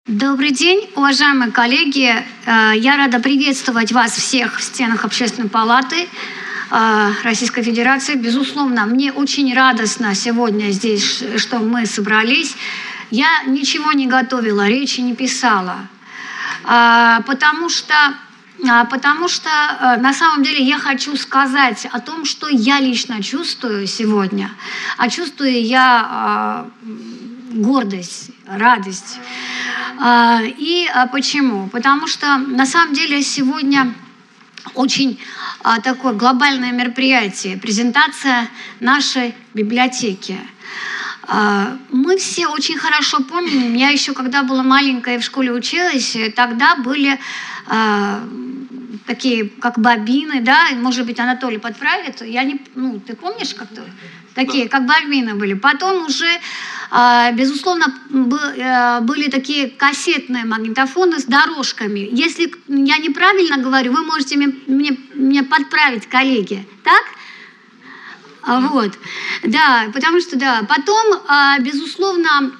Добрый день, уважаемые коллеги. Я рада приветствовать вас всех в стенах Общественной палаты Российской Федерации. Безусловно, мне очень радостно сегодня здесь, что мы собрались. Я ничего не готовила, речи не писала, потому что на самом деле я хочу сказать о том, что я лично чувствую сегодня. А чувствую я гордость, радость. И почему? Потому что на самом деле сегодня очень такое глобальное мероприятие, презентация нашей библиотеки. Мы все очень хорошо помним, я еще когда была маленькая и в школе училась, тогда были такие как бобины, да, может быть, Анатолий подправит, ты помнишь как-то? Такие, как бобины были. Потом уже, безусловно, были такие кассетные магнитофоны с дорожками. Если я неправильно говорю, вы можете мне подправить, коллеги. Так? Вот. Да, потому что, да. Потом, безусловно,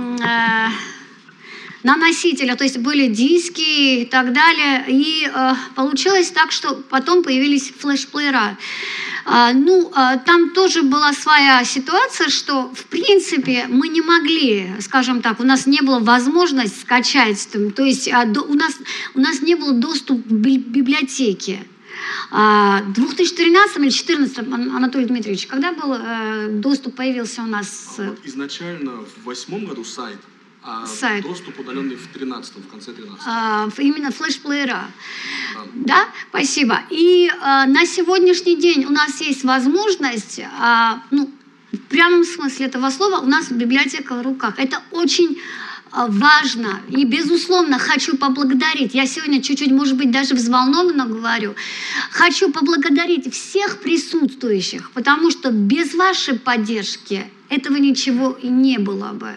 на носителях, то есть были диски и так далее. И получилось так, что потом появились флешплеера. Там тоже была своя ситуация, что, в принципе, мы не могли, скажем так, у нас не было возможности скачать, то есть у нас не было доступа к библиотеке. В 2013 или 2014, Анатолий Дмитриевич, когда был доступ, появился у нас? Изначально в 2008 году сайт. Доступ удаленный в 13-м, в конце 13-го. Именно флешплеера. Да, спасибо. И на сегодняшний день у нас есть возможность, в прямом смысле этого слова, у нас библиотека в руках. Это очень важно. И, безусловно, хочу поблагодарить. Я сегодня чуть-чуть, может быть, даже взволнованно говорю. Хочу поблагодарить всех присутствующих, потому что без вашей поддержки этого ничего и не было бы.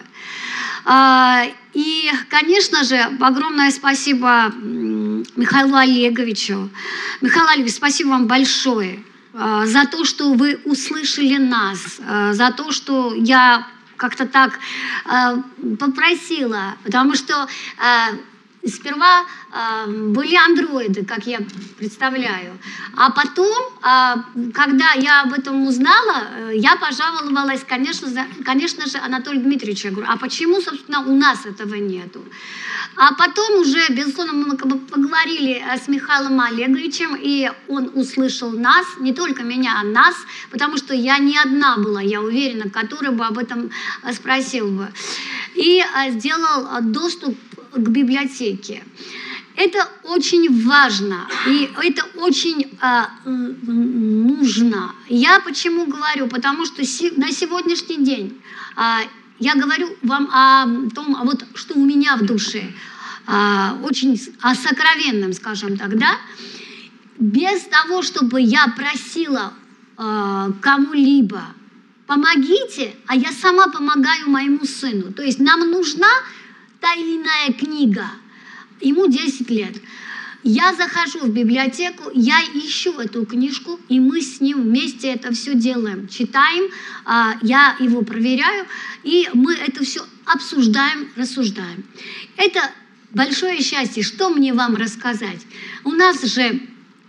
И, конечно же, огромное спасибо Михаилу Олеговичу. Михаил Олегович, спасибо вам большое за то, что вы услышали нас, за то, что я как-то так попросила, потому что сперва были андроиды, как я представляю. А потом, когда я об этом узнала, я пожаловалась, конечно же, Анатолию Дмитриевичу. Я говорю, а почему, собственно, у нас этого нету? А потом уже, безусловно, мы поговорили с Михаилом Олеговичем, и он услышал нас, не только меня, а нас, потому что я не одна была, я уверена, которая бы об этом спросил бы. И сделал доступ к библиотеке. Это очень важно, и это очень нужно. Я почему говорю? Потому что на сегодняшний день я говорю вам о том, что у меня в душе, очень о сокровенном, скажем так, да? Без того, чтобы я просила кому-либо, помогите, а я сама помогаю моему сыну. То есть нам нужна та или иная книга. Ему 10 лет. Я захожу в библиотеку, я ищу эту книжку, и мы с ним вместе это все делаем. Читаем, я его проверяю, и мы это все обсуждаем, рассуждаем. Это большое счастье. Что мне вам рассказать? У нас же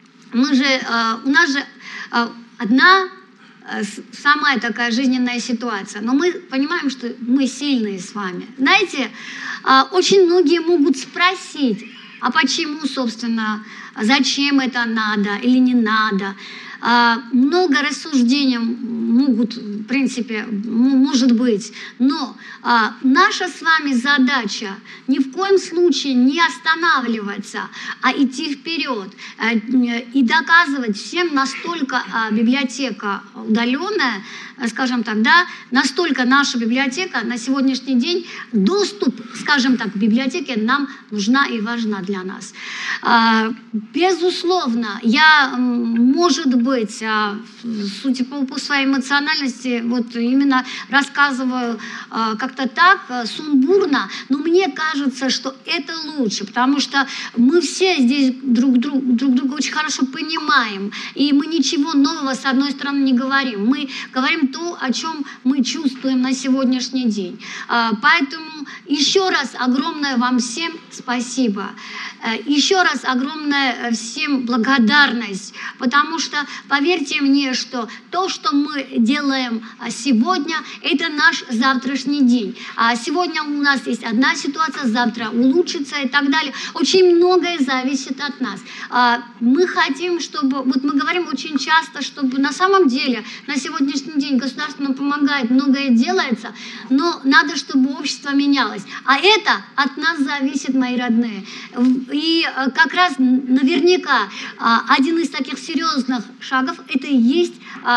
одна самая такая жизненная ситуация. Но мы понимаем, что мы сильные с вами. Знаете, очень многие могут спросить, а почему, собственно, зачем это надо или не надо. Много рассуждений могут, в принципе, может быть. Но наша с вами задача ни в коем случае не останавливаться, а идти вперед и доказывать всем, настолько библиотека удаленная, скажем так, да, настолько наша библиотека на сегодняшний день, доступ, скажем так, к библиотеке нам нужна и важна для нас. Безусловно, я, может быть, быть, судя по своей эмоциональности, вот именно рассказываю как-то так, сумбурно, но мне кажется, что это лучше, потому что мы все здесь друг друга очень хорошо понимаем, и мы ничего нового, с одной стороны, не говорим. Мы говорим то, о чем мы чувствуем на сегодняшний день. Поэтому еще раз огромное вам всем спасибо. Еще раз огромная всем благодарность, потому что, поверьте мне, что то, что мы делаем сегодня, это наш завтрашний день. Сегодня у нас есть одна ситуация, завтра улучшится и так далее. Очень многое зависит от нас. Мы хотим, чтобы, вот мы говорим очень часто, чтобы на самом деле на сегодняшний день государство нам помогает, многое делается, но надо, чтобы общество менялось. А это от нас зависит, мои родные. И как раз наверняка один из таких серьезных шагов – это и есть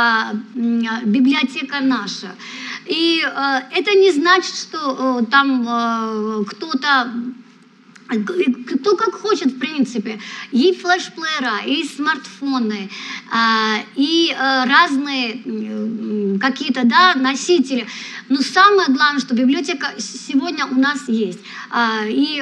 библиотека наша. И это не значит, что там кто-то, кто как хочет, в принципе, и флешплеера, и смартфоны, и разные какие-то, да, носители. Но самое главное, что библиотека сегодня у нас есть. И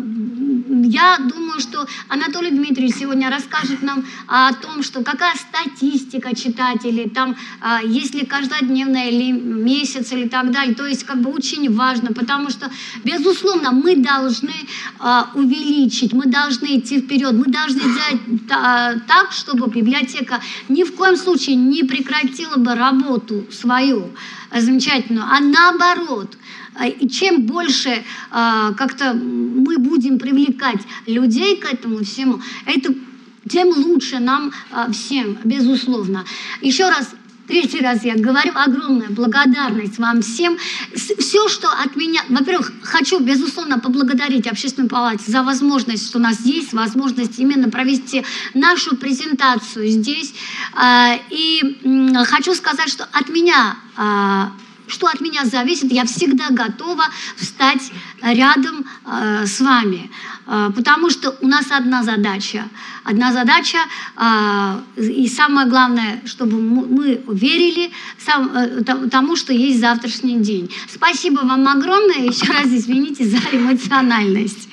я думаю, что Анатолий Дмитриевич сегодня расскажет нам о том, что какая статистика читателей, там, есть ли каждодневная или месяц или так далее. То есть как бы очень важно, потому что, безусловно, мы должны увеличить, мы должны идти вперед, мы должны делать так, чтобы библиотека ни в коем случае не прекратила бы работу свою замечательную, а наоборот. И чем больше как-то мы будем привлекать людей к этому всему, тем лучше нам всем, безусловно. Еще раз, третий раз я говорю, огромная благодарность вам всем. Все, что от меня... Во-первых, хочу, безусловно, поблагодарить Общественной палате за возможность, что у нас есть возможность именно провести нашу презентацию здесь. И хочу сказать, что от меня... Что от меня зависит, я всегда готова встать рядом с вами, потому что у нас одна задача, и самое главное, чтобы мы верили тому, что есть завтрашний день. Спасибо вам огромное, еще раз извините за эмоциональность.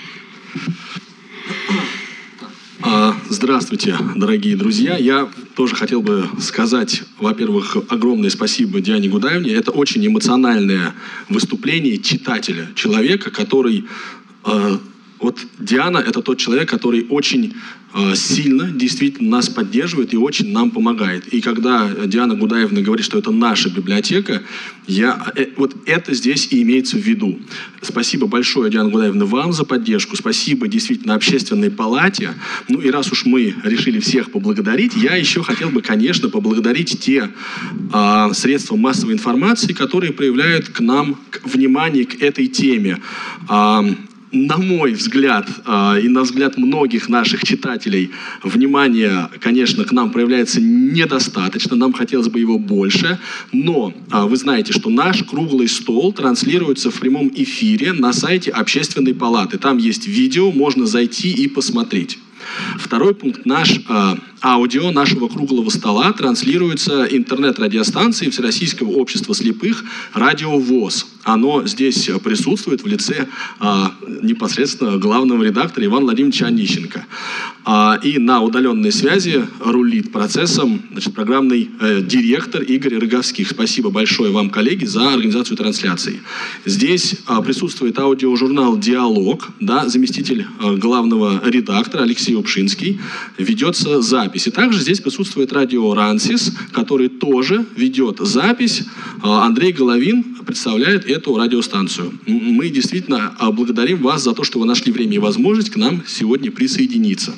Здравствуйте, дорогие друзья. Я тоже хотел бы сказать, во-первых, огромное спасибо Диане Гудаевне. Это очень эмоциональное выступление читателя, человека, который... Вот Диана – это тот человек, который очень сильно действительно нас поддерживает и очень нам помогает. И когда Диана Гудаевна говорит, что это наша библиотека, вот это здесь и имеется в виду. Спасибо большое, Диана Гудаевна, вам за поддержку. Спасибо действительно Общественной палате. Ну и раз уж мы решили всех поблагодарить, я еще хотел бы, конечно, поблагодарить те средства массовой информации, которые проявляют к нам внимание к этой теме. На мой взгляд и на взгляд многих наших читателей, внимание, конечно, к нам проявляется недостаточно, нам хотелось бы его больше, но вы знаете, что наш круглый стол транслируется в прямом эфире на сайте Общественной палаты. Там есть видео, можно зайти и посмотреть. Второй пункт. Аудио нашего круглого стола транслируется интернет-радиостанцией Всероссийского общества слепых «Радио ВОС». Оно здесь присутствует в лице непосредственно главного редактора Ивана Владимировича Онищенко. И на удаленной связи рулит процессом программный директор Игорь Рыговских. Спасибо большое вам, коллеги, за организацию трансляции. Здесь присутствует аудиожурнал «Диалог», да, заместитель главного редактора Алексей Упшинский, ведется запись. И также здесь присутствует радио «Рансис», который тоже ведет запись. Андрей Головин представляет эту радиостанцию. Мы действительно благодарим вас за то, что вы нашли время и возможность к нам сегодня присоединиться.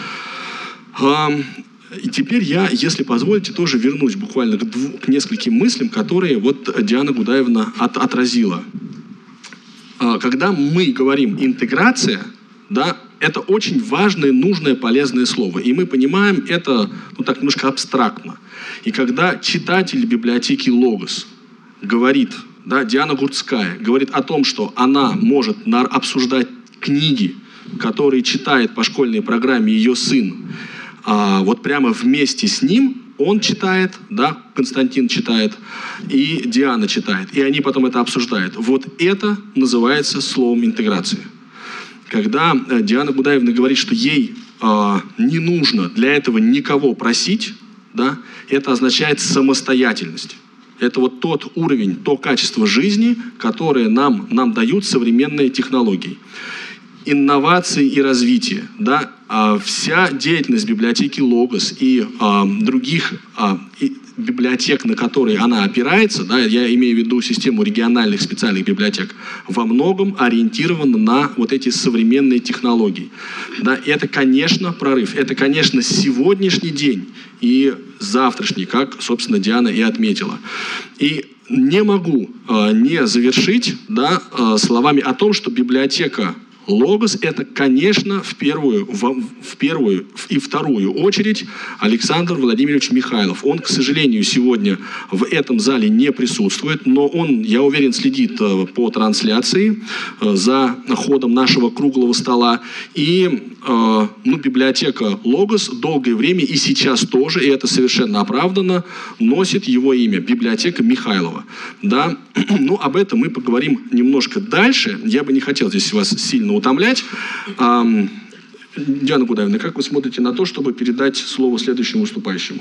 И теперь я, если позволите, тоже вернусь буквально к нескольким мыслям, которые вот Диана Гудаевна отразила. Когда мы говорим «интеграция», да, это очень важное, нужное, полезное слово. И мы понимаем это, ну, так немножко абстрактно. И когда читатель библиотеки «Логос» говорит, да, Диана Гурцкая говорит о том, что она может обсуждать книги, которые читает по школьной программе ее сын, вот прямо вместе с ним, он читает, да, Константин читает, и Диана читает. И они потом это обсуждают. Вот это называется словом интеграции. Когда Диана Гудаевна говорит, что ей не нужно для этого никого просить, да, это означает самостоятельность. Это вот тот уровень, то качество жизни, которое нам дают современные технологии. Инновации и развитие. Да? Вся деятельность библиотеки Логос и других библиотек, на которые она опирается, да, я имею в виду систему региональных специальных библиотек, во многом ориентирована на вот эти современные технологии. Да? И это, конечно, прорыв. Это, конечно, сегодняшний день и завтрашний, как, собственно, Диана и отметила. И не могу не завершить, да, словами о том, что библиотека Логос — это, конечно, в первую и вторую очередь Александр Владимирович Михайлов. Он, к сожалению, сегодня в этом зале не присутствует, но он, я уверен, следит по трансляции за ходом нашего круглого стола. И библиотека Логос долгое время и сейчас тоже, и это совершенно оправданно, носит его имя — библиотека Михайлова. Да? Ну, об этом мы поговорим немножко дальше. Я бы не хотел здесь вас сильно утомлять. Диана Гудаевна, как вы смотрите на то, чтобы передать слово следующему выступающему?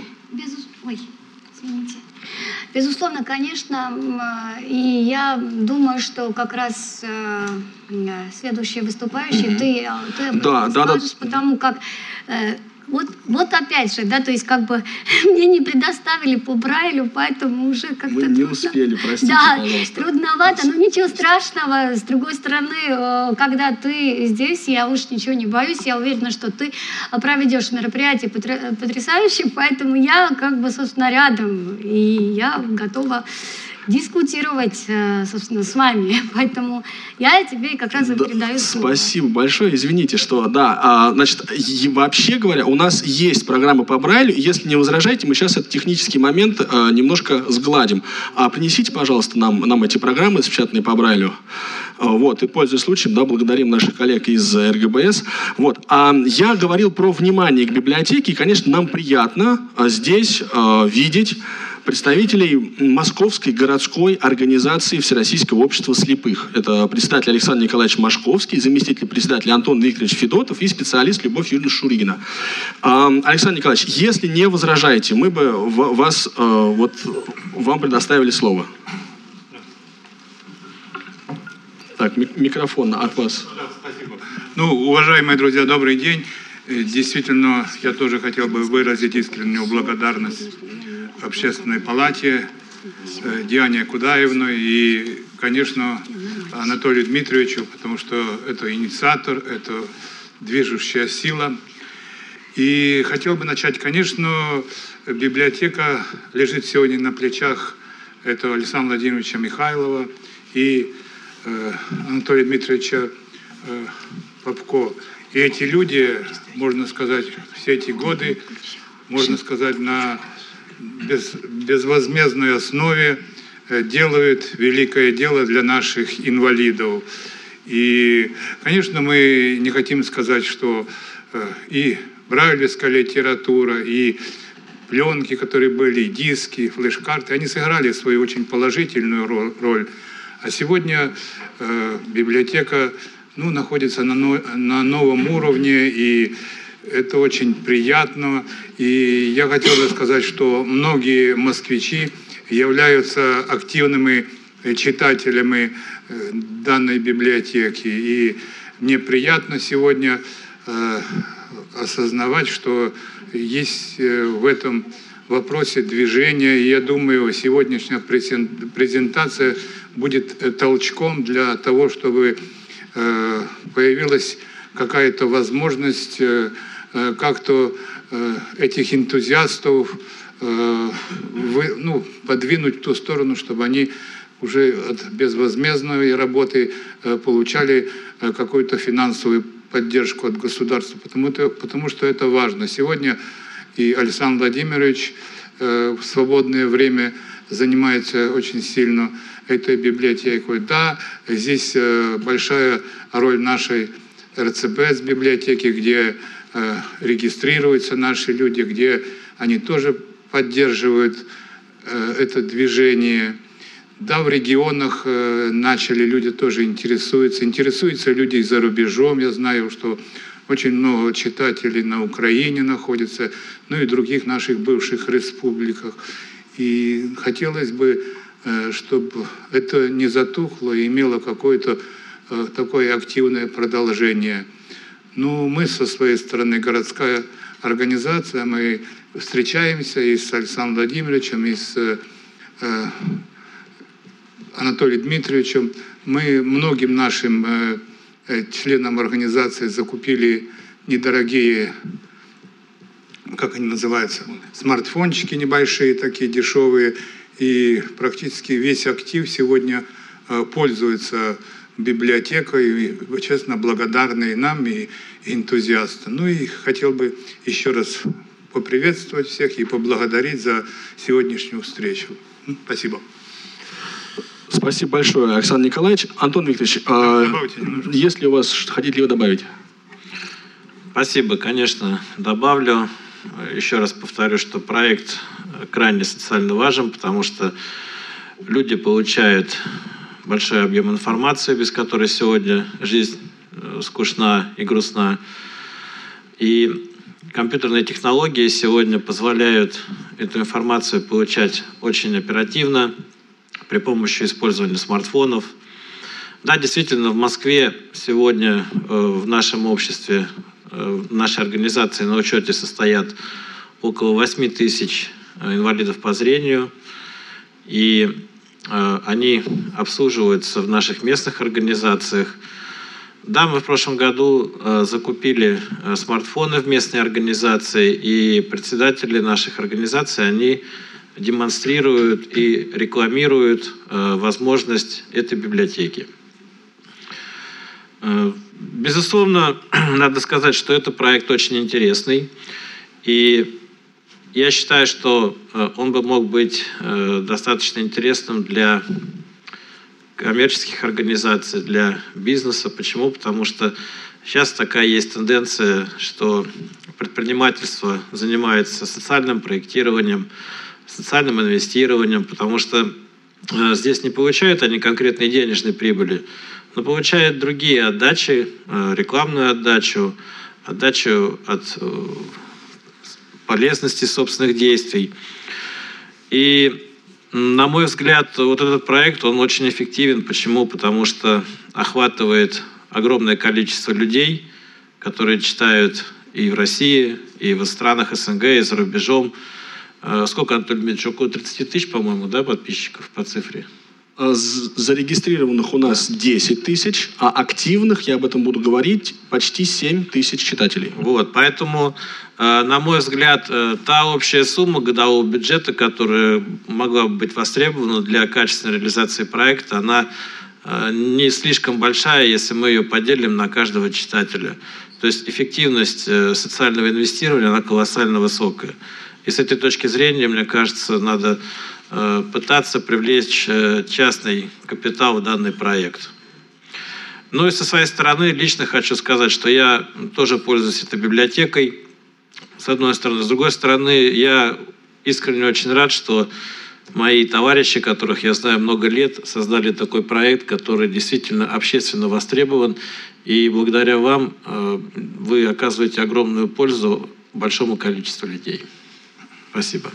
Безусловно, конечно, и я думаю, что как раз следующий выступающий, ты скажешь, потому как вот опять же, да, то есть как бы мне не предоставили по Брайлю, поэтому уже как-то мы не успели, простите, пожалуйста. Трудновато, но ничего страшного. С другой стороны, когда ты здесь, я уж ничего не боюсь, я уверена, что ты проведешь мероприятие потрясающе, поэтому я как бы, собственно, рядом, и я готова дискутировать, собственно, с вами. Поэтому я тебе как раз и передаю слово. Спасибо большое. Извините, что... значит, вообще говоря, у нас есть программа по Брайлю. Если не возражаете, мы сейчас этот технический момент немножко сгладим. Принесите, пожалуйста, нам эти программы, распечатанные по Брайлю. Вот, и, пользуясь случаем, да, благодарим наших коллег из РГБС. Вот. Я говорил про внимание к библиотеке, и, конечно, нам приятно здесь видеть представителей Московской городской организации Всероссийского общества слепых. Это председатель Александр Николаевич Машковский, заместитель председателя Антон Викторович Федотов и специалист Любовь Юрьевна Шуригина. Александр Николаевич, если не возражаете, мы бы вам предоставили слово. Так, микрофон от вас. Спасибо. Уважаемые друзья, добрый день. Действительно, я тоже хотел бы выразить искреннюю благодарность Общественной палате, Диане Гудаевной и, конечно, Анатолию Дмитриевичу, потому что это инициатор, это движущая сила. И хотел бы начать, конечно, библиотека лежит сегодня на плечах этого Александра Владимировича Михайлова и Анатолия Дмитриевича Попко. И эти люди, можно сказать, все эти годы, можно сказать, на безвозмездной основе делают великое дело для наших инвалидов. И, конечно, мы не хотим сказать, что и брайлевская литература, и пленки, которые были, и диски, и флеш-карты, они сыграли свою очень положительную роль. А сегодня библиотека находится на новом уровне, и это очень приятно. И я хотел бы сказать, что многие москвичи являются активными читателями данной библиотеки. И мне приятно сегодня осознавать, что есть в этом вопросе движение. И я думаю, сегодняшняя презентация будет толчком для того, чтобы появилась какая-то возможность как-то этих энтузиастов подвинуть в ту сторону, чтобы они уже от безвозмездной работы получали какую-то финансовую поддержку от государства, потому что это важно. Сегодня и Александр Владимирович в свободное время занимается очень сильно этой библиотекой. Да, здесь большая роль нашей РЦБС библиотеки, где регистрируются наши люди, где они тоже поддерживают это движение. Да, в регионах начали люди тоже интересуются. Интересуются люди и за рубежом. Я знаю, что очень много читателей на Украине находится, ну и других наших бывших республиках. И хотелось бы, чтобы это не затухло и имело какое-то такое активное продолжение. Ну, мы со своей стороны, городская организация, мы встречаемся и с Александром Владимировичем, и с Анатолием Дмитриевичем. Мы многим нашим членам организации закупили недорогие, как они называются, смартфончики небольшие, такие дешевые. И практически весь актив сегодня пользуется библиотекой. И, честно, благодарны и нам, и энтузиасты. Ну и хотел бы еще раз поприветствовать всех и поблагодарить за сегодняшнюю встречу. Спасибо. Спасибо большое, Александр Николаевич. Антон Викторович, если у вас, хотите ли вы добавить? Спасибо, конечно, добавлю. Еще раз повторю, что проект крайне социально важен, потому что люди получают большой объем информации, без которой сегодня жизнь скучна и грустна. И компьютерные технологии сегодня позволяют эту информацию получать очень оперативно при помощи использования смартфонов. Да, действительно, в Москве сегодня в нашем обществе, в нашей организации на учете состоят около 8 тысяч инвалидов по зрению, и они обслуживаются в наших местных организациях. Да, мы в прошлом году закупили смартфоны в местной организации, и председатели наших организаций, они демонстрируют и рекламируют возможность этой библиотеки. Безусловно, надо сказать, что это проект очень интересный, и я считаю, что он бы мог быть достаточно интересным для коммерческих организаций, для бизнеса. Почему? Потому что сейчас такая есть тенденция, что предпринимательство занимается социальным проектированием, социальным инвестированием, потому что здесь не получают они конкретной денежной прибыли, но получают другие отдачи, рекламную отдачу, отдачу от полезности собственных действий. И, на мой взгляд, вот этот проект, он очень эффективен. Почему? Потому что охватывает огромное количество людей, которые читают и в России, и в странах СНГ, и за рубежом. Сколько, Анатолий Дмитриевич, около 30 тысяч, по-моему, да, подписчиков по цифре? Зарегистрированных у нас 10 тысяч, а активных, я об этом буду говорить, почти 7 тысяч читателей. Вот, поэтому, на мой взгляд, та общая сумма годового бюджета, которая могла бы быть востребована для качественной реализации проекта, она не слишком большая, если мы ее поделим на каждого читателя. То есть эффективность социального инвестирования, она колоссально высокая. И с этой точки зрения, мне кажется, надо пытаться привлечь частный капитал в данный проект. Ну и со своей стороны лично хочу сказать, что я тоже пользуюсь этой библиотекой, с одной стороны. С другой стороны, я искренне очень рад, что мои товарищи, которых я знаю много лет, создали такой проект, который действительно общественно востребован. И благодаря вам вы оказываете огромную пользу большому количеству людей. Спасибо.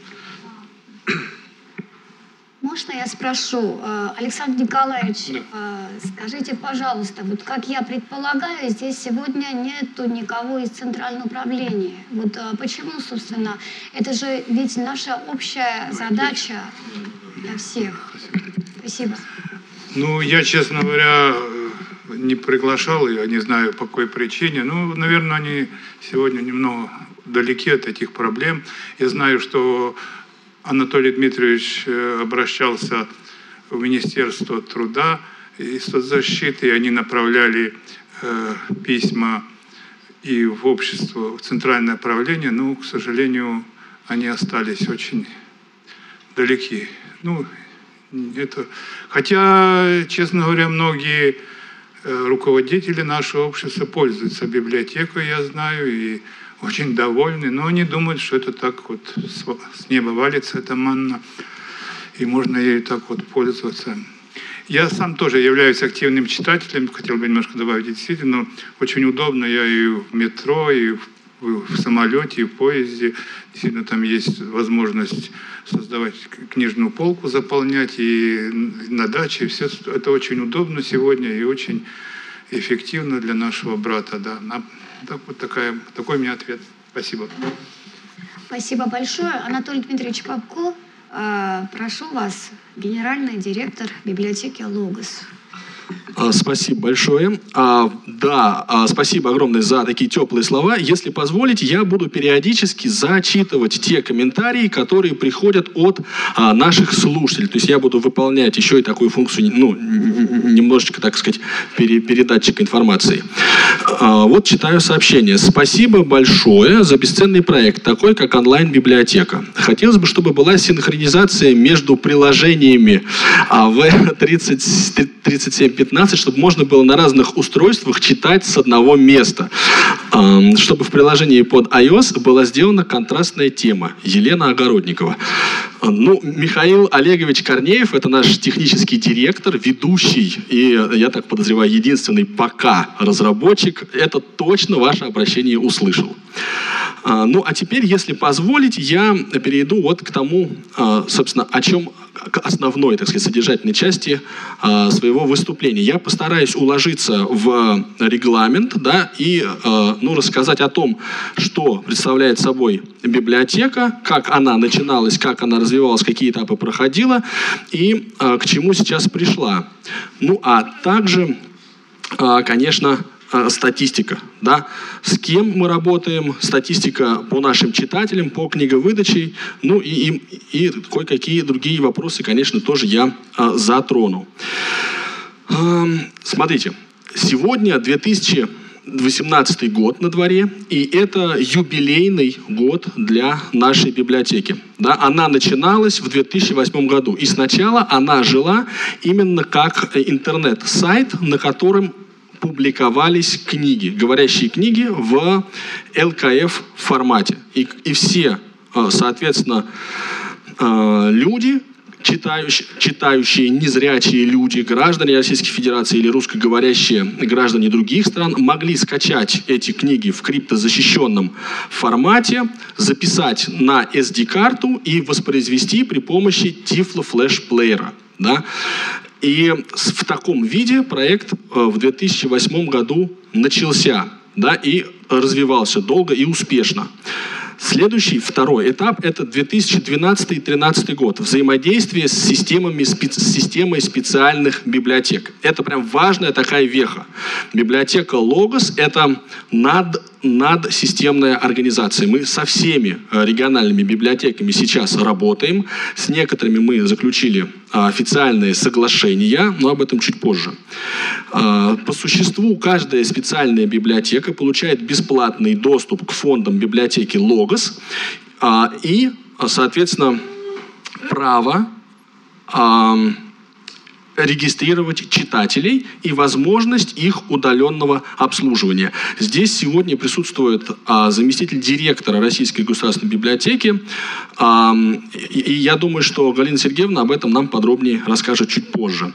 Можно я спрошу, Александр Николаевич, скажите, пожалуйста, вот как я предполагаю, здесь сегодня нету никого из Центрального управления. Вот почему, собственно, это же ведь наша общая задача для всех. Спасибо. Ну, я, честно говоря, не приглашал, я не знаю, по какой причине. Ну, наверное, они сегодня немного далеки от этих проблем. Я знаю, что Анатолий Дмитриевич обращался в Министерство труда и соцзащиты, и они направляли письма и в общество, в центральное правление, но, к сожалению, они остались очень далеки. Ну, это... Хотя, честно говоря, многие руководители нашего общества пользуются библиотекой, я знаю, и очень довольны, но они думают, что это так вот с неба валится эта манна, и можно ею так вот пользоваться. Я сам тоже являюсь активным читателем, хотел бы немножко добавить, действительно, очень удобно, я и в метро, и в самолете, и в поезде, действительно, там есть возможность создавать книжную полку, заполнять, и на даче, все это очень удобно сегодня и очень эффективно для нашего брата, да. Так, вот такой у меня ответ. Спасибо. Спасибо большое. Анатолий Дмитриевич Попко, прошу вас, генеральный директор библиотеки «Логос». Спасибо большое. Спасибо огромное за такие теплые слова. Если позволите, я буду периодически зачитывать те комментарии, которые приходят от наших слушателей. То есть я буду выполнять еще и такую функцию, немножечко, так сказать, передатчика информации. Вот читаю сообщение. Спасибо большое за бесценный проект, такой как онлайн-библиотека. Хотелось бы, чтобы была синхронизация между приложениями АВ-3715, чтобы можно было на разных устройствах читать с одного места. Чтобы в приложении под iOS была сделана контрастная тема. Елена Огородникова. Михаил Олегович Корнеев, это наш технический директор, ведущий и, я так подозреваю, единственный пока разработчик, это точно ваше обращение услышал. А теперь, если позволите, я перейду вот к тому, собственно, к основной, так сказать, содержательной части своего выступления. Я постараюсь уложиться в регламент, да, и рассказать о том, что представляет собой библиотека, как она начиналась, как она развивалась, какие этапы проходила и к чему сейчас пришла. А также, конечно, статистика, да, с кем мы работаем, статистика по нашим читателям, по книговыдаче, и кое-какие другие вопросы, конечно, тоже я затрону. Смотрите, сегодня 2018 год на дворе, и это юбилейный год для нашей библиотеки. Да, она начиналась в 2008 году, и сначала она жила именно как интернет-сайт, на котором публиковались книги, говорящие книги в ЛКФ формате. И все, соответственно, люди, читающие, незрячие люди, граждане Российской Федерации или русскоговорящие граждане других стран могли скачать эти книги в криптозащищенном формате, записать на SD-карту и воспроизвести при помощи Tiflo флеш-плеера. Да? И в таком виде проект в 2008 году начался, да, и развивался долго и успешно. Следующий, второй этап, это 2012-2013 год. Взаимодействие с системой специальных библиотек. Это прям важная такая веха. Библиотека «Логос» — это надсистемная организация. Мы со всеми региональными библиотеками сейчас работаем. С некоторыми мы заключили официальные соглашения, но об этом чуть позже. По существу, каждая специальная библиотека получает бесплатный доступ к фондам библиотеки «Логос» и, соответственно, право регистрировать читателей и возможность их удаленного обслуживания. Здесь сегодня присутствует заместитель директора Российской государственной библиотеки. И я думаю, что Галина Сергеевна об этом нам подробнее расскажет чуть позже.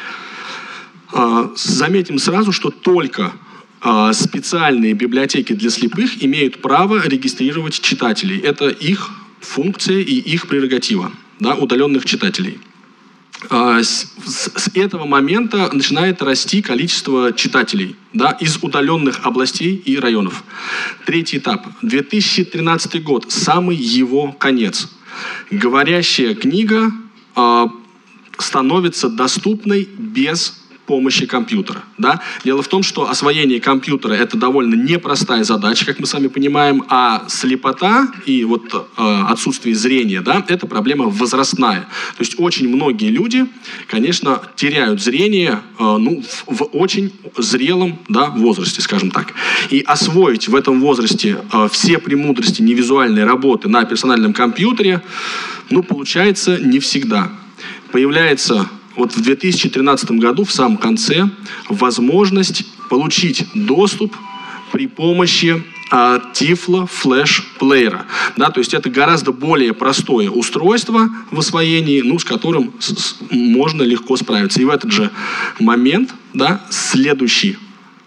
Заметим сразу, что только специальные библиотеки для слепых имеют право регистрировать читателей. Это их функция и их прерогатива, да, удаленных читателей. С этого момента начинает расти количество читателей, да, из удаленных областей и районов. Третий этап. 2013 год. Самый его конец. Говорящая книга становится доступной без помощи компьютера. Да? Дело в том, что освоение компьютера — это довольно непростая задача, как мы сами понимаем, а слепота и отсутствие зрения, да, это проблема возрастная. То есть очень многие люди, конечно, теряют зрение в очень зрелом, да, возрасте, скажем так. И освоить в этом возрасте все премудрости невизуальной работы на персональном компьютере, получается не всегда. Появляется в 2013 году, в самом конце, возможность получить доступ при помощи Tiflo Flash Player. Да, то есть это гораздо более простое устройство в освоении, с которым можно легко справиться. И в этот же момент, да, следующий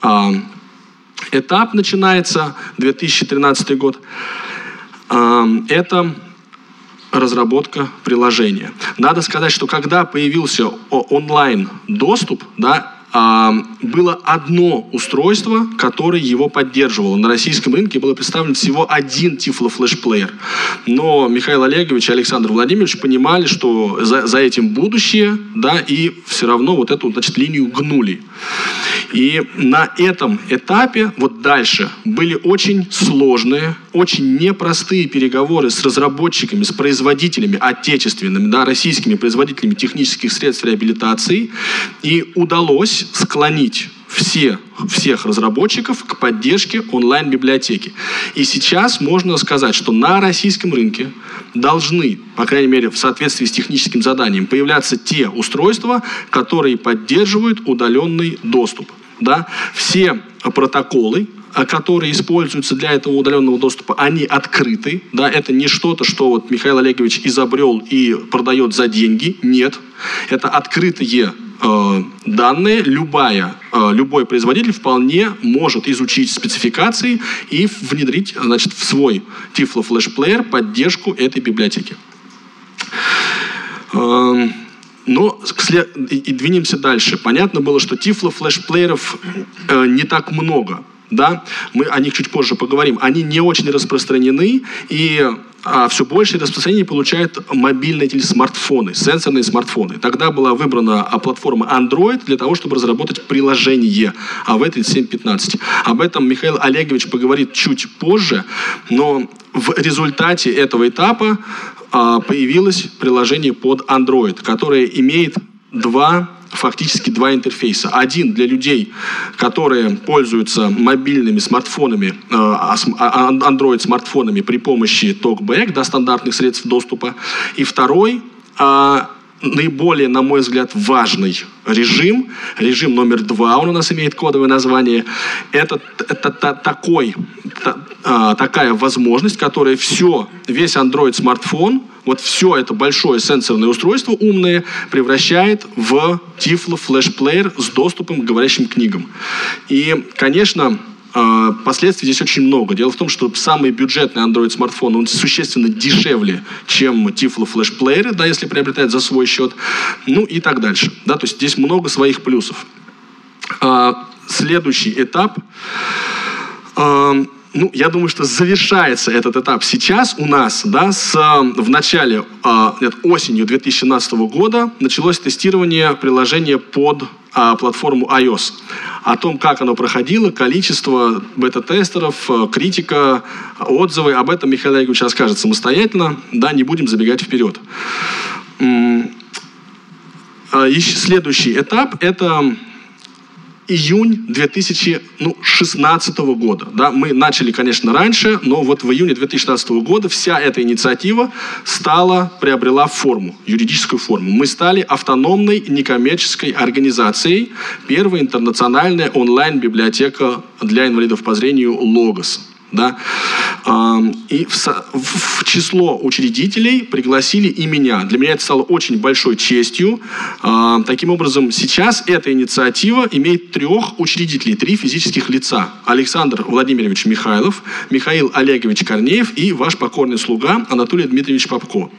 этап начинается, 2013 год, это разработка приложения. Надо сказать, что когда появился онлайн-доступ, да, было одно устройство, которое его поддерживало. На российском рынке было представлен всего один Tiflo Flash Player. Но Михаил Олегович и Александр Владимирович понимали, что за этим будущее, да, и все равно вот эту, линию гнули. И на этом этапе, вот дальше, были очень сложные, очень непростые переговоры с разработчиками, с производителями отечественными, да, российскими производителями технических средств реабилитации. И удалось склонить всех разработчиков к поддержке онлайн-библиотеки. И сейчас можно сказать, что на российском рынке должны, по крайней мере, в соответствии с техническим заданием, появляться те устройства, которые поддерживают удаленный доступ. Да? Все протоколы, которые используются для этого удаленного доступа, они открыты. Да? Это не что-то, что вот Михаил Олегович изобрел и продает за деньги. Нет. Это открытые данные. Любой производитель вполне может изучить спецификации и внедрить, значит, в свой Tiflo Flash Player поддержку этой библиотеки. Но и двинемся дальше. Понятно было, что Tiflo Flash плееров не так много. Да? Мы о них чуть позже поговорим. Они не очень распространены, и все большее распространение получают мобильные смартфоны, сенсорные смартфоны. Тогда была выбрана платформа Android для того, чтобы разработать приложение AV3715. Об этом Михаил Олегович поговорит чуть позже, но в результате этого этапа появилось приложение под Android, которое имеет фактически два интерфейса. Один для людей, которые пользуются мобильными смартфонами, Android-смартфонами при помощи TalkBack, да, стандартных средств доступа. И второй, наиболее, на мой взгляд, важный режим номер 2, он у нас имеет кодовое название, это такая возможность, которая весь Android-смартфон, вот все это большое сенсорное устройство умное превращает в Tiflo Flash Player с доступом к говорящим книгам. И, конечно, последствий здесь очень много. Дело в том, что самый бюджетный Android-смартфон, он существенно дешевле, чем Tiflo Flash Player, да, если приобретает за свой счет, и так дальше. Да, то есть здесь много своих плюсов. Следующий этап. Я думаю, что завершается этот этап сейчас у нас, да, в начале, осенью 2017 года началось тестирование приложения под платформу iOS. О том, как оно проходило, количество бета-тестеров, критика, отзывы, об этом Михаил Олегович расскажет самостоятельно, да, не будем забегать вперед. Следующий этап – это июнь 2016 года. Да, мы начали, конечно, раньше, но вот в июне 2016 года вся эта инициатива приобрела форму, юридическую форму. Мы стали автономной некоммерческой организацией, первая интернациональная онлайн-библиотека для инвалидов по зрению «Логос». Да? И в число учредителей пригласили и меня. Для меня это стало очень большой честью. Таким образом, сейчас эта инициатива имеет 3 учредителей, 3 физических лица. Александр Владимирович Михайлов, Михаил Олегович Корнеев и ваш покорный слуга Анатолий Дмитриевич Попко.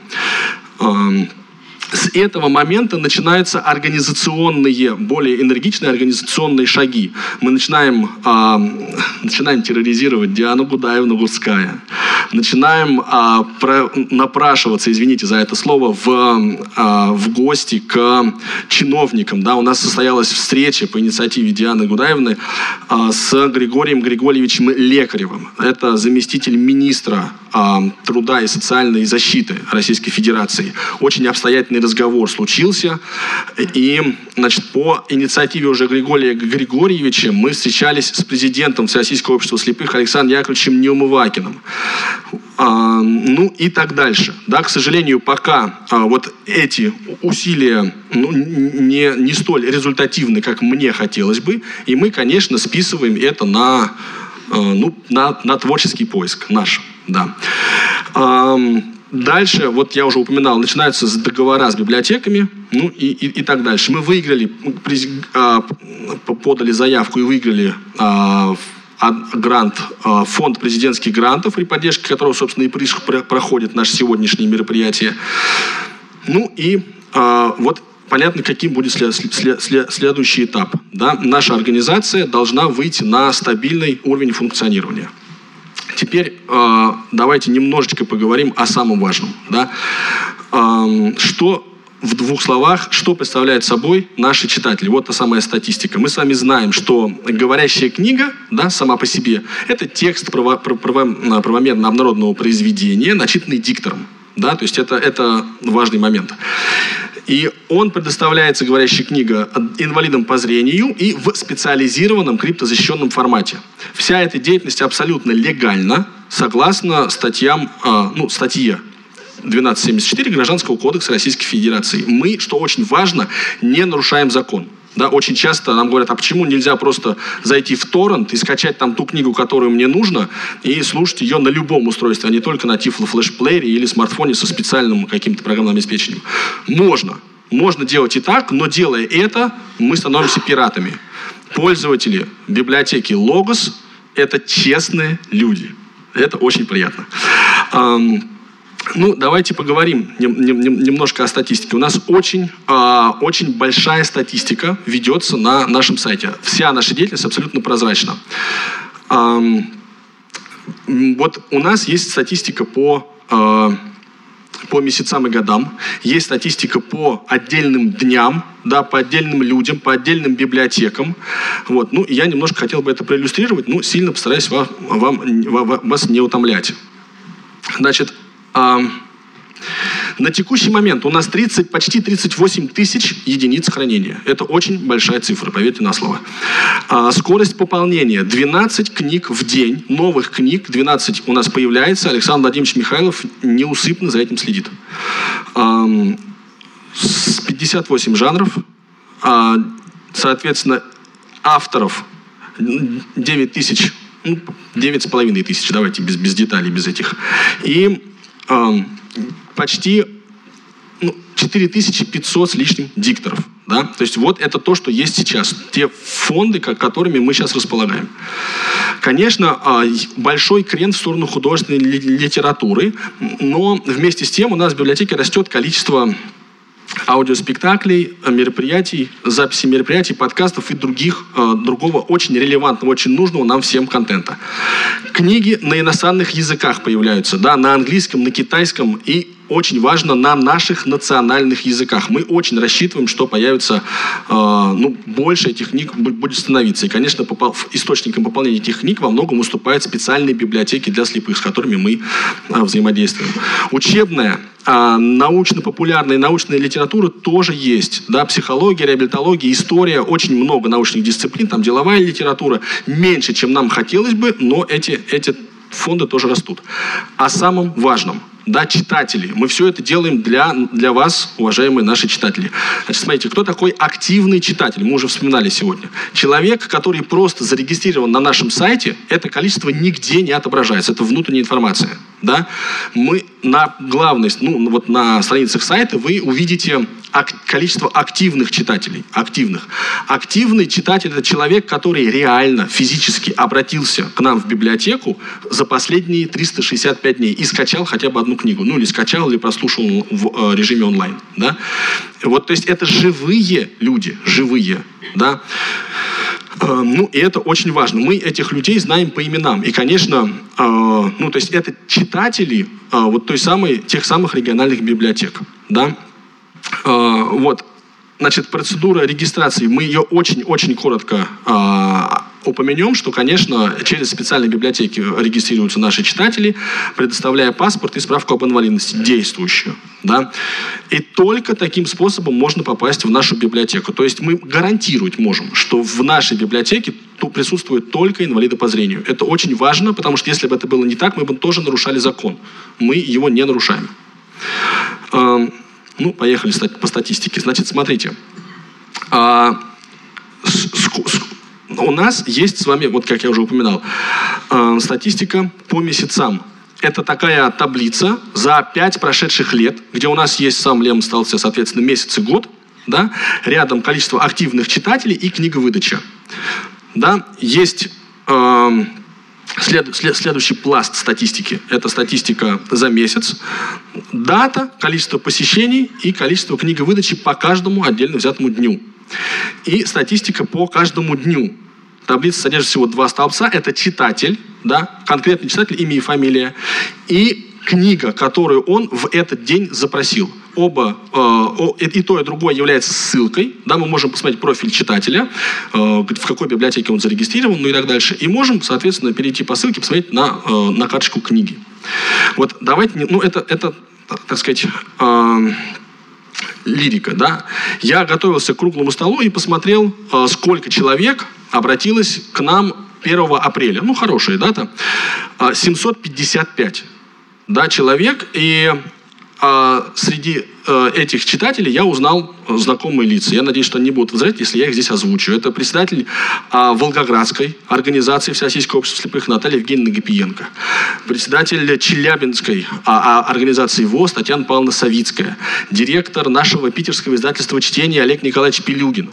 С этого момента начинаются более энергичные организационные шаги. Мы начинаем терроризировать Диану Гудаевну-Гурцкая. Начинаем напрашиваться, извините за это слово, в гости к чиновникам. Да, у нас состоялась встреча по инициативе Дианы Гудаевны с Григорием Григорьевичем Лекаревым. Это заместитель министра труда и социальной защиты Российской Федерации. Очень обстоятельный разговор случился. И, по инициативе уже Григория Григорьевича мы встречались с президентом Всероссийского общества слепых Александром Яковлевичем Неумывакиным. И так дальше. Да, к сожалению, пока вот эти усилия не столь результативны, как мне хотелось бы. И мы, конечно, списываем это на на творческий поиск наш. Да. Дальше, вот я уже упоминал, начинаются договора с библиотеками, и так дальше. Мы выиграли, подали заявку и выиграли грант, фонд президентских грантов, при поддержке которого, собственно, и проходит наше сегодняшнее мероприятие. Вот понятно, каким будет следующий этап. Да? Наша организация должна выйти на стабильный уровень функционирования. Теперь давайте немножечко поговорим о самом важном. Да? Что в двух словах, что представляют собой наши читатели? Вот та самая статистика. Мы с вами знаем, что говорящая книга, да, сама по себе, это текст правомерно обнародованного произведения, начитанный диктором. Да? То есть это важный момент. И он предоставляется, говорящая книга, инвалидам по зрению и в специализированном криптозащищенном формате. Вся эта деятельность абсолютно легальна, согласно статье 1274 Гражданского кодекса Российской Федерации. Мы, что очень важно, не нарушаем закон. Да, очень часто нам говорят, а почему нельзя просто зайти в торрент и скачать там ту книгу, которую мне нужно, и слушать ее на любом устройстве, а не только на тифло-флешплеере или смартфоне со специальным каким-то программным обеспечением. Можно делать и так, но делая это, мы становимся пиратами. Пользователи библиотеки Logos – это честные люди. Это очень приятно. Давайте поговорим немножко о статистике. У нас очень большая статистика ведется на нашем сайте. Вся наша деятельность абсолютно прозрачна. Вот у нас есть статистика по месяцам и годам, есть статистика по отдельным дням, да, по отдельным людям, по отдельным библиотекам. Вот. Я немножко хотел бы это проиллюстрировать, сильно постараюсь вас не утомлять. Значит, на текущий момент у нас почти 38 тысяч единиц хранения. Это очень большая цифра, поверьте на слово. Скорость пополнения 12 книг в день, новых книг 12 у нас появляется. Александр Владимирович Михайлов неусыпно за этим следит. 58 жанров, соответственно, авторов 9 тысяч, 9,5 тысяч, давайте без деталей, без этих. И почти 4500 с лишним дикторов. Да? То есть вот это то, что есть сейчас. Те фонды, которыми мы сейчас располагаем. Конечно, большой крен в сторону художественной литературы, но вместе с тем у нас в библиотеке растет количество аудиоспектаклей, мероприятий, записи мероприятий, подкастов и другого очень релевантного, очень нужного нам всем контента. Книги на иностранных языках появляются, да, на английском, на китайском и, очень важно, на наших национальных языках. Мы очень рассчитываем, что появится больше этих книг будет становиться. И, конечно, источником пополнения этих книг во многом выступают специальные библиотеки для слепых, с которыми мы взаимодействуем. Учебная, научно-популярная, научная литература тоже есть. Да, психология, реабилитология, история, очень много научных дисциплин, там деловая литература, меньше, чем нам хотелось бы, но эти фонды тоже растут. О самом важном. Да, читатели. Мы все это делаем для вас, уважаемые наши читатели. Значит, смотрите, кто такой активный читатель? Мы уже вспоминали сегодня. Человек, который просто зарегистрирован на нашем сайте, это количество нигде не отображается. Это внутренняя информация. Да? Мы на главной, на страницах сайта вы увидите количество активных читателей. Активный читатель – это человек, который реально, физически обратился к нам в библиотеку за последние 365 дней и скачал хотя бы одну книгу. Или скачал, или прослушал в режиме онлайн. Да? Вот, то есть это живые люди. Живые. Да? И это очень важно. Мы этих людей знаем по именам. И, конечно, то есть это читатели тех самых региональных библиотек. Да? Значит, процедура регистрации, мы ее очень-очень коротко упомянем, что, конечно, через специальные библиотеки регистрируются наши читатели, предоставляя паспорт и справку об инвалидности действующую. Да? И только таким способом можно попасть в нашу библиотеку. То есть мы гарантировать можем, что в нашей библиотеке присутствуют только инвалиды по зрению. Это очень важно, потому что если бы это было не так, мы бы тоже нарушали закон. Мы его не нарушаем. Поехали по статистике. Значит, смотрите. У нас есть с вами, как я уже упоминал, Статистика по месяцам. Это такая таблица за 5 прошедших лет, где у нас есть в самом левом столбце, соответственно, месяц и год. Да? Рядом количество активных читателей и книговыдача. Да? Есть следующий пласт статистики. Это статистика за месяц. Дата, количество посещений и количество книговыдачи по каждому отдельно взятому дню. И статистика по каждому дню. Таблица содержит всего 2 столбца. Это читатель, да, конкретный читатель, имя и фамилия. И книга, которую он в этот день запросил. И то, и другое является ссылкой. Да, мы можем посмотреть профиль читателя, в какой библиотеке он зарегистрирован, ну и так дальше. И можем, соответственно, перейти по ссылке, посмотреть на карточку книги. Вот давайте, ну это так сказать, лирика, да. Я готовился к круглому столу и посмотрел, сколько человек обратилось к нам 1 апреля. Ну, хорошая дата. 755. Да, человек. И среди этих читателей я узнал знакомые лица. Я надеюсь, что они не будут возражать, если я их здесь озвучу. Это председатель Волгоградской организации Всероссийского общества слепых Наталья Евгеньевна Гапиенко. Председатель Челябинской организации ВОС Татьяна Павловна Савицкая. Директор нашего питерского издательства чтения Олег Николаевич Пилюгин.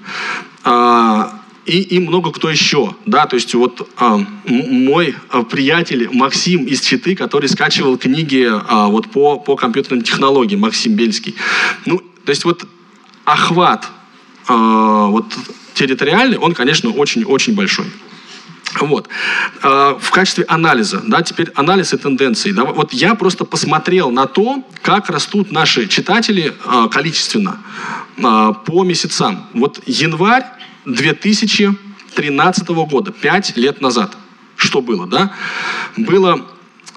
И много кто еще, да, то есть вот мой приятель Максим из Читы, который скачивал книги вот по компьютерным технологиям, Максим Бельский. Ну, то есть вот охват вот территориальный, он, конечно, очень-очень большой. Вот. В качестве анализа, да, теперь анализ и тенденции. Да, вот я просто посмотрел на то, как растут наши читатели количественно по месяцам. Вот январь 2013 года, 5 лет назад. Что было, да? Было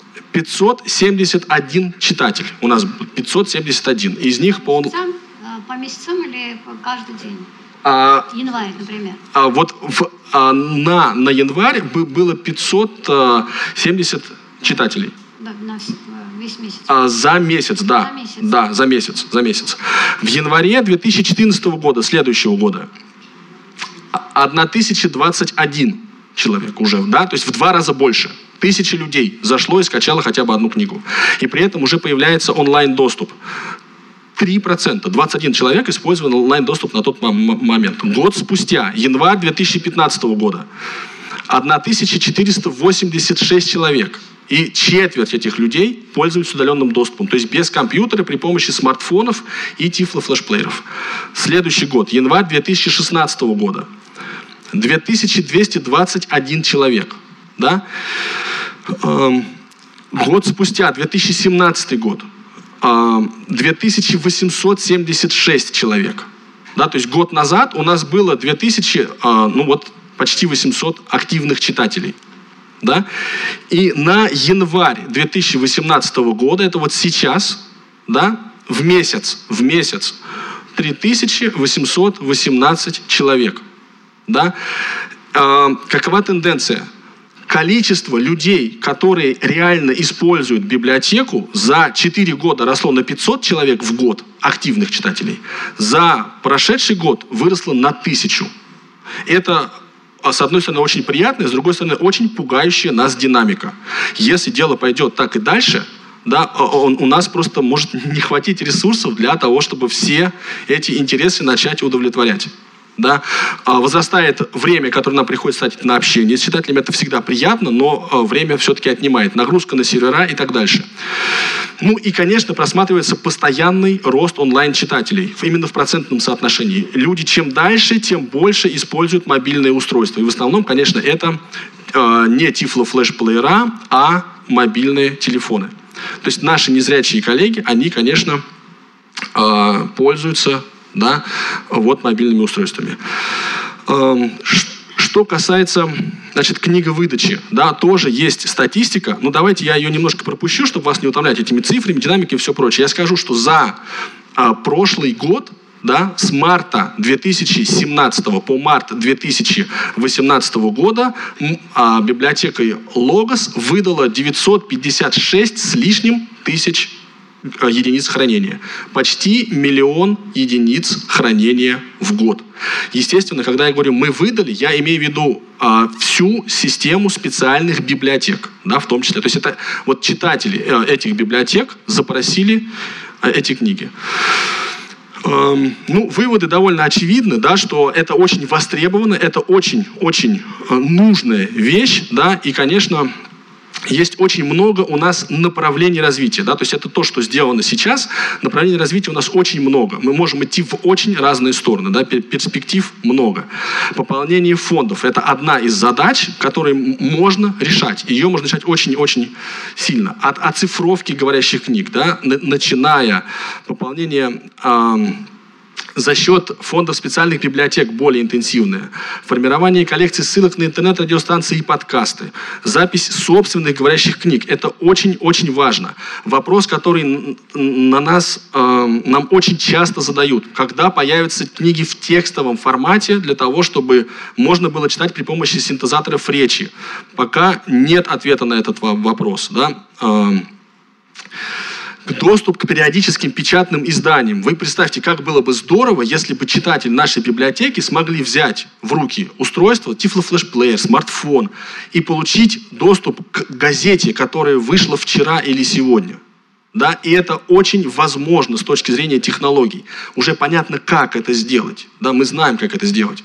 571 читатель. У нас 571. Из них по месяцам или по каждый день? Январь, например. Вот на январь было 570 читателей. Да, на весь месяц. За месяц, да. За месяц. Да, за месяц. В январе 2014 года, следующего года, 1021 человек уже, да, то есть в 2 раза больше. 1000 людей зашло и скачало хотя бы одну книгу. И при этом уже появляется онлайн-доступ. 3%, 21 человек использовал онлайн-доступ на тот момент. Год спустя, январь 2015 года, 1486 человек. И четверть этих людей пользуются удаленным доступом. То есть без компьютера, при помощи смартфонов и тифло-флешплееров. Следующий год, январь 2016 года. 2221 человек. Да? Год спустя, 2017 год. 2876 человек. Да? То есть год назад у нас было почти 800 активных читателей. Да? И на январь 2018 года, это вот сейчас, да, в месяц 3818 человек. Да? Какова тенденция? Количество людей, которые реально используют библиотеку, за 4 года росло на 500 человек в год, активных читателей. За прошедший год выросло на 1000. Это, с одной стороны, очень приятная, с другой стороны, очень пугающая нас динамика. Если дело пойдет так и дальше, да, у нас просто может не хватить ресурсов для того, чтобы все эти интересы начать удовлетворять. Да? Возрастает время, которое нам приходится тратить на общение с читателями. Это всегда приятно, но время все-таки отнимает. Нагрузка на сервера и так дальше. Ну и, конечно, просматривается постоянный рост онлайн-читателей. Именно в процентном соотношении. Люди чем дальше, тем больше используют мобильные устройства. И в основном, конечно, это не тифло-флеш-плеера, а мобильные телефоны. То есть наши незрячие коллеги, они, конечно, пользуются, да, вот мобильными устройствами. Что касается, значит, книговыдачи, да, тоже есть статистика. Ну, давайте я ее немножко пропущу, чтобы вас не утомлять этими цифрами, динамикой и все прочее. Я скажу, что за прошлый год, да, с марта 2017 по март 2018 года библиотека Логос выдала 956 с лишним тысяч единиц хранения. Почти 1 миллион единиц хранения в год. Естественно, когда я говорю «мы выдали», я имею в виду всю систему специальных библиотек, да, в том числе. То есть это вот читатели этих библиотек запросили эти книги. Выводы довольно очевидны, да, что это очень востребовано, это очень-очень нужная вещь, да, и, конечно, есть очень много у нас направлений развития, да, то есть это то, что сделано сейчас, направлений развития у нас очень много. Мы можем идти в очень разные стороны, да, перспектив много. Пополнение фондов – это одна из задач, которые можно решать. Ее можно решать очень-очень сильно. От оцифровки говорящих книг, да, начиная пополнение за счет фондов специальных библиотек более интенсивное, формирование коллекций ссылок на интернет, радиостанции и подкасты, запись собственных говорящих книг. Это очень-очень важно. Вопрос, который нам очень часто задают. Когда появятся книги в текстовом формате для того, чтобы можно было читать при помощи синтезаторов речи? Пока нет ответа на этот вопрос. Да? Доступ к периодическим печатным изданиям. Вы представьте, как было бы здорово, если бы читатели нашей библиотеки смогли взять в руки устройство, тифлофлешплеер, смартфон и получить доступ к газете, которая вышла вчера или сегодня. Да? И это очень возможно с точки зрения технологий. Уже понятно, как это сделать. Да? Мы знаем, как это сделать.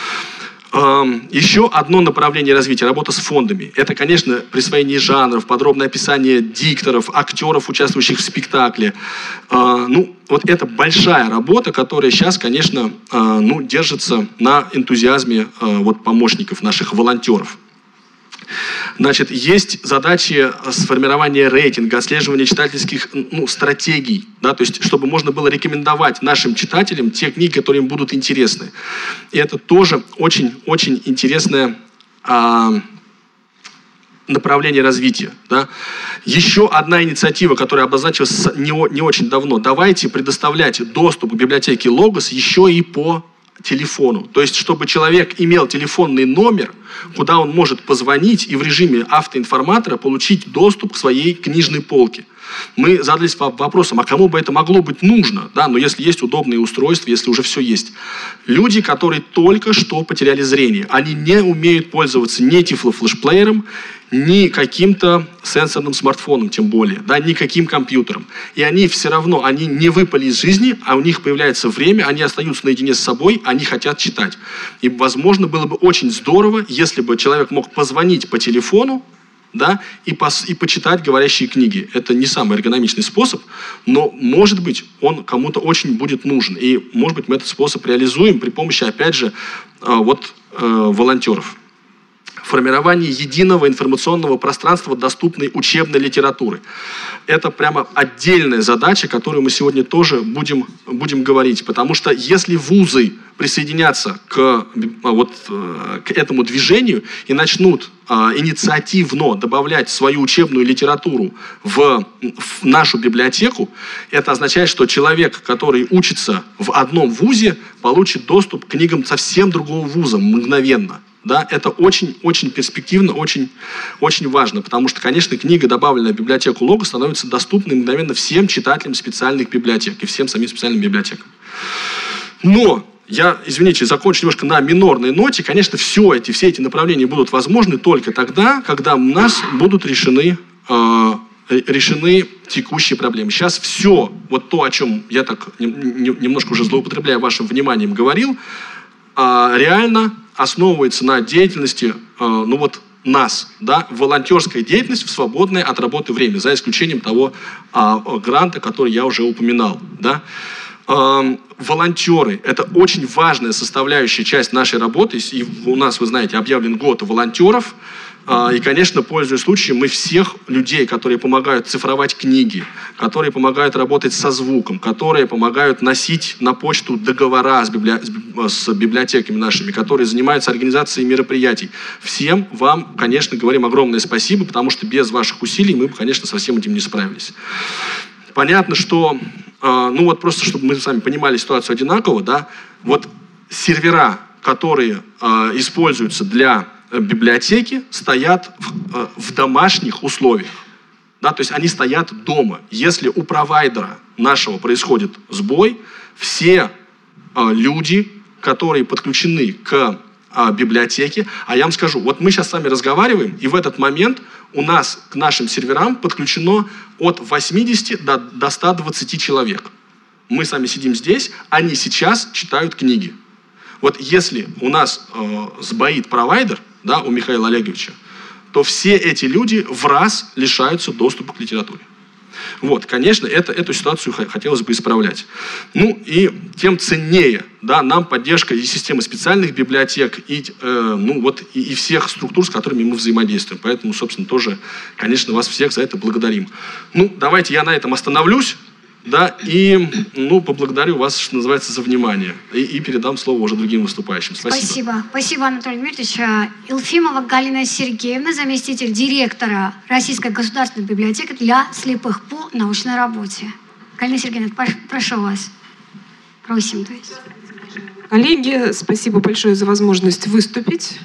Еще одно направление развития – работа с фондами. Это, конечно, присвоение жанров, подробное описание дикторов, актеров, участвующих в спектакле. Вот это большая работа, которая сейчас, конечно, держится на энтузиазме помощников, наших волонтеров. Значит, есть задачи сформирования рейтинга, отслеживания читательских стратегий, да, то есть, чтобы можно было рекомендовать нашим читателям те книги, которые им будут интересны. И это тоже очень-очень интересное направление развития. Да. Еще одна инициатива, которая обозначилась не очень давно. Давайте предоставлять доступ к библиотеке Logos еще и по телефону. То есть, чтобы человек имел телефонный номер, куда он может позвонить и в режиме автоинформатора получить доступ к своей книжной полке. Мы задались вопросом, а кому бы это могло быть нужно? Да? Но если есть удобные устройства, если уже все есть. Люди, которые только что потеряли зрение, они не умеют пользоваться ни тифлофлешплеером, ни каким-то сенсорным смартфоном, тем более, да, никаким компьютером. И они все равно, они не выпали из жизни, а у них появляется время, они остаются наедине с собой, они хотят читать. И, возможно, было бы очень здорово, если бы человек мог позвонить по телефону, да, и почитать говорящие книги. Это не самый эргономичный способ, но, может быть, он кому-то очень будет нужен. И, может быть, мы этот способ реализуем при помощи, опять же, волонтеров. Формирование единого информационного пространства доступной учебной литературы. Это прямо отдельная задача, которую мы сегодня тоже будем говорить. Потому что если вузы присоединятся к этому движению и начнут инициативно добавлять свою учебную литературу в нашу библиотеку, это означает, что человек, который учится в одном вузе, получит доступ к книгам совсем другого вуза мгновенно. Да, это очень-очень перспективно, очень важно, потому что, конечно, книга, добавленная в библиотеку Logos, становится доступной мгновенно всем читателям специальных библиотек и всем самим специальным библиотекам. Но я, извините, закончу немножко на минорной ноте. Конечно, все эти направления будут возможны только тогда, когда у нас будут решены текущие проблемы. Сейчас все, вот то, о чем я так немножко уже злоупотребляя вашим вниманием говорил, реально основывается на деятельности нас, да, волонтерская деятельность в свободное от работы время, за исключением того гранта, который я уже упоминал. Да. Волонтеры – это очень важная составляющая часть нашей работы. И у нас, вы знаете, объявлен год волонтеров. И, конечно, пользуясь случаем, мы всех людей, которые помогают цифровать книги, которые помогают работать со звуком, которые помогают носить на почту договора с библиотеками нашими, которые занимаются организацией мероприятий. Всем вам, конечно, говорим огромное спасибо, потому что без ваших усилий мы бы, конечно, со всем этим не справились. Понятно, что, просто чтобы мы с вами понимали ситуацию одинаково, да, вот сервера, которые используются для библиотеки, стоят в домашних условиях. Да, то есть они стоят дома. Если у провайдера нашего происходит сбой, все люди, которые подключены к библиотеке, а я вам скажу, вот мы сейчас с вами разговариваем, и в этот момент у нас к нашим серверам подключено от 80 до 120 человек. Мы сами сидим здесь, они сейчас читают книги. Вот если у нас сбоит провайдер, да, у Михаила Олеговича, то все эти люди в раз лишаются доступа к литературе. Вот, конечно, эту ситуацию хотелось бы исправлять. Ну и тем ценнее, да, нам поддержка и системы специальных библиотек, и всех структур, с которыми мы взаимодействуем. Поэтому, собственно, тоже, конечно, вас всех за это благодарим. Ну, давайте я на этом остановлюсь. Да, и поблагодарю вас, что называется, за внимание. И передам слово уже другим выступающим. Спасибо. Спасибо, Анатолий Дмитриевич. Илфимова Галина Сергеевна, заместитель директора Российской государственной библиотеки для слепых по научной работе. Галина Сергеевна, прошу вас. Просим, то есть. Коллеги, спасибо большое за возможность выступить.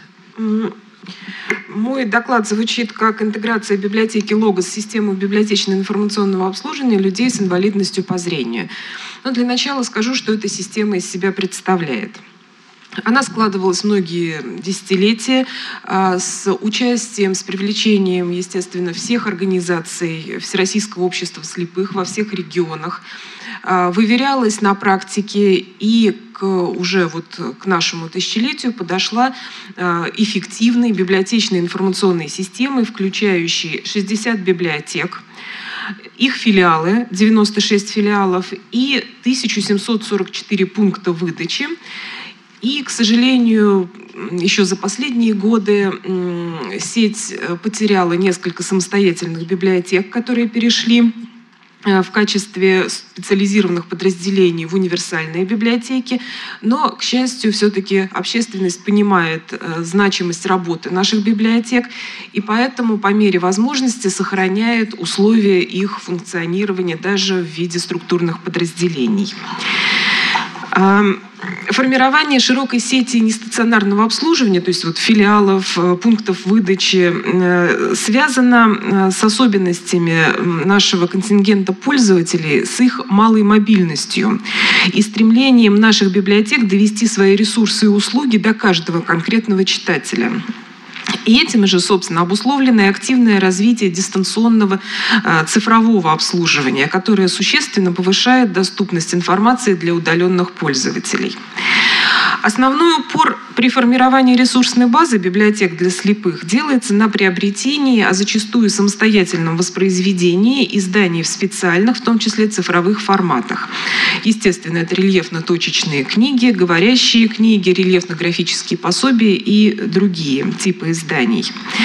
Мой доклад звучит как интеграция библиотеки Логос в систему библиотечно-информационного обслуживания людей с инвалидностью по зрению. Но для начала скажу, что эта система из себя представляет. Она складывалась многие десятилетия с участием, с привлечением, естественно, всех организаций Всероссийского общества слепых во всех регионах. Выверялась на практике и уже к нашему тысячелетию подошла эффективной библиотечной информационной системой, включающей 60 библиотек, их филиалы, 96 филиалов и 1744 пункта выдачи. И, к сожалению, еще за последние годы сеть потеряла несколько самостоятельных библиотек, которые перешли в качестве специализированных подразделений в универсальные библиотеки. Но, к счастью, все-таки общественность понимает значимость работы наших библиотек и поэтому по мере возможности сохраняет условия их функционирования даже в виде структурных подразделений. Формирование широкой сети нестационарного обслуживания, то есть филиалов, пунктов выдачи, связано с особенностями нашего контингента пользователей, с их малой мобильностью и стремлением наших библиотек довести свои ресурсы и услуги до каждого конкретного читателя. И этим же, собственно, обусловлено и активное развитие дистанционного цифрового обслуживания, которое существенно повышает доступность информации для удаленных пользователей. Основной упор при формировании ресурсной базы библиотек для слепых делается на приобретении, а зачастую самостоятельном воспроизведении изданий в специальных, в том числе цифровых форматах. Естественно, это рельефно-точечные книги, говорящие книги, рельефно-графические пособия и другие типы изданий.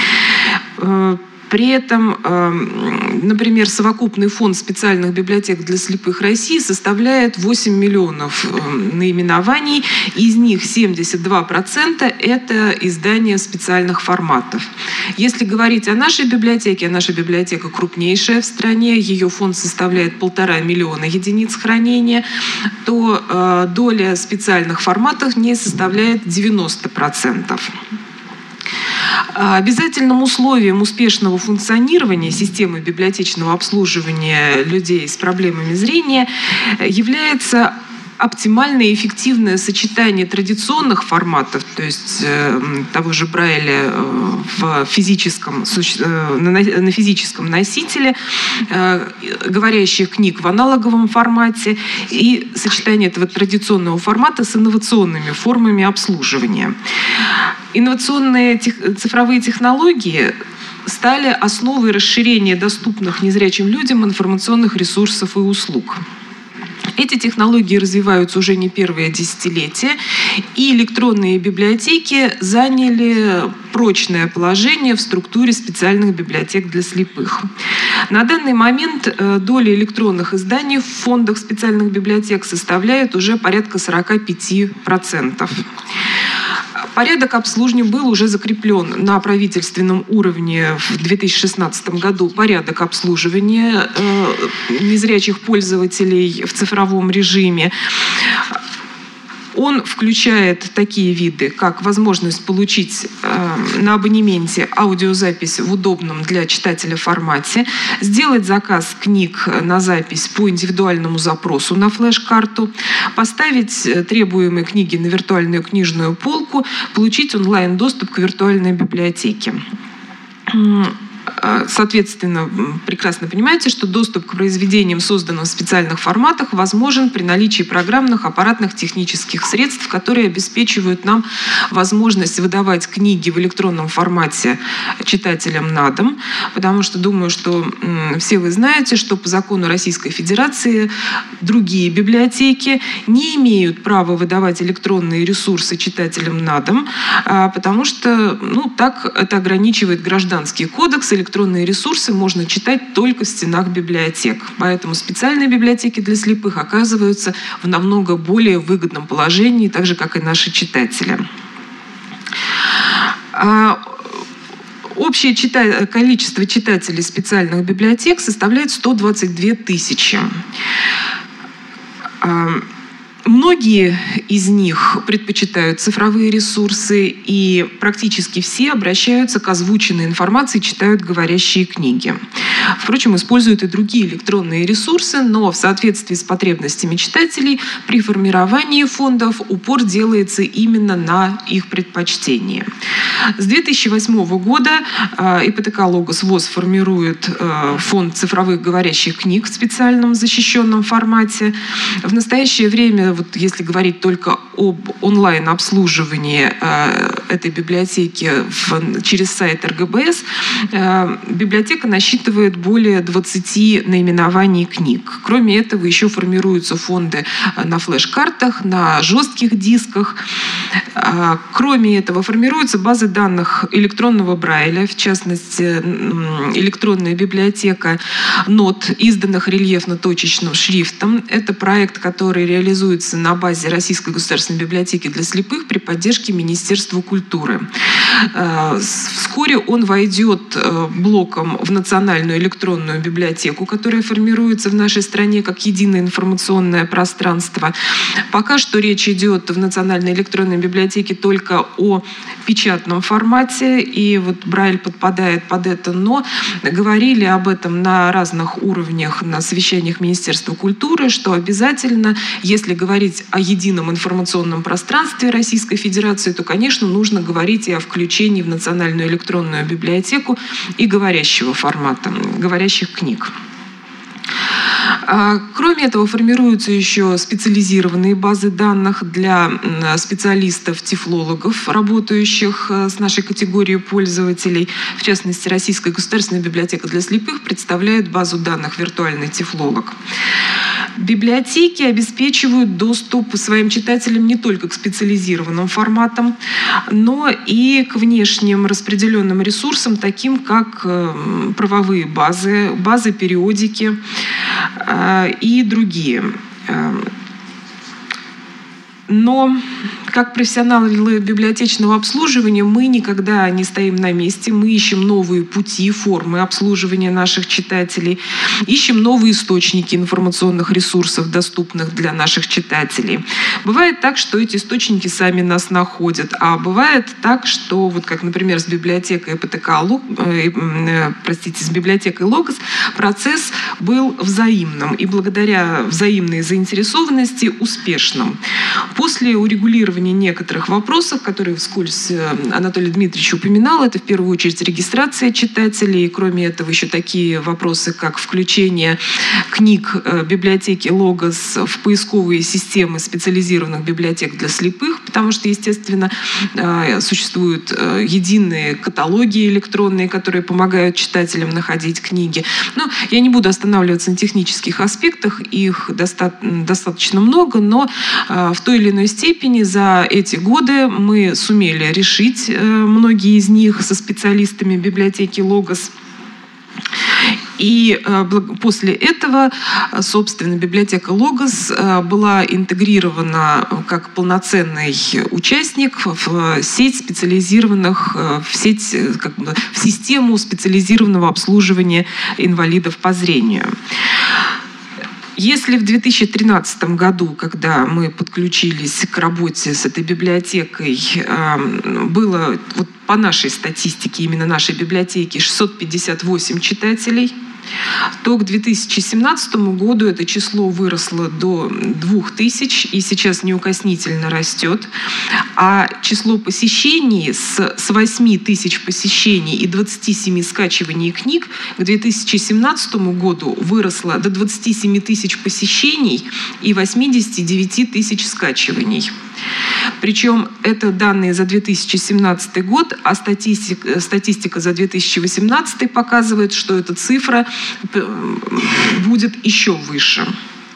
При этом, например, совокупный фонд специальных библиотек для слепых России составляет 8 миллионов наименований, из них 72% – это издания специальных форматов. Если говорить о нашей библиотеке, а наша библиотека крупнейшая в стране, ее фонд составляет 1,5 миллиона единиц хранения, то доля специальных форматов в ней составляет 90%. Обязательным условием успешного функционирования системы библиотечного обслуживания людей с проблемами зрения является оптимальное и эффективное сочетание традиционных форматов, то есть того же Брайля на физическом носителе, говорящих книг в аналоговом формате и сочетание этого традиционного формата с инновационными формами обслуживания. Инновационные цифровые технологии стали основой расширения доступных незрячим людям информационных ресурсов и услуг. Эти технологии развиваются уже не первое десятилетие, и электронные библиотеки заняли прочное положение в структуре специальных библиотек для слепых. На данный момент доля электронных изданий в фондах специальных библиотек составляет уже порядка 45%. Порядок обслуживания был уже закреплен на правительственном уровне в 2016 году. Порядок обслуживания незрячих пользователей в цифровом режиме. Он включает такие виды, как возможность получить на абонементе аудиозапись в удобном для читателя формате, сделать заказ книг на запись по индивидуальному запросу на флеш-карту, поставить требуемые книги на виртуальную книжную полку, получить онлайн-доступ к виртуальной библиотеке. Соответственно, прекрасно понимаете, что доступ к произведениям, созданным в специальных форматах, возможен при наличии программных, аппаратных, технических средств, которые обеспечивают нам возможность выдавать книги в электронном формате читателям на дом, потому что думаю, что все вы знаете, что по закону Российской Федерации другие библиотеки не имеют права выдавать электронные ресурсы читателям на дом, потому что так это ограничивает Гражданский кодекс. Электронные ресурсы можно читать только в стенах библиотек. Поэтому специальные библиотеки для слепых оказываются в намного более выгодном положении, так же, как и наши читатели. Общее количество читателей специальных библиотек составляет 122 тысячи. Многие из них предпочитают цифровые ресурсы, и практически все обращаются к озвученной информации, читают говорящие книги. Впрочем, используют и другие электронные ресурсы, но в соответствии с потребностями читателей при формировании фондов упор делается именно на их предпочтение. С 2008 года ИПТК «Логос ВОС» формирует фонд цифровых говорящих книг в специальном защищенном формате. В настоящее время, если говорить только об онлайн-обслуживании этой библиотеки через сайт РГБС, библиотека насчитывает более 20 наименований книг. Кроме этого, еще формируются фонды на флеш-картах, на жестких дисках. Кроме этого, формируются базы данных электронного Брайля, в частности, электронная библиотека нот, изданных рельефно-точечным шрифтом. Это проект, который реализуется на базе Российской государственной библиотеки для слепых при поддержке Министерства культуры. Вскоре он войдет блоком в национальную электронную библиотеку, которая формируется в нашей стране как единое информационное пространство. Пока что речь идет в национальной электронной библиотеке только о печатном формате, и Брайль подпадает под это, но говорили об этом на разных уровнях, на совещаниях Министерства культуры, что обязательно, если говорить о едином информационном пространстве Российской Федерации, то, конечно, нужно говорить и о включении в национальную электронную библиотеку и говорящего формата, говорящих книг. Кроме этого, формируются еще специализированные базы данных для специалистов-тифлологов, работающих с нашей категорией пользователей. В частности, Российская государственная библиотека для слепых представляет базу данных «Виртуальный тифлолог». Библиотеки обеспечивают доступ своим читателям не только к специализированным форматам, но и к внешним распределенным ресурсам, таким как правовые базы, базы периодики и другие. Но как профессионалы библиотечного обслуживания мы никогда не стоим на месте. Мы ищем новые пути, формы обслуживания наших читателей, ищем новые источники информационных ресурсов, доступных для наших читателей. Бывает так, что эти источники сами нас находят, а бывает так, что, как, например, с библиотекой с библиотекой Логос процесс был взаимным и благодаря взаимной заинтересованности успешным. После урегулирования некоторых вопросов, которые вскользь Анатолий Дмитриевич упоминал, это в первую очередь регистрация читателей, и кроме этого еще такие вопросы, как включение книг библиотеки Логос в поисковые системы специализированных библиотек для слепых, потому что, естественно, существуют единые каталоги электронные, которые помогают читателям находить книги. Но я не буду останавливаться на технических аспектах, их достаточно много, но в той или иной степени за эти годы мы сумели решить многие из них со специалистами библиотеки Логос. И после этого, собственно, библиотека Логос была интегрирована как полноценный участник в сеть специализированных, в систему специализированного обслуживания инвалидов по зрению. Если в 2013 году, когда мы подключились к работе с этой библиотекой, было вот по нашей статистике, именно нашей библиотеки, 658 читателей, то к 2017 году это число выросло до 2000 и сейчас неукоснительно растет. А число посещений с 8 тысяч посещений и 27 скачиваний книг к 2017 году выросло до 27 тысяч посещений и 89 тысяч скачиваний. Причем это данные за 2017 год, а статистика за 2018 показывает, что эта цифра будет еще выше.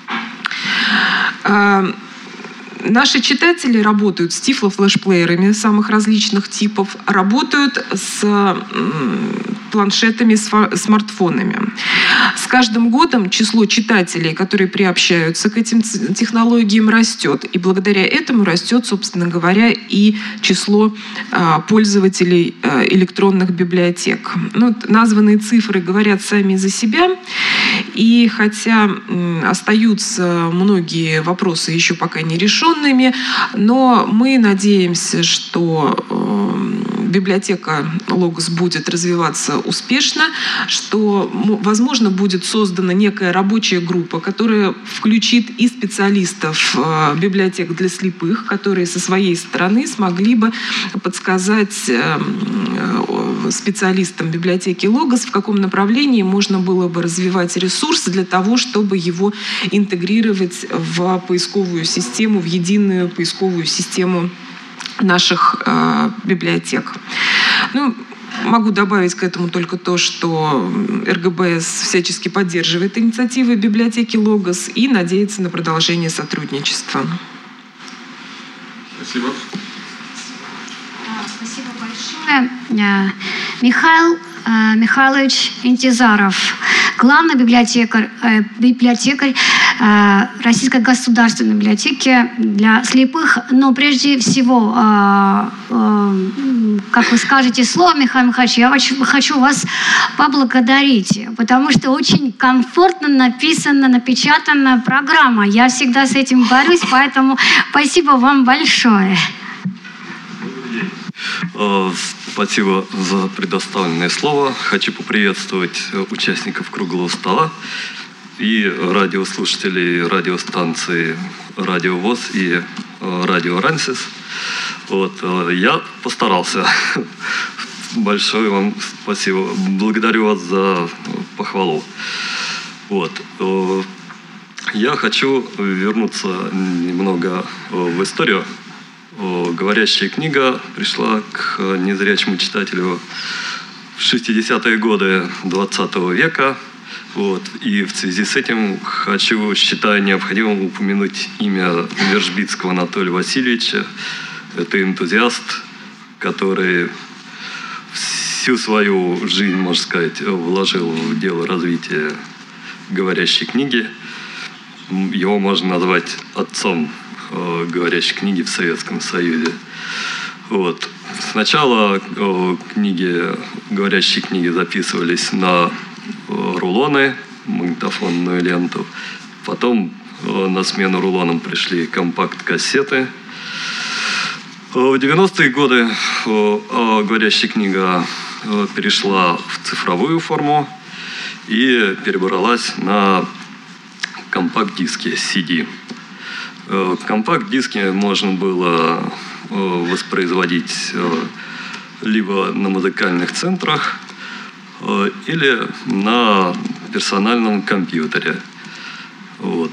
Наши читатели работают с тифлофлешплеерами самых различных типов, работают с планшетами, смартфонами. С каждым годом число читателей, которые приобщаются к этим технологиям, растет. И благодаря этому растет, собственно говоря, и число пользователей электронных библиотек. Ну, названные цифры говорят сами за себя. И хотя остаются многие вопросы еще пока не решенными, но мы надеемся, что библиотека Logos будет развиваться успешно, что, возможно, будет создана некая рабочая группа, которая включит и специалистов библиотек для слепых, которые со своей стороны смогли бы подсказать специалистам библиотеки Logos, в каком направлении можно было бы развивать ресурс для того, чтобы его интегрировать в поисковую систему, в единую поисковую систему наших библиотек. Ну, могу добавить к этому только то, что РГБС всячески поддерживает инициативы библиотеки Logos и надеется на продолжение сотрудничества. Спасибо. Спасибо большое. Михаил Михайлович Интизаров, главный библиотекарь Российской государственной библиотеки для слепых. Но прежде всего, как вы скажете слово, Михаил Михайлович, я очень хочу вас поблагодарить, потому что очень комфортно написана, напечатана программа. Я всегда с этим борюсь, поэтому спасибо вам большое. Спасибо за предоставленное слово. Хочу поприветствовать участников круглого стола и радиослушателей радиостанции «Радио ВОС» и «Радио Рансис». Вот, я постарался. Большое вам спасибо. Благодарю вас за похвалу. Вот. Я хочу вернуться немного в историю. Говорящая книга пришла к незрячему читателю в 60-е годы 20 века. Вот. И в связи с этим считаю необходимым упомянуть имя Вержбицкого Анатолия Васильевича. Это энтузиаст, который всю свою жизнь, можно сказать, вложил в дело развития говорящей книги. Его можно назвать отцом говорящей книги в Советском Союзе. Вот. Сначала говорящие книги записывались на рулоны, магнитофонную ленту. Потом на смену рулонам пришли компакт-кассеты. В 90-е годы говорящая книга перешла в цифровую форму и перебралась на компакт-диски CD. Компакт-диски можно было воспроизводить либо на музыкальных центрах, или на персональном компьютере. Вот.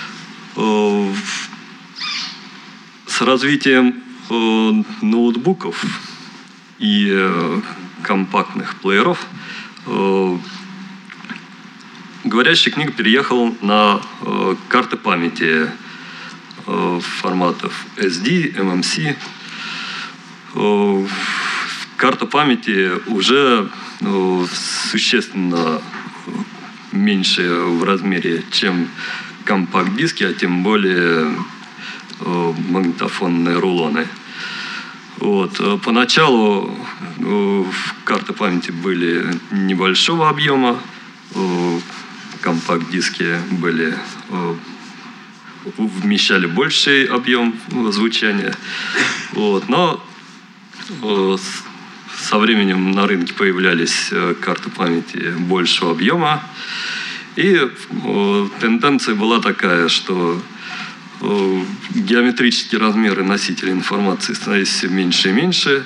С развитием ноутбуков и компактных плееров говорящая книга переехала на карты памяти форматов SD, MMC. Карта памяти уже существенно меньше в размере, чем компакт-диски, а тем более магнитофонные рулоны. Вот. Поначалу карты памяти были небольшого объема, компакт-диски вмещали больший объем звучания. Вот. Но со временем на рынке появлялись карты памяти большего объема. И тенденция была такая, что геометрические размеры носителей информации становились все меньше и меньше.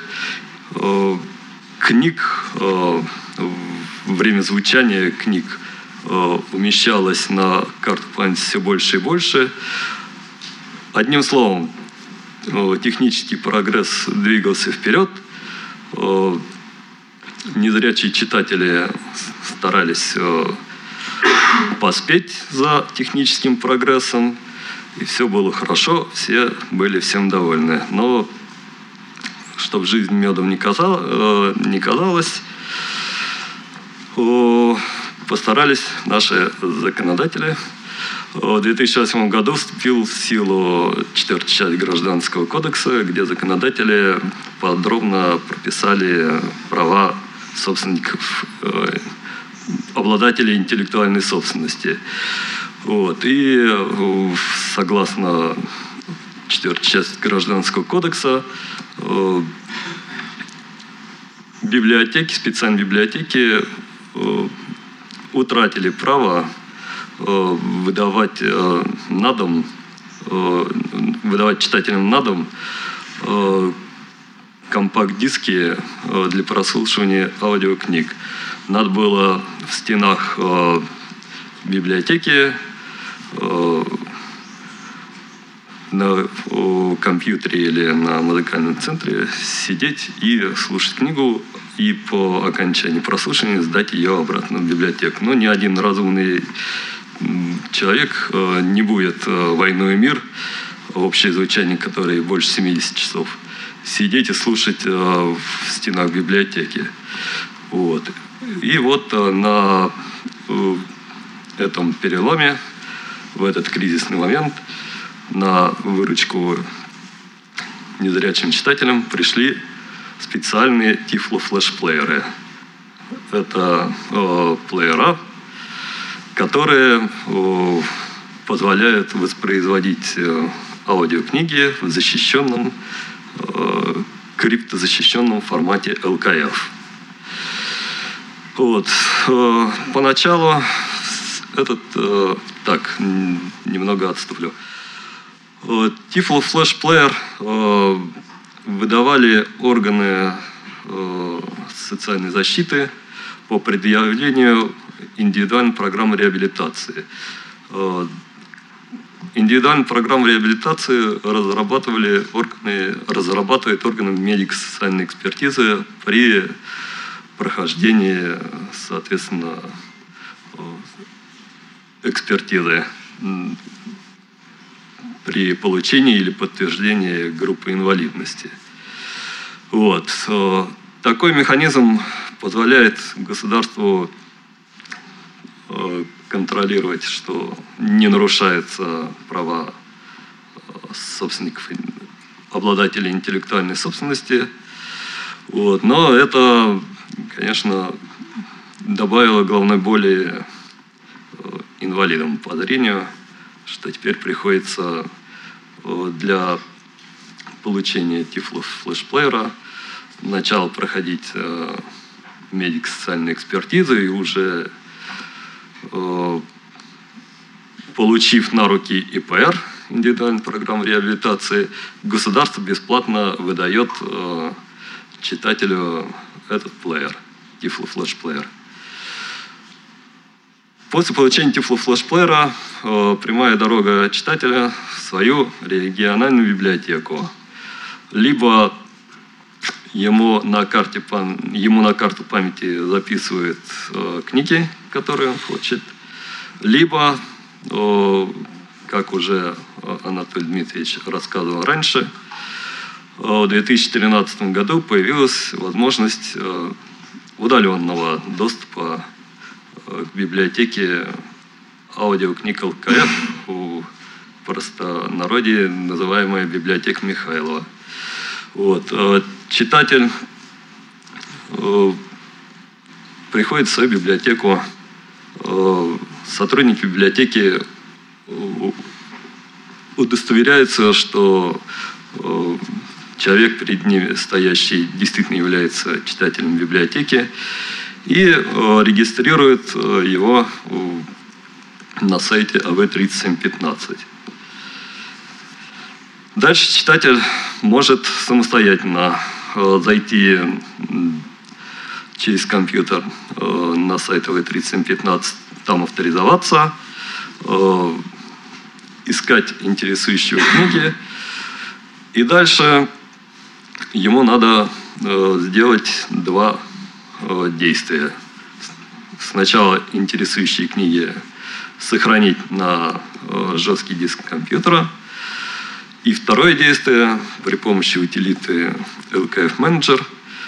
Книг, время звучания книг умещалось на карту памяти все больше и больше. Одним словом, технический прогресс двигался вперед. Незрячие читатели старались поспеть за техническим прогрессом, и все было хорошо, все были всем довольны. Но чтобы жизнь медом не казалась, постарались наши законодатели. В 2008 году вступил в силу 4-я часть Гражданского кодекса, где законодатели подробно прописали права собственников, обладателей интеллектуальной собственности. Вот. И согласно 4-й части Гражданского кодекса, библиотеки, специальные библиотеки утратили право выдавать читателям на дом компакт-диски для прослушивания аудиокниг. Надо было в стенах библиотеки на компьютере или на музыкальном центре сидеть и слушать книгу, и по окончании прослушивания сдать ее обратно в библиотеку. Но ни один разумный человек не будет «Войну и мир», общее звучание которой больше 70 часов, сидеть и слушать в стенах библиотеки. Вот. И вот на этом переломе, в этот кризисный момент, на выручку незрячим читателям пришли специальные тифло-флешплееры. Это плеера, которые позволяют воспроизводить аудиокниги в защищенном, криптозащищенном формате LKF. Вот. Поначалу немного отступлю. Tiflo Flash Player выдавали органы социальной защиты по предъявлению индивидуальной программы реабилитации. Индивидуальную программу реабилитации разрабатывают органы медико-социальной экспертизы при прохождении, соответственно, экспертизы при получении или подтверждении группы инвалидности. Вот. Такой механизм позволяет государству контролировать, что не нарушаются права собственников, обладателей интеллектуальной собственности. Вот. Но это, конечно, добавило головной боли инвалидам по зрению, что теперь приходится для получения тифло-флешплеера сначала проходить медико-социальную экспертизу, и уже получив на руки ИПР, индивидуальную программу реабилитации, государство бесплатно выдает читателю этот плеер, тифло-флешплеер. После получения тифло-флешплеера прямая дорога читателя в свою региональную библиотеку. Либо ему на карту памяти записывают книги, которые он хочет, либо, как уже Анатолий Дмитриевич рассказывал раньше, в 2013 году появилась возможность удаленного доступа к библиотеке аудиокниг ЛКФ, в простонародье называемая библиотека Михайлова. Вот. Читатель приходит в свою библиотеку, сотрудники библиотеки удостоверяются, что человек перед ними стоящий действительно является читателем библиотеки и регистрирует его на сайте АВ-3715. Дальше читатель может самостоятельно зайти через компьютер на сайт АВ-3715, там авторизоваться, искать интересующие книги. И дальше ему надо сделать два действия. Сначала интересующие книги сохранить на жесткий диск компьютера. И второе действие при помощи утилиты LKF Manager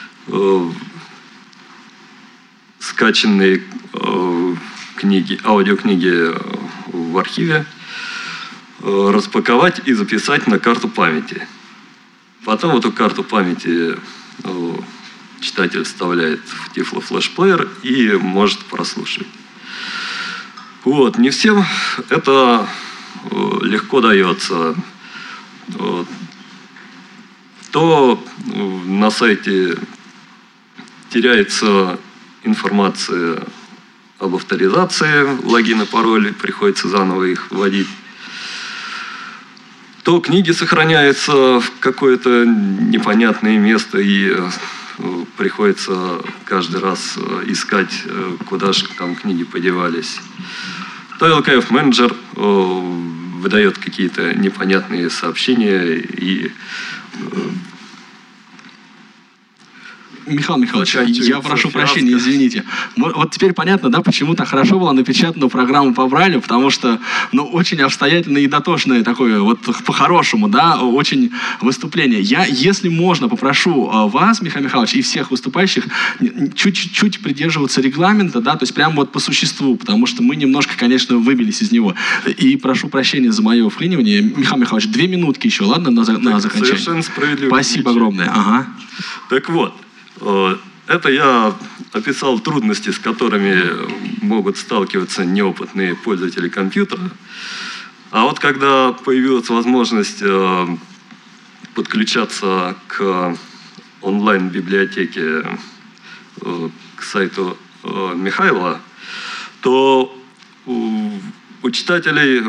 скачанные книги, аудиокниги в архиве распаковать и записать на карту памяти. Потом эту карту памяти читатель вставляет в Tiflo Flash Player и может прослушать. Вот. Не всем это легко дается. То на сайте теряется информация об авторизации, логин и пароль, приходится заново их вводить. То книги сохраняются в какое-то непонятное место и приходится каждый раз искать, куда же там книги подевались. То LKF Manager выдает какие-то непонятные сообщения и... Михаил Михайлович, я прошу прощения, извините. Вот теперь понятно, да, почему так хорошо была напечатана программа по Брайлю, потому что, ну, очень обстоятельное и дотошное такое, вот по-хорошему, да, очень выступление. Я, если можно, попрошу вас, Михаил Михайлович, и всех выступающих чуть-чуть придерживаться регламента, да, то есть прямо вот по существу, потому что мы немножко, конечно, выбились из него. И прошу прощения за мое вклинивание. Михаил Михайлович, 2 минутки еще, ладно, на заканчивание? Совершенно справедливо. Спасибо огромное. Ага. Так вот, это я описал трудности, с которыми могут сталкиваться неопытные пользователи компьютера. А вот когда появилась возможность подключаться к онлайн-библиотеке, к сайту Михайла, то у читателей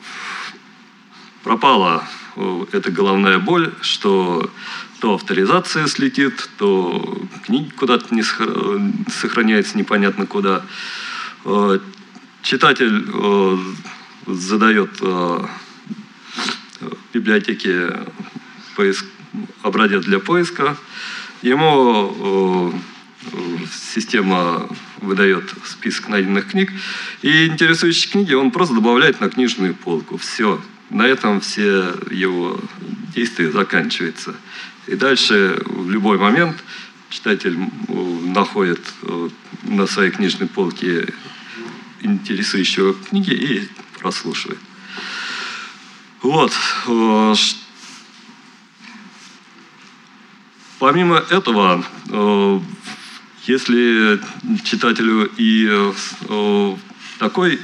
пропала эта головная боль, что то авторизация слетит, то книги куда-то не сохраняется непонятно куда. Читатель задает в библиотеке образец для поиска. Ему система выдает список найденных книг. И интересующие книги он просто добавляет на книжную полку. Все. На этом все его действия заканчиваются. И дальше в любой момент читатель находит на своей книжной полке интересующие книги и прослушивает. Вот. Помимо этого, если читателю и такой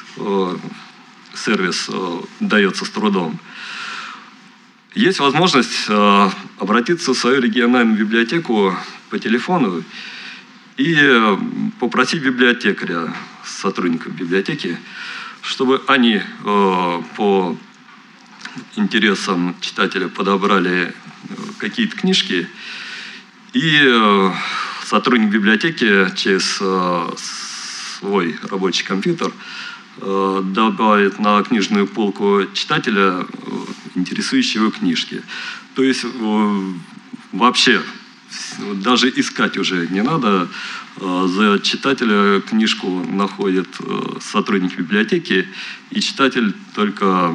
сервис дается с трудом, есть возможность обратиться в свою региональную библиотеку по телефону и попросить библиотекаря, сотрудников библиотеки, чтобы они по интересам читателя подобрали какие-то книжки, и сотрудник библиотеки через свой рабочий компьютер добавит на книжную полку читателя интересующие его книжки. То есть вообще даже искать уже не надо. За читателя книжку находит сотрудник библиотеки, и читатель только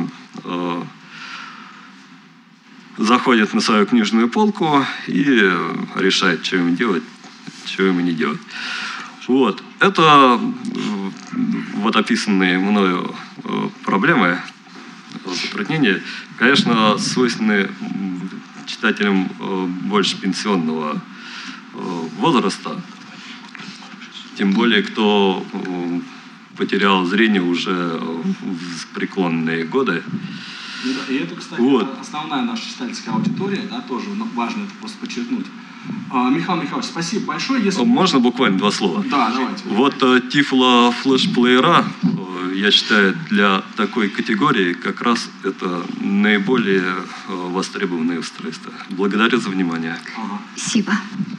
заходит на свою книжную полку и решает, что ему делать, что ему не делать. Вот. Это вот описанные мною проблемы, затруднения, конечно, свойственны читателям больше пенсионного возраста. Тем более, кто потерял зрение уже в преклонные годы. И это, кстати, вот. Основная наша читательская аудитория, да, тоже важно это просто подчеркнуть. Михаил Михайлович, спасибо большое. Если... Можно буквально 2 слова? Да, давайте. Вот Tiflo флешплеера, я считаю, для такой категории как раз это наиболее востребованные устройства. Благодарю за внимание. Спасибо.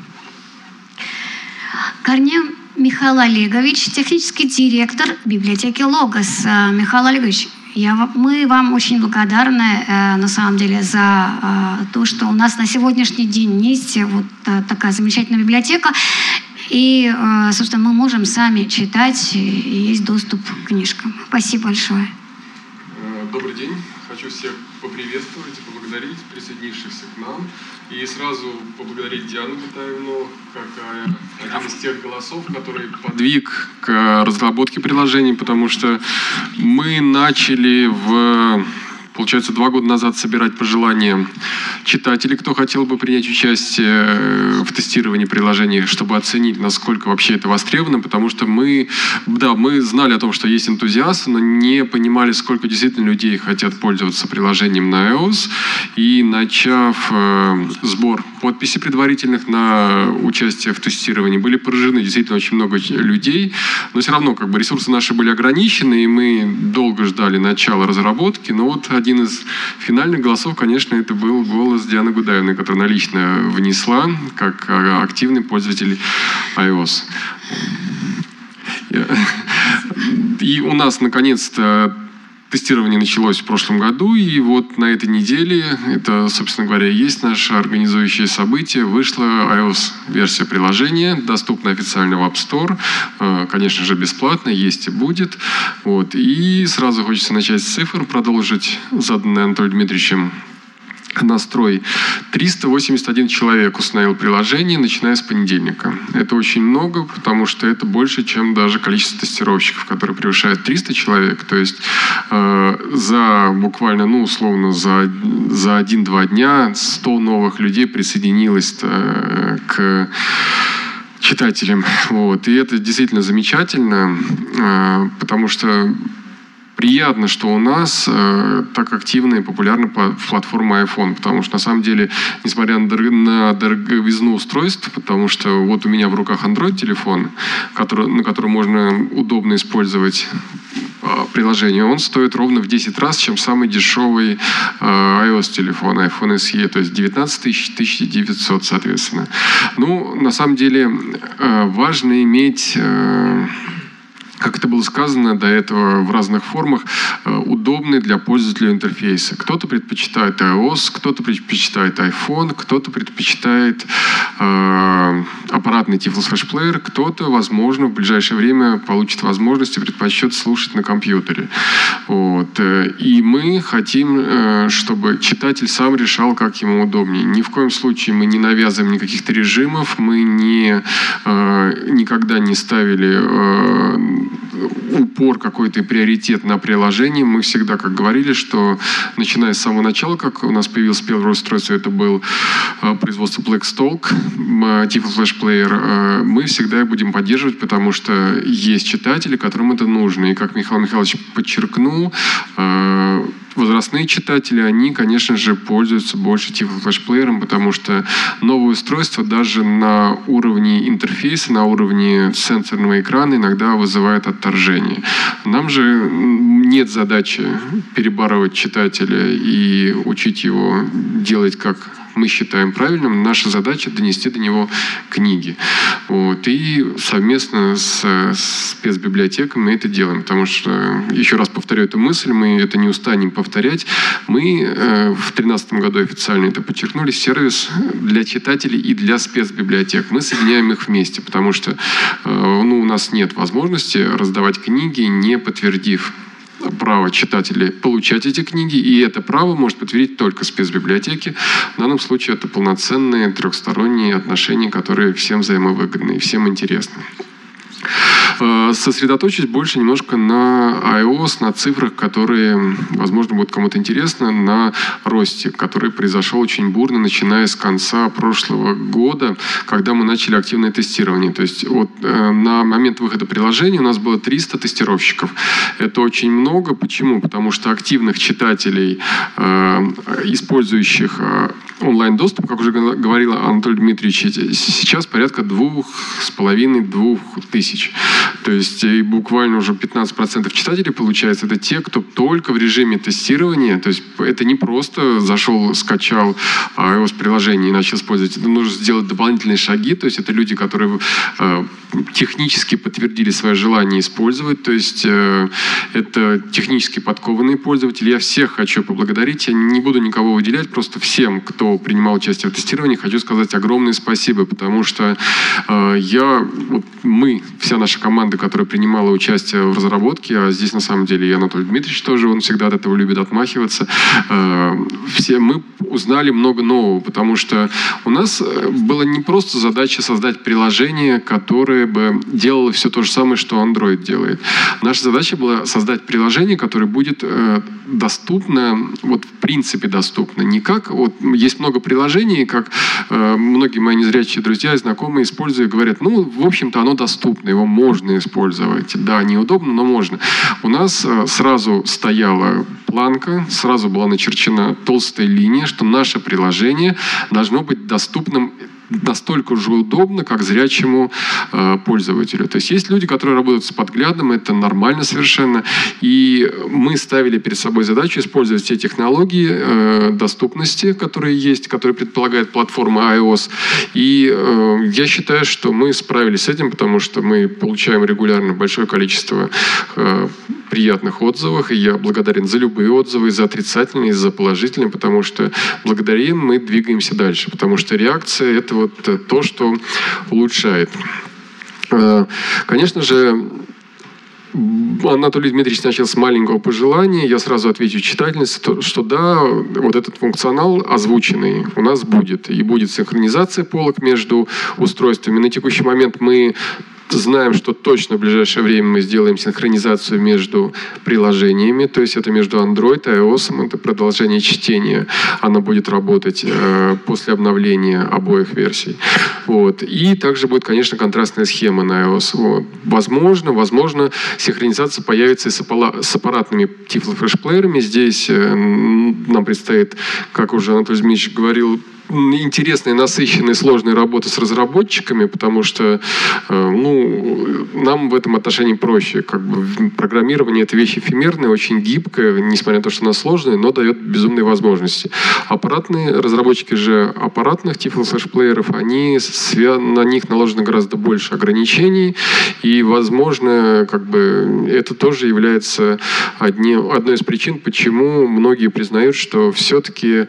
Корнеев Михаил Олегович, технический директор библиотеки «Логос». Михаил Олегович, мы вам очень благодарны, на самом деле, за то, что у нас на сегодняшний день есть вот такая замечательная библиотека. И, собственно, мы можем сами читать, и есть доступ к книжкам. Спасибо большое. Добрый день. Хочу всех поприветствовать и поблагодарить присоединившихся к нам. И сразу поблагодарить Диану Гудаевну, как один из тех голосов, который подвиг к разработке приложений, потому что мы начали получается, 2 года назад собирать пожелания читателей, кто хотел бы принять участие в тестировании приложений, чтобы оценить, насколько вообще это востребовано, потому что мы знали о том, что есть энтузиасты, но не понимали, сколько действительно людей хотят пользоваться приложением на iOS. И начав сбор подписей предварительных на участие в тестировании, были поражены действительно очень много людей, но все равно ресурсы наши были ограничены, и мы долго ждали начала разработки, но вот один из финальных голосов, конечно, это был голос Дианы Гудаевны, которая она лично внесла как активный пользователь iOS. И у нас, наконец-то, тестирование началось в прошлом году, и вот на этой неделе, это, собственно говоря, есть наше организующее событие, вышла iOS-версия приложения, доступна официально в App Store, конечно же, бесплатно, есть и будет. Вот. И сразу хочется начать с цифр, продолжить заданный Анатолием Дмитриевичем настрой. 381 человек установил приложение, начиная с понедельника. Это очень много, потому что это больше, чем даже количество тестировщиков, которые превышают 300 человек. То есть за буквально, условно, за 1-2 дня 100 новых людей присоединилось к читателям. Вот. И это действительно замечательно, потому что приятно, что у нас так активна и популярна платформа iPhone, потому что на самом деле, несмотря на дороговизну устройств, потому что вот у меня в руках Android-телефон, на котором можно удобно использовать приложение, он стоит ровно в 10 раз, чем самый дешевый iOS-телефон, iPhone SE, то есть 19 тысяч, 1900, соответственно. На самом деле важно иметь... как это было сказано до этого в разных формах, удобный для пользователя интерфейсы. Кто-то предпочитает iOS, кто-то предпочитает iPhone, кто-то предпочитает аппаратный Tiflo флешплеер, кто-то, возможно, в ближайшее время получит возможность и предпочтет слушать на компьютере. Вот. И мы хотим, чтобы читатель сам решал, как ему удобнее. Ни в коем случае мы не навязываем никаких режимов, мы никогда не ставили упор какой-то и приоритет на приложение. Мы всегда, как говорили, что начиная с самого начала, как у нас появилось первое устройство, это был производство Blackstalk, Tiflo флешплеер, мы всегда их будем поддерживать, потому что есть читатели, которым это нужно. И как Михаил Михайлович подчеркнул, возрастные читатели, они, конечно же, пользуются больше Tiflo флешплеером, потому что новые устройства даже на уровне интерфейса, на уровне сенсорного экрана иногда вызывают отторжение. Нам же нет задачи перебарывать читателя и учить его делать, как мы считаем правильным. Наша задача — донести до него книги. Вот. И совместно с спецбиблиотекой мы это делаем. Потому что, еще раз повторю эту мысль, мы это не устанем повторять. Мы в 2013 году официально это подчеркнули. Сервис для читателей и для спецбиблиотек. Мы соединяем их вместе, потому что у нас нет возможности раздавать книги, не подтвердив право читателей получать эти книги, и это право может подтвердить только спецбиблиотеки. В данном случае это полноценные трехсторонние отношения, которые всем взаимовыгодны и всем интересны. сосредоточусь больше немножко на iOS, на цифрах, которые, возможно, будут кому-то интересны, на росте, который произошел очень бурно, начиная с конца прошлого года, когда мы начали активное тестирование. То есть вот на момент выхода приложения у нас было 300 тестировщиков. Это очень много. Почему? Потому что активных читателей, использующих онлайн-доступ, как уже говорил Анатолий Дмитриевич, сейчас порядка 2,5-2 тысяч. То есть и буквально уже 15% читателей, получается, это те, кто только в режиме тестирования. То есть это не просто зашел, скачал iOS-приложение и начал использовать. Это нужно сделать дополнительные шаги. То есть это люди, которые технически подтвердили свое желание использовать. То есть это технически подкованные пользователи. Я всех хочу поблагодарить. Я не буду никого выделять. Просто всем, кто принимал участие в тестировании, хочу сказать огромное спасибо, потому что мы, вся наша команда, которая принимала участие в разработке, а здесь на самом деле и Анатолий Дмитриевич тоже, он всегда от этого любит отмахиваться, все мы узнали много нового, потому что у нас была не просто задача создать приложение, которое бы делало все то же самое, что Android делает. Наша задача была создать приложение, которое будет доступно, вот в принципе доступно. Не как, вот есть много приложений, как многие мои незрячие друзья и знакомые используют, говорят, ну, в общем-то, оно доступно, его можно использовать. Да, неудобно, но можно. У нас сразу стояла планка, сразу была начерчена толстая линия, что наше приложение должно быть доступным настолько же удобно, как зрячему пользователю. То есть есть люди, которые работают с подглядом, это нормально совершенно. И мы ставили перед собой задачу использовать все технологии доступности, которые есть, которые предполагает платформа iOS. И я считаю, что мы справились с этим, потому что мы получаем регулярно большое количество приятных отзывов, и я благодарен за любые отзывы, за отрицательные, за положительные, потому что благодаря им мы двигаемся дальше, потому что реакция — это вот то, что улучшает. Конечно же, Анатолий Дмитриевич начал с маленького пожелания. Я сразу отвечу читательнице, что да, вот этот функционал озвученный у нас будет. И будет синхронизация полок между устройствами. На текущий момент мы знаем, что точно в ближайшее время мы сделаем синхронизацию между приложениями, то есть это между Android и iOS, это продолжение чтения, она будет работать после обновления обоих версий. Вот. И также будет, конечно, контрастная схема на iOS. Вот. Возможно, синхронизация появится и с аппаратными тифлофлешплеерами. Здесь нам предстоит, как уже Анатолий Дмитриевич говорил, интересная, насыщенная, сложная работа с разработчиками, потому что нам в этом отношении проще. Как бы программирование — это вещь эфемерная, очень гибкая, несмотря на то, что она сложная, но дает безумные возможности. Разработчики же аппаратных тифлофлешплееров, на них наложено гораздо больше ограничений, и, возможно, это тоже является одной из причин, почему многие признают, что все-таки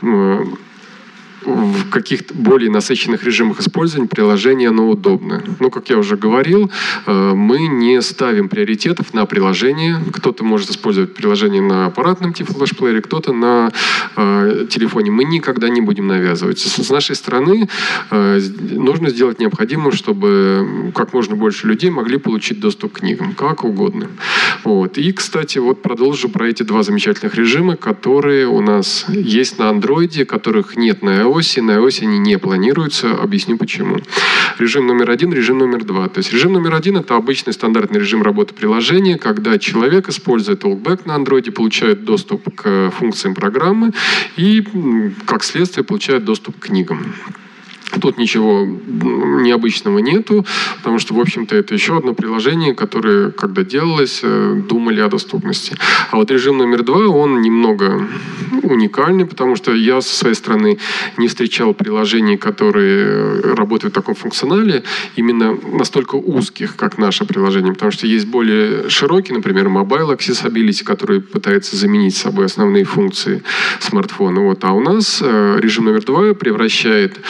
в каких-то более насыщенных режимах использования приложение, оно удобно. Но, как я уже говорил, мы не ставим приоритетов на приложение. Кто-то может использовать приложение на аппаратном тифлофлешплеере, кто-то на телефоне. Мы никогда не будем навязывать. С нашей стороны нужно сделать необходимое, чтобы как можно больше людей могли получить доступ к книгам, как угодно. Вот. И, кстати, продолжу про эти два замечательных режима, которые у нас есть на Android, которых нет на iOS. На iOS они не планируются. Объясню почему. Режим номер 1, режим номер 2. То есть режим номер 1 — это обычный стандартный режим работы приложения, когда человек, используя Talkback на Android, получает доступ к функциям программы и, как следствие, получает доступ к книгам. Тут ничего необычного нету, потому что, в общем-то, это еще одно приложение, которое, когда делалось, думали о доступности. А вот режим номер 2, он немного уникальный, потому что я со своей стороны не встречал приложений, которые работают в таком функционале, именно настолько узких, как наше приложение, потому что есть более широкий, например, Mobile Accessibility, который пытается заменить собой основные функции смартфона. А у нас режим номер 2 превращает обычный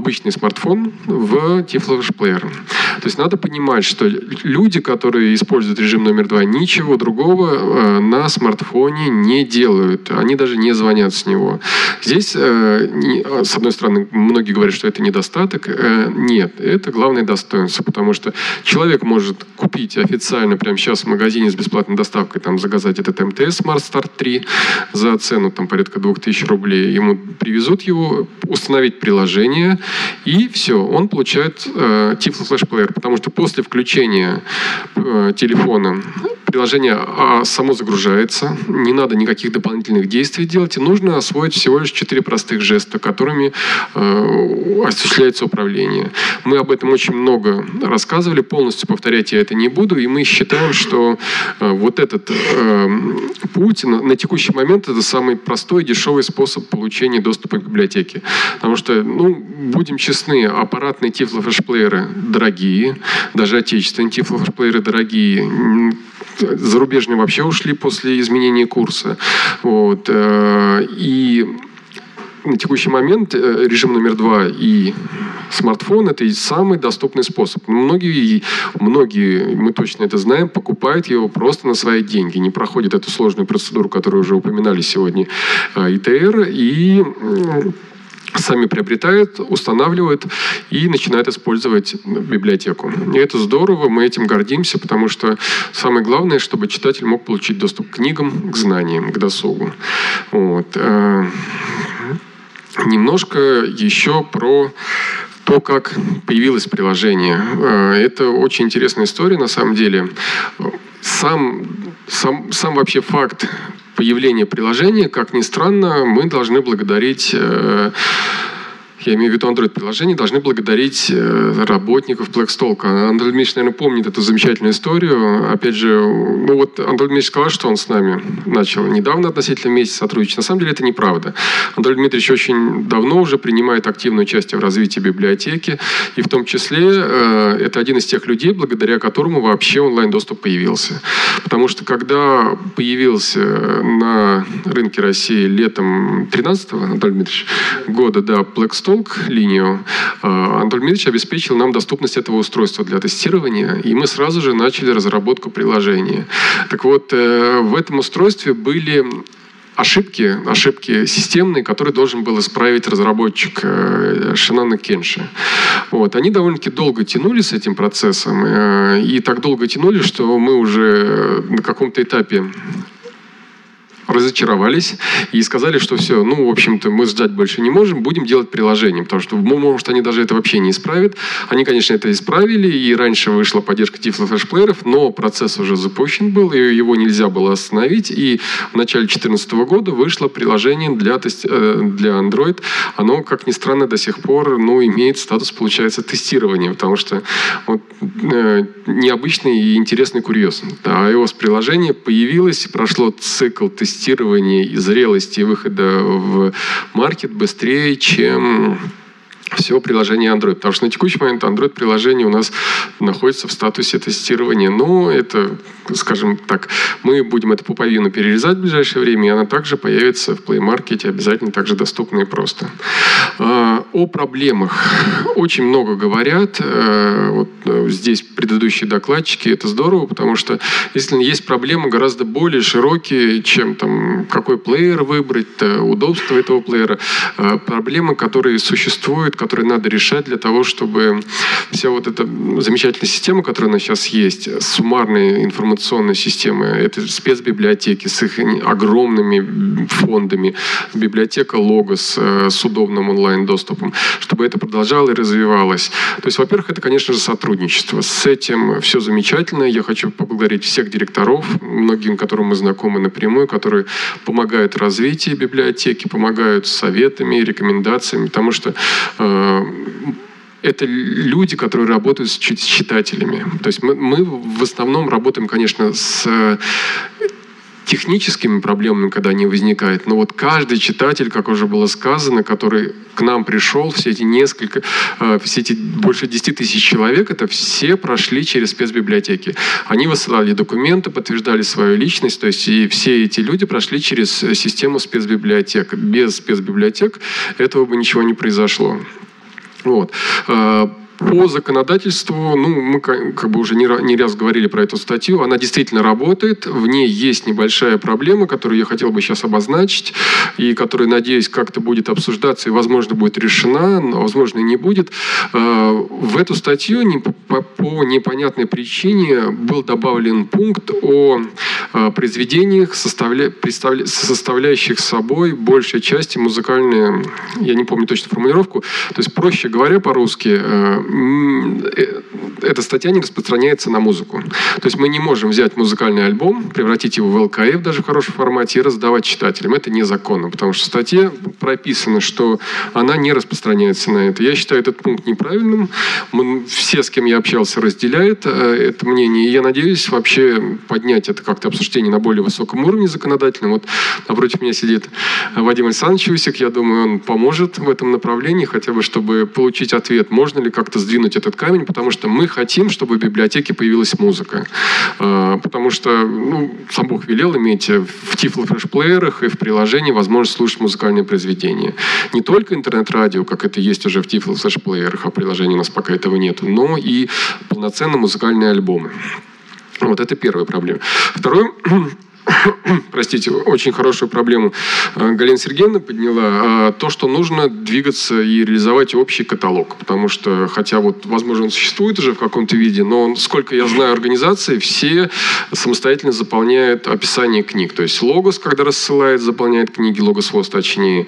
обычный смартфон в Tiflo-флешплеер. То есть надо понимать, что люди, которые используют режим номер 2, ничего другого на смартфоне не делают. Они даже не звонят с него. Здесь, с одной стороны, многие говорят, что это недостаток. Нет, это главное достоинство, потому что человек может купить официально прямо сейчас в магазине с бесплатной доставкой, там, заказать этот МТС Smart Start 3 за цену там, порядка 2000 рублей. Ему привезут его, установить приложение, и все, он получает Tiflo флешплеер, потому что после включения телефона приложение само загружается, не надо никаких дополнительных действий делать, и нужно освоить всего лишь 4 простых жеста, которыми осуществляется управление. Мы об этом очень много рассказывали, полностью повторять я это не буду, и мы считаем, что вот этот путь на текущий момент это самый простой и дешевый способ получения доступа к библиотеке. Потому что, будем честны, аппаратные Tiflo флешплееры дорогие, даже отечественные Tiflo флешплееры дорогие, зарубежные вообще ушли после изменения курса. Вот. И на текущий момент режим номер 2 и смартфон – это и самый доступный способ. Многие, мы точно это знаем, покупают его просто на свои деньги, не проходят эту сложную процедуру, которую уже упоминали сегодня, ИТР, и сами приобретают, устанавливают и начинают использовать библиотеку. И это здорово, мы этим гордимся, потому что самое главное, чтобы читатель мог получить доступ к книгам, к знаниям, к досугу. Вот. Немножко еще про то, как появилось приложение. Это очень интересная история, на самом деле. Сам вообще факт появления приложения, как ни странно, мы должны благодарить, я имею в виду Android-приложение, должны благодарить работников Blackstalk. Андрей Дмитриевич, наверное, помнит эту замечательную историю. Опять же, Андрей Дмитриевич сказал, что он с нами начал недавно относительно месяца сотрудничать. На самом деле это неправда. Андрей Дмитриевич очень давно уже принимает активное участие в развитии библиотеки. И в том числе это один из тех людей, благодаря которому вообще онлайн-доступ появился. Потому что когда появился на рынке России летом 2013 года, Blackstalk, линию, Анатолий Дмитриевич обеспечил нам доступность этого устройства для тестирования, и мы сразу же начали разработку приложения. Так вот, в этом устройстве были ошибки системные, которые должен был исправить разработчик Шинана Кенши. Вот. Они довольно-таки долго тянули с этим процессом, и так долго тянули, что мы уже на каком-то этапе разочаровались и сказали, что все, в общем-то, мы ждать больше не можем, будем делать приложение, потому что, может, они даже это вообще не исправят. Они, конечно, это исправили, и раньше вышла поддержка Tiflo флешплееров, но процесс уже запущен был, и его нельзя было остановить, и в начале 2014 года вышло приложение для Android. Оно, как ни странно, до сих пор, имеет статус, получается, тестирования, потому что необычный и интересный курьез. iOS-приложение появилось, прошло цикл тестирования и зрелости и выхода в маркет быстрее, чем всего приложения Android. Потому что на текущий момент Android-приложение у нас находится в статусе тестирования. Это, скажем так, мы будем эту пуповину перерезать в ближайшее время, и она также появится в Play Market, обязательно также доступна и просто. О проблемах очень много говорят. Здесь предыдущие докладчики. Это здорово, потому что если есть проблемы гораздо более широкие, чем какой плеер выбрать, удобство этого плеера, проблемы, которые существуют, которые надо решать для того, чтобы вся эта замечательная система, которая у нас сейчас есть, суммарная информационная система, это спецбиблиотеки с их огромными фондами, библиотека Logos с удобным онлайн-доступом, чтобы это продолжало и развивалось. То есть, во-первых, это, конечно же, сотрудничество. С этим все замечательно. Я хочу поблагодарить всех директоров, многим, которым мы знакомы напрямую, которые помогают в развитии библиотеки, помогают советами, рекомендациями, потому что это люди, которые работают с читателями. То есть мы в основном работаем, конечно, с техническими проблемами, когда они возникают, но каждый читатель, как уже было сказано, который к нам пришел, все эти больше 10 тысяч человек, это все прошли через спецбиблиотеки. Они высылали документы, подтверждали свою личность, то есть и все эти люди прошли через систему спецбиблиотек. Без спецбиблиотек этого бы ничего не произошло. Вот. По законодательству, мы как бы уже не раз говорили про эту статью, она действительно работает, в ней есть небольшая проблема, которую я хотел бы сейчас обозначить, и которая, надеюсь, как-то будет обсуждаться и, возможно, будет решена, но, возможно, и не будет. В эту статью по непонятной причине был добавлен пункт о произведениях, составляющих собой большей части музыкальные, я не помню точно формулировку, то есть, проще говоря, по-русски, эта статья не распространяется на музыку. То есть мы не можем взять музыкальный альбом, превратить его в ЛКФ даже в хорошем формате и раздавать читателям. Это незаконно, потому что в статье прописано, что она не распространяется на это. Я считаю этот пункт неправильным. Все, с кем я общался, разделяют это мнение. И я надеюсь вообще поднять это как-то обсуждение на более высоком уровне законодательном. Вот напротив меня сидит Вадим Александрович Усик. Я думаю, он поможет в этом направлении, хотя бы чтобы получить ответ, можно ли как-то сдвинуть этот камень, потому что мы хотим, чтобы в библиотеке появилась музыка. Потому что, сам Бог велел иметь в тифло-флешплеерах и в приложении возможность слушать музыкальные произведения. Не только интернет-радио, как это есть уже в тифло-флешплеерах, а приложений у нас пока этого нет, но и полноценно музыкальные альбомы. Вот это первая проблема. Второе, простите, очень хорошую проблему Галина Сергеевна подняла, то, что нужно двигаться и реализовать общий каталог. Потому что, хотя вот, возможно, он существует уже в каком-то виде, но, сколько я знаю организации, все самостоятельно заполняют описание книг. То есть Логос, когда рассылает, заполняет книги, Логос ВОС точнее.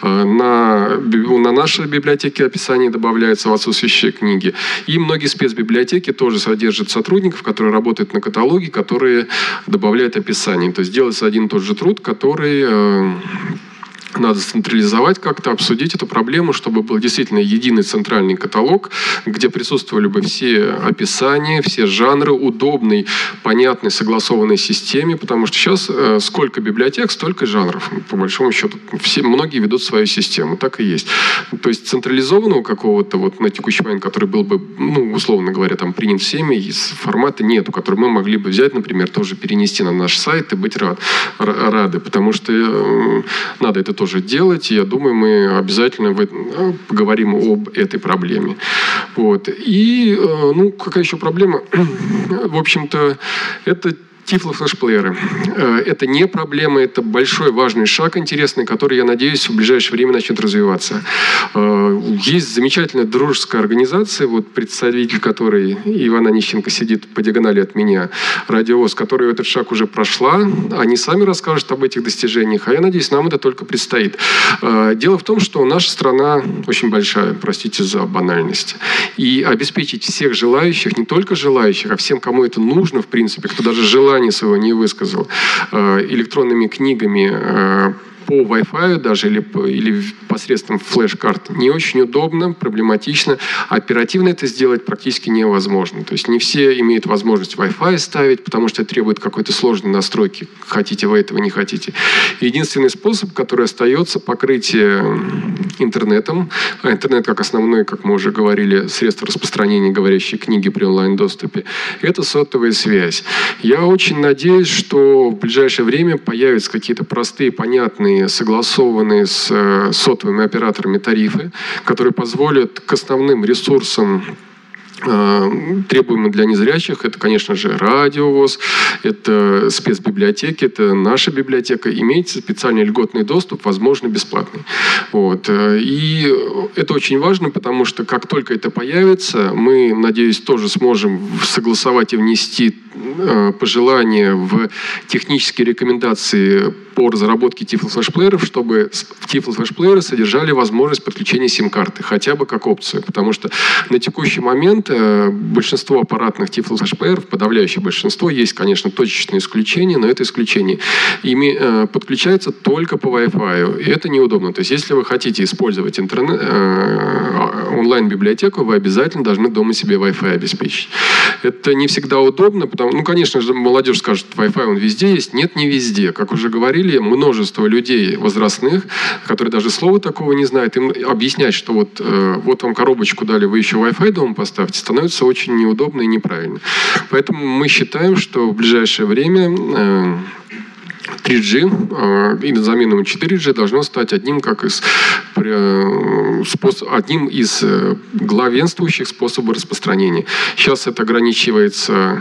На нашей библиотеке описание добавляется в отсутствующие книги. И многие спецбиблиотеки тоже содержат сотрудников, которые работают на каталоге, которые добавляют описание. То есть делается один и тот же труд, который надо централизовать как-то, обсудить эту проблему, чтобы был действительно единый центральный каталог, где присутствовали бы все описания, все жанры, удобной, понятной, согласованной системе, потому что сейчас сколько библиотек, столько жанров. По большому счету, многие ведут свою систему, так и есть. То есть централизованного какого-то вот на текущий момент, который был бы, условно говоря, там принят всеми, из формата нету, который мы могли бы взять, например, тоже перенести на наш сайт и быть рады, потому что надо это тоже делать, и я думаю, мы обязательно поговорим об этой проблеме. Вот. И, какая еще проблема? В общем-то, это тифло-флешплееры. Это не проблема, это большой важный шаг интересный, который, я надеюсь, в ближайшее время начнет развиваться. Есть замечательная дружеская организация, вот представитель которой, Иван Онищенко, сидит по диагонали от меня, Радио ВОС, которая этот шаг уже прошла. Они сами расскажут об этих достижениях, а я надеюсь, нам это только предстоит. Дело в том, что наша страна очень большая, простите за банальность, и обеспечить всех желающих, не только желающих, а всем, кому это нужно, в принципе, кто даже желание своего не высказал, электронными книгами по Wi-Fi даже или посредством флеш-карт не очень удобно, проблематично. Оперативно это сделать практически невозможно. То есть не все имеют возможность Wi-Fi ставить, потому что это требует какой-то сложной настройки. Хотите вы этого, не хотите. Единственный способ, который остается, покрытие интернетом. А интернет как основной, как мы уже говорили, средство распространения говорящей книги при онлайн-доступе. Это сотовая связь. Я очень надеюсь, что в ближайшее время появятся какие-то простые, понятные, согласованные с сотовыми операторами тарифы, которые позволят к основным ресурсам, требуемым для незрячих, это, конечно же, Радио ВОС, это спецбиблиотеки, это наша библиотека, имеется специальный льготный доступ, возможно, бесплатный. Вот. И это очень важно, потому что как только это появится, мы, надеюсь, тоже сможем согласовать и внести пожелания в технические рекомендации по разработке тифло-флешплееров, чтобы тифло-флешплееры содержали возможность подключения сим-карты, хотя бы как опцию, потому что на текущий момент большинство аппаратных тифло-флешплееров, подавляющее большинство, есть, конечно, точечные исключения, но это исключение, ими подключается только по Wi-Fi, и это неудобно. То есть, если вы хотите использовать онлайн-библиотеку, вы обязательно должны дома себе Wi-Fi обеспечить. Это не всегда удобно, потому, конечно же, молодежь скажет, Wi-Fi он везде есть. Нет, не везде. Как уже говорили, множество людей возрастных, которые даже слова такого не знают, им объяснять, что вот вам коробочку дали, вы еще Wi-Fi дома поставьте, становится очень неудобно и неправильно. Поэтому мы считаем, что в ближайшее время 3G и на замену 4G должно стать одним из главенствующих способов распространения. Сейчас это ограничивается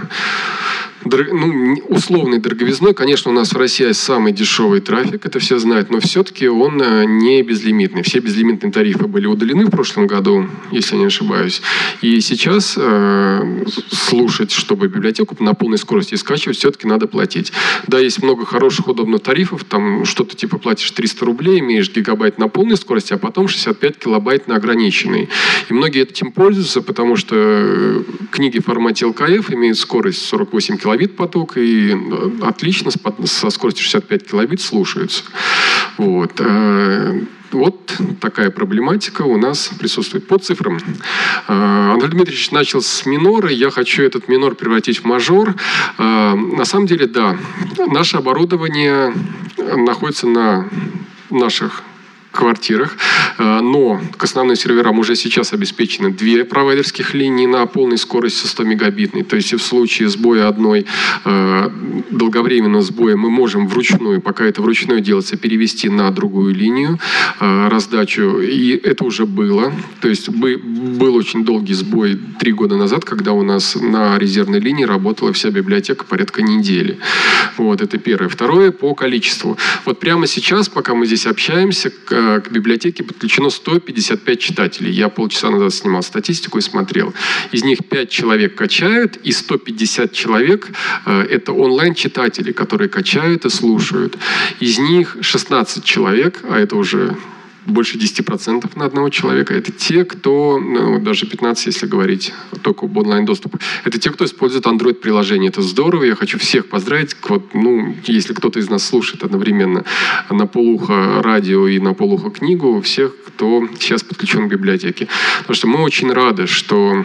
условной дороговизной. Конечно, у нас в России самый дешевый трафик, это все знают, но все-таки он не безлимитный. Все безлимитные тарифы были удалены в прошлом году, если я не ошибаюсь. И сейчас слушать, чтобы библиотеку на полной скорости скачивать, все-таки надо платить. Да, есть много хороших, удобных тарифов, там что-то типа платишь 300 рублей, имеешь гигабайт на полной скорости, а потом 65 килобайт на ограниченной. И многие этим пользуются, потому что книги в формате ЛКФ имеют скорость 48 килобит поток и отлично со скоростью 65 килобит слушаются. Вот. Вот такая проблематика у нас присутствует. По цифрам. Анатолий Дмитриевич начал с минора. Я хочу этот минор превратить в мажор. На самом деле, да, наше оборудование находится на наших квартирах, но к основным серверам уже сейчас обеспечены 2 провайдерских линии на полной скорости 100 мегабитной. То есть в случае сбоя одной, долговременного сбоя, мы можем вручную, пока это вручную делается, перевести на другую линию раздачу. И это уже было. То есть был очень долгий сбой 3 года назад, когда у нас на резервной линии работала вся библиотека порядка недели. Вот, это первое. Второе, по количеству. Вот прямо сейчас, пока мы здесь общаемся, к библиотеке подключено 155 читателей. Я полчаса назад снимал статистику и смотрел. Из них 5 человек качают, и 150 человек – это онлайн-читатели, которые качают и слушают. Из них 16 человек, а это уже больше 10% на одного человека. Это те, кто, даже 15, если говорить только об онлайн-доступе, это те, кто использует Android-приложение. Это здорово. Я хочу всех поздравить. Вот, если кто-то из нас слушает одновременно на полухо радио и на полухо книгу, всех, кто сейчас подключен к библиотеке. Потому что мы очень рады, что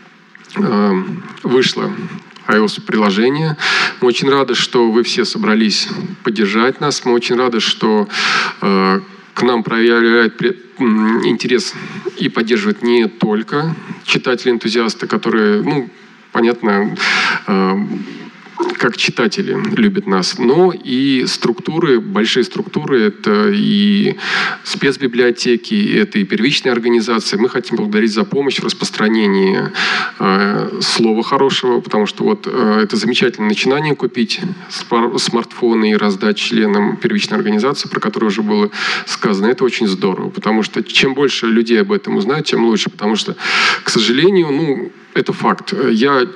вышло iOS-приложение. Мы очень рады, что вы все собрались поддержать нас. Мы очень рады, что к нам проявляют интерес и поддерживают не только читатели-энтузиасты, которые, понятно, как читатели любят нас, но и структуры, большие структуры, это и спецбиблиотеки, это и первичные организации. Мы хотим благодарить за помощь в распространении слова хорошего, потому что вот это замечательное начинание купить смартфоны и раздать членам первичной организации, про которую уже было сказано. Это очень здорово, потому что чем больше людей об этом узнают, тем лучше, потому что, к сожалению, это факт. Я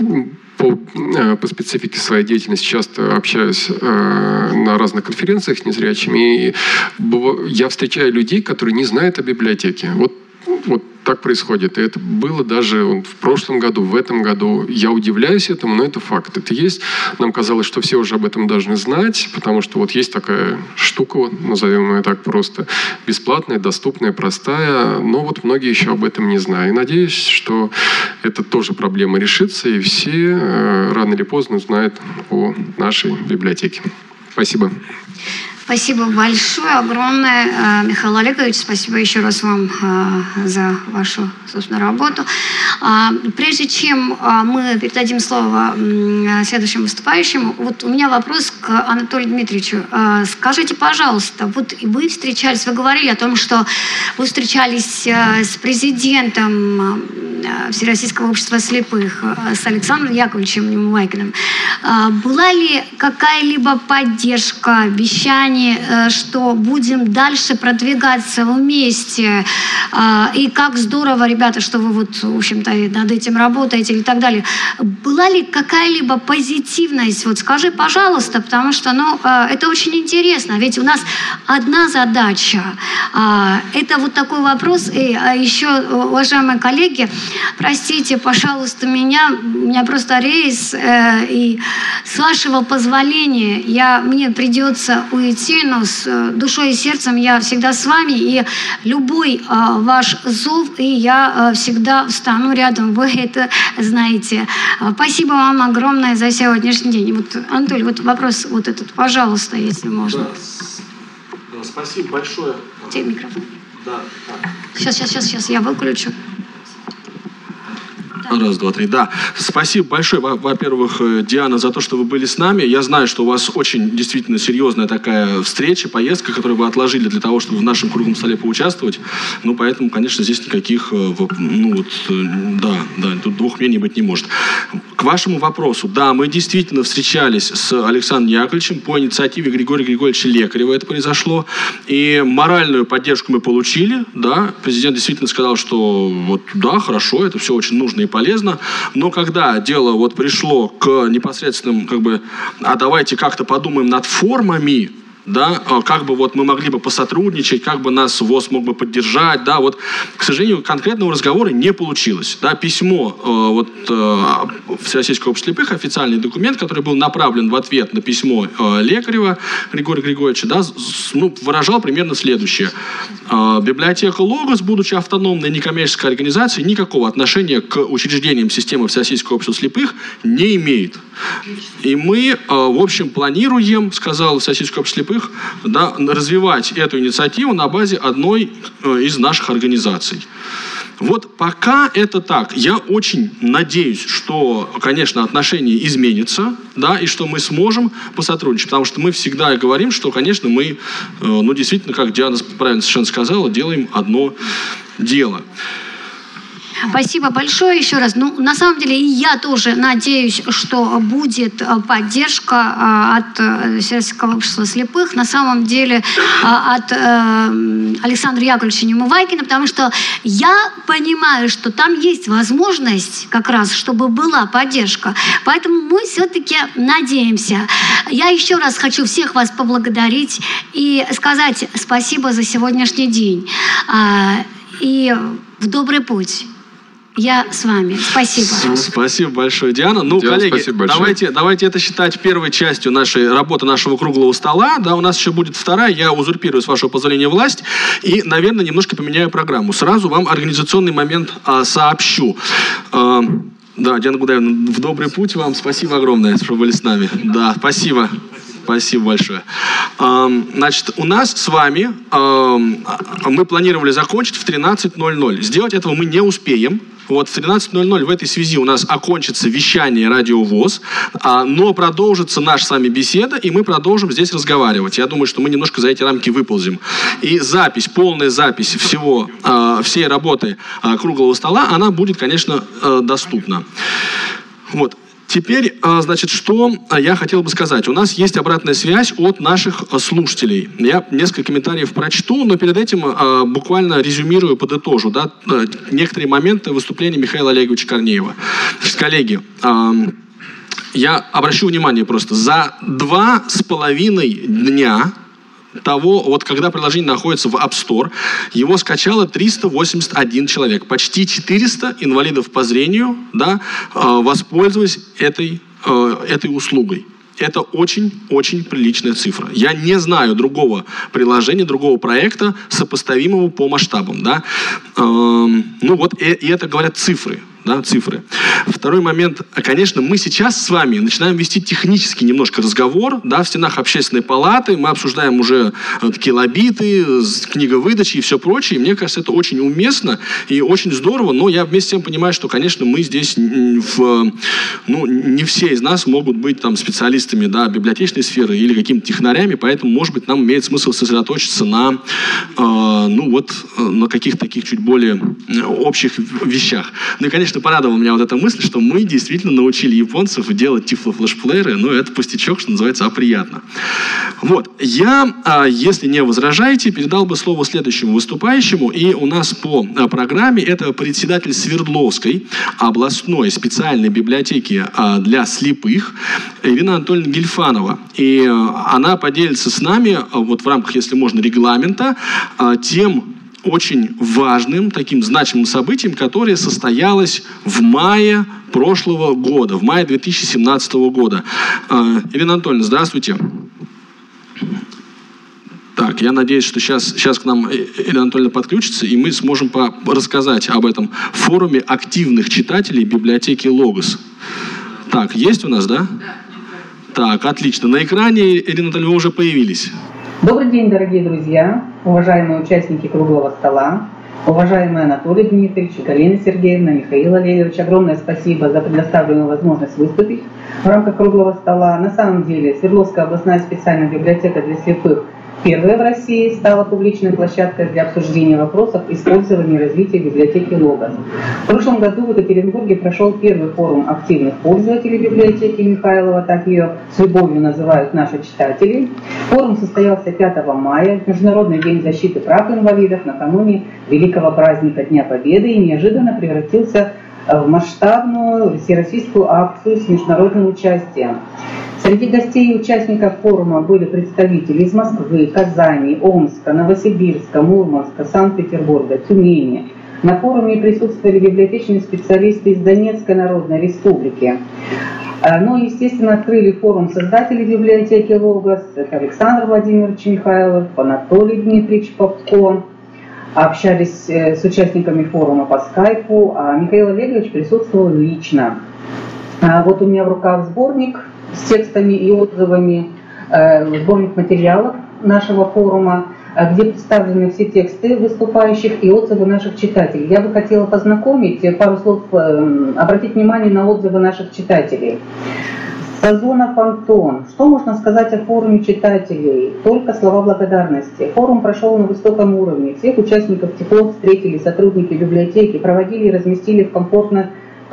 по специфике своей деятельности часто общаюсь на разных конференциях с незрячими, и я встречаю людей, которые не знают о библиотеке. Вот так происходит. И это было даже в прошлом году, в этом году. Я удивляюсь этому, но это факт. Это есть. Нам казалось, что все уже об этом должны знать, потому что вот есть такая штука, назовем ее так просто, бесплатная, доступная, простая, но вот многие еще об этом не знают. И надеюсь, что эта тоже проблема решится, и все рано или поздно узнают о нашей библиотеке. Спасибо. Спасибо большое, огромное, Михаил Олегович. Спасибо еще раз вам за вашу, собственно, работу. Прежде чем мы передадим слово следующему выступающему, вот у меня вопрос к Анатолию Дмитриевичу. Скажите, пожалуйста, вот вы встречались, вы говорили о том, что вы встречались с президентом Всероссийского общества слепых, с Александром Яковлевичем Немывайкиным. Была ли какая-либо поддержка, обещание, что будем дальше продвигаться вместе? И как здорово, ребята, что вы вот, в общем-то, над этим работаете и так далее. Была ли какая-либо позитивность? Вот скажи, пожалуйста, потому что, это очень интересно. Ведь у нас одна задача. Это вот такой вопрос. И еще, уважаемые коллеги, простите, пожалуйста, у меня просто рейс, и с вашего позволения мне придется уйти, но с душой и сердцем я всегда с вами, и любой ваш зов, и я всегда встану рядом, вы это знаете. Спасибо вам огромное за сегодняшний день. Вот, Анатолий, вот вопрос вот этот, пожалуйста, если можно. Да, спасибо большое. Тебе микрофон. Да. Сейчас, я выключу. Раз, два, три. Да. Спасибо большое, во-первых, Диана, за то, что вы были с нами. Я знаю, что у вас очень действительно серьезная такая встреча, поездка, которую вы отложили для того, чтобы в нашем круглом столе поучаствовать. Ну, поэтому, конечно, здесь никаких, тут двух мнений быть не может. К вашему вопросу. Да, мы действительно встречались с Александром Яковлевичем по инициативе Григория Григорьевича Лекарева. Это произошло. И моральную поддержку мы получили. Да. Президент действительно сказал, что да, хорошо, это все очень нужно и полезно, но когда дело пришло к непосредственным, давайте как-то подумаем над формами, да, как бы мы могли бы посотрудничать, как бы нас ВОС мог бы поддержать, да, к сожалению, конкретного разговора не получилось, да, письмо Всероссийского общества слепых, официальный документ, который был направлен в ответ на письмо Лекарева Григория Григорьевича, да, выражал примерно следующее: библиотека «Логос», будучи автономной некоммерческой организацией, никакого отношения к учреждениям системы Всероссийского общества слепых не имеет. И мы, в общем, планируем, сказал Всероссийское общество слепых, да, развивать эту инициативу на базе одной из наших организаций. Пока это так. Я очень надеюсь, что, конечно, отношения изменятся, да, и что мы сможем посотрудничать. Потому что мы всегда говорим, что, конечно, мы, действительно, как Диана правильно совершенно сказала, делаем одно дело. Спасибо большое еще раз. На самом деле, и я тоже надеюсь, что будет поддержка от Всероссийского общества слепых, на самом деле от Александра Яковлевича Немывайкина, потому что я понимаю, что там есть возможность как раз, чтобы была поддержка. Поэтому мы все-таки надеемся. Я еще раз хочу всех вас поблагодарить и сказать спасибо за сегодняшний день. И в добрый путь. Я с вами. Спасибо. Спасибо большое, Диана. Коллеги, давайте это считать первой частью нашей работы, нашего круглого стола. Да, у нас еще будет вторая. Я узурпирую, с вашего позволения, власть и, наверное, немножко поменяю программу. Сразу вам организационный момент сообщу. Да, Диана Гудаевна, в добрый путь вам. Спасибо огромное, что были с нами. Да, спасибо. Спасибо большое. Значит, у нас с вами мы планировали закончить в 13:00. Сделать этого мы не успеем. В 13:00 в этой связи у нас окончится вещание Радио ВОС, но продолжится наша с вами беседа, и мы продолжим здесь разговаривать. Я думаю, что мы немножко за эти рамки выползем. И полная запись всей работы круглого стола, она будет, конечно, доступна. Теперь, значит, что я хотел бы сказать. У нас есть обратная связь от наших слушателей. Я несколько комментариев прочту, но перед этим буквально резюмирую, подытожу, да, некоторые моменты выступления Михаила Олеговича Корнеева. Значит, коллеги, я обращу внимание просто, за 2,5 дня того, когда приложение находится в App Store, его скачало 381 человек. Почти 400 инвалидов по зрению, да, воспользовались этой услугой. Это очень-очень приличная цифра. Я не знаю другого приложения, другого проекта, сопоставимого по масштабам. Да? И это говорят цифры. Да, цифры. Второй момент. Конечно, мы сейчас с вами начинаем вести технический немножко разговор, да, в стенах общественной палаты. Мы обсуждаем уже килобиты, книговыдачи и все прочее. И мне кажется, это очень уместно и очень здорово. Но я вместе с тем понимаю, что, конечно, мы здесь не все из нас могут быть там специалистами, да, библиотечной сферы или какими-то технарями. Поэтому, может быть, нам имеет смысл сосредоточиться на каких-то таких чуть более общих вещах. Ну и, конечно, порадовала меня эта мысль, что мы действительно научили японцев делать тифло-флешплееры. Это пустячок, что называется, а приятно. Я, если не возражаете, передал бы слово следующему выступающему. И у нас по программе это председатель Свердловской областной специальной библиотеки для слепых Ирина Анатольевна Гельфанова. И она поделится с нами в рамках, если можно, регламента тем очень важным, таким значимым событием, которое состоялось в мае прошлого года, в мае 2017 года. Ирина Анатольевна, здравствуйте. Так, я надеюсь, что сейчас к нам Ирина Анатольевна подключится, и мы сможем рассказать об этом форуме активных читателей библиотеки «Логос». Так, есть у нас, да? Так, отлично. На экране, Ирина Анатольевна, вы уже появились. Добрый день, дорогие друзья, уважаемые участники круглого стола. Уважаемый Анатолий Дмитриевич, Галина Сергеевна, Михаил Олегович, огромное спасибо за предоставленную возможность выступить в рамках круглого стола. На самом деле Свердловская областная специальная библиотека для слепых первая в России стала публичной площадкой для обсуждения вопросов использования и развития библиотеки «Логос». В прошлом году в Екатеринбурге прошел первый форум активных пользователей библиотеки Михайлова, так ее с любовью называют наши читатели. Форум состоялся 5 мая, в Международный день защиты прав инвалидов, накануне великого праздника Дня Победы, и неожиданно превратился в масштабную всероссийскую акцию с международным участием. Среди гостей и участников форума были представители из Москвы, Казани, Омска, Новосибирска, Мурманска, Санкт-Петербурга, Тюмени. На форуме присутствовали библиотечные специалисты из Донецкой Народной Республики. Ну и, естественно, открыли форум создателей библиотеки «Логос». Это Александр Владимирович Михайлов, Анатолий Дмитриевич Попко. Общались с участниками форума по скайпу, а Михаил Олегович присутствовал лично. Вот у меня в руках сборник с текстами и отзывами, сборник материалов нашего форума, где представлены все тексты выступающих и отзывы наших читателей. Я бы хотела познакомить, пару слов, обратить внимание на отзывы наших читателей. Сазонов Антон. Что можно сказать о форуме читателей? Только слова благодарности. Форум прошел на высоком уровне. Всех участников тепло встретили сотрудники библиотеки, проводили и разместили с комфортом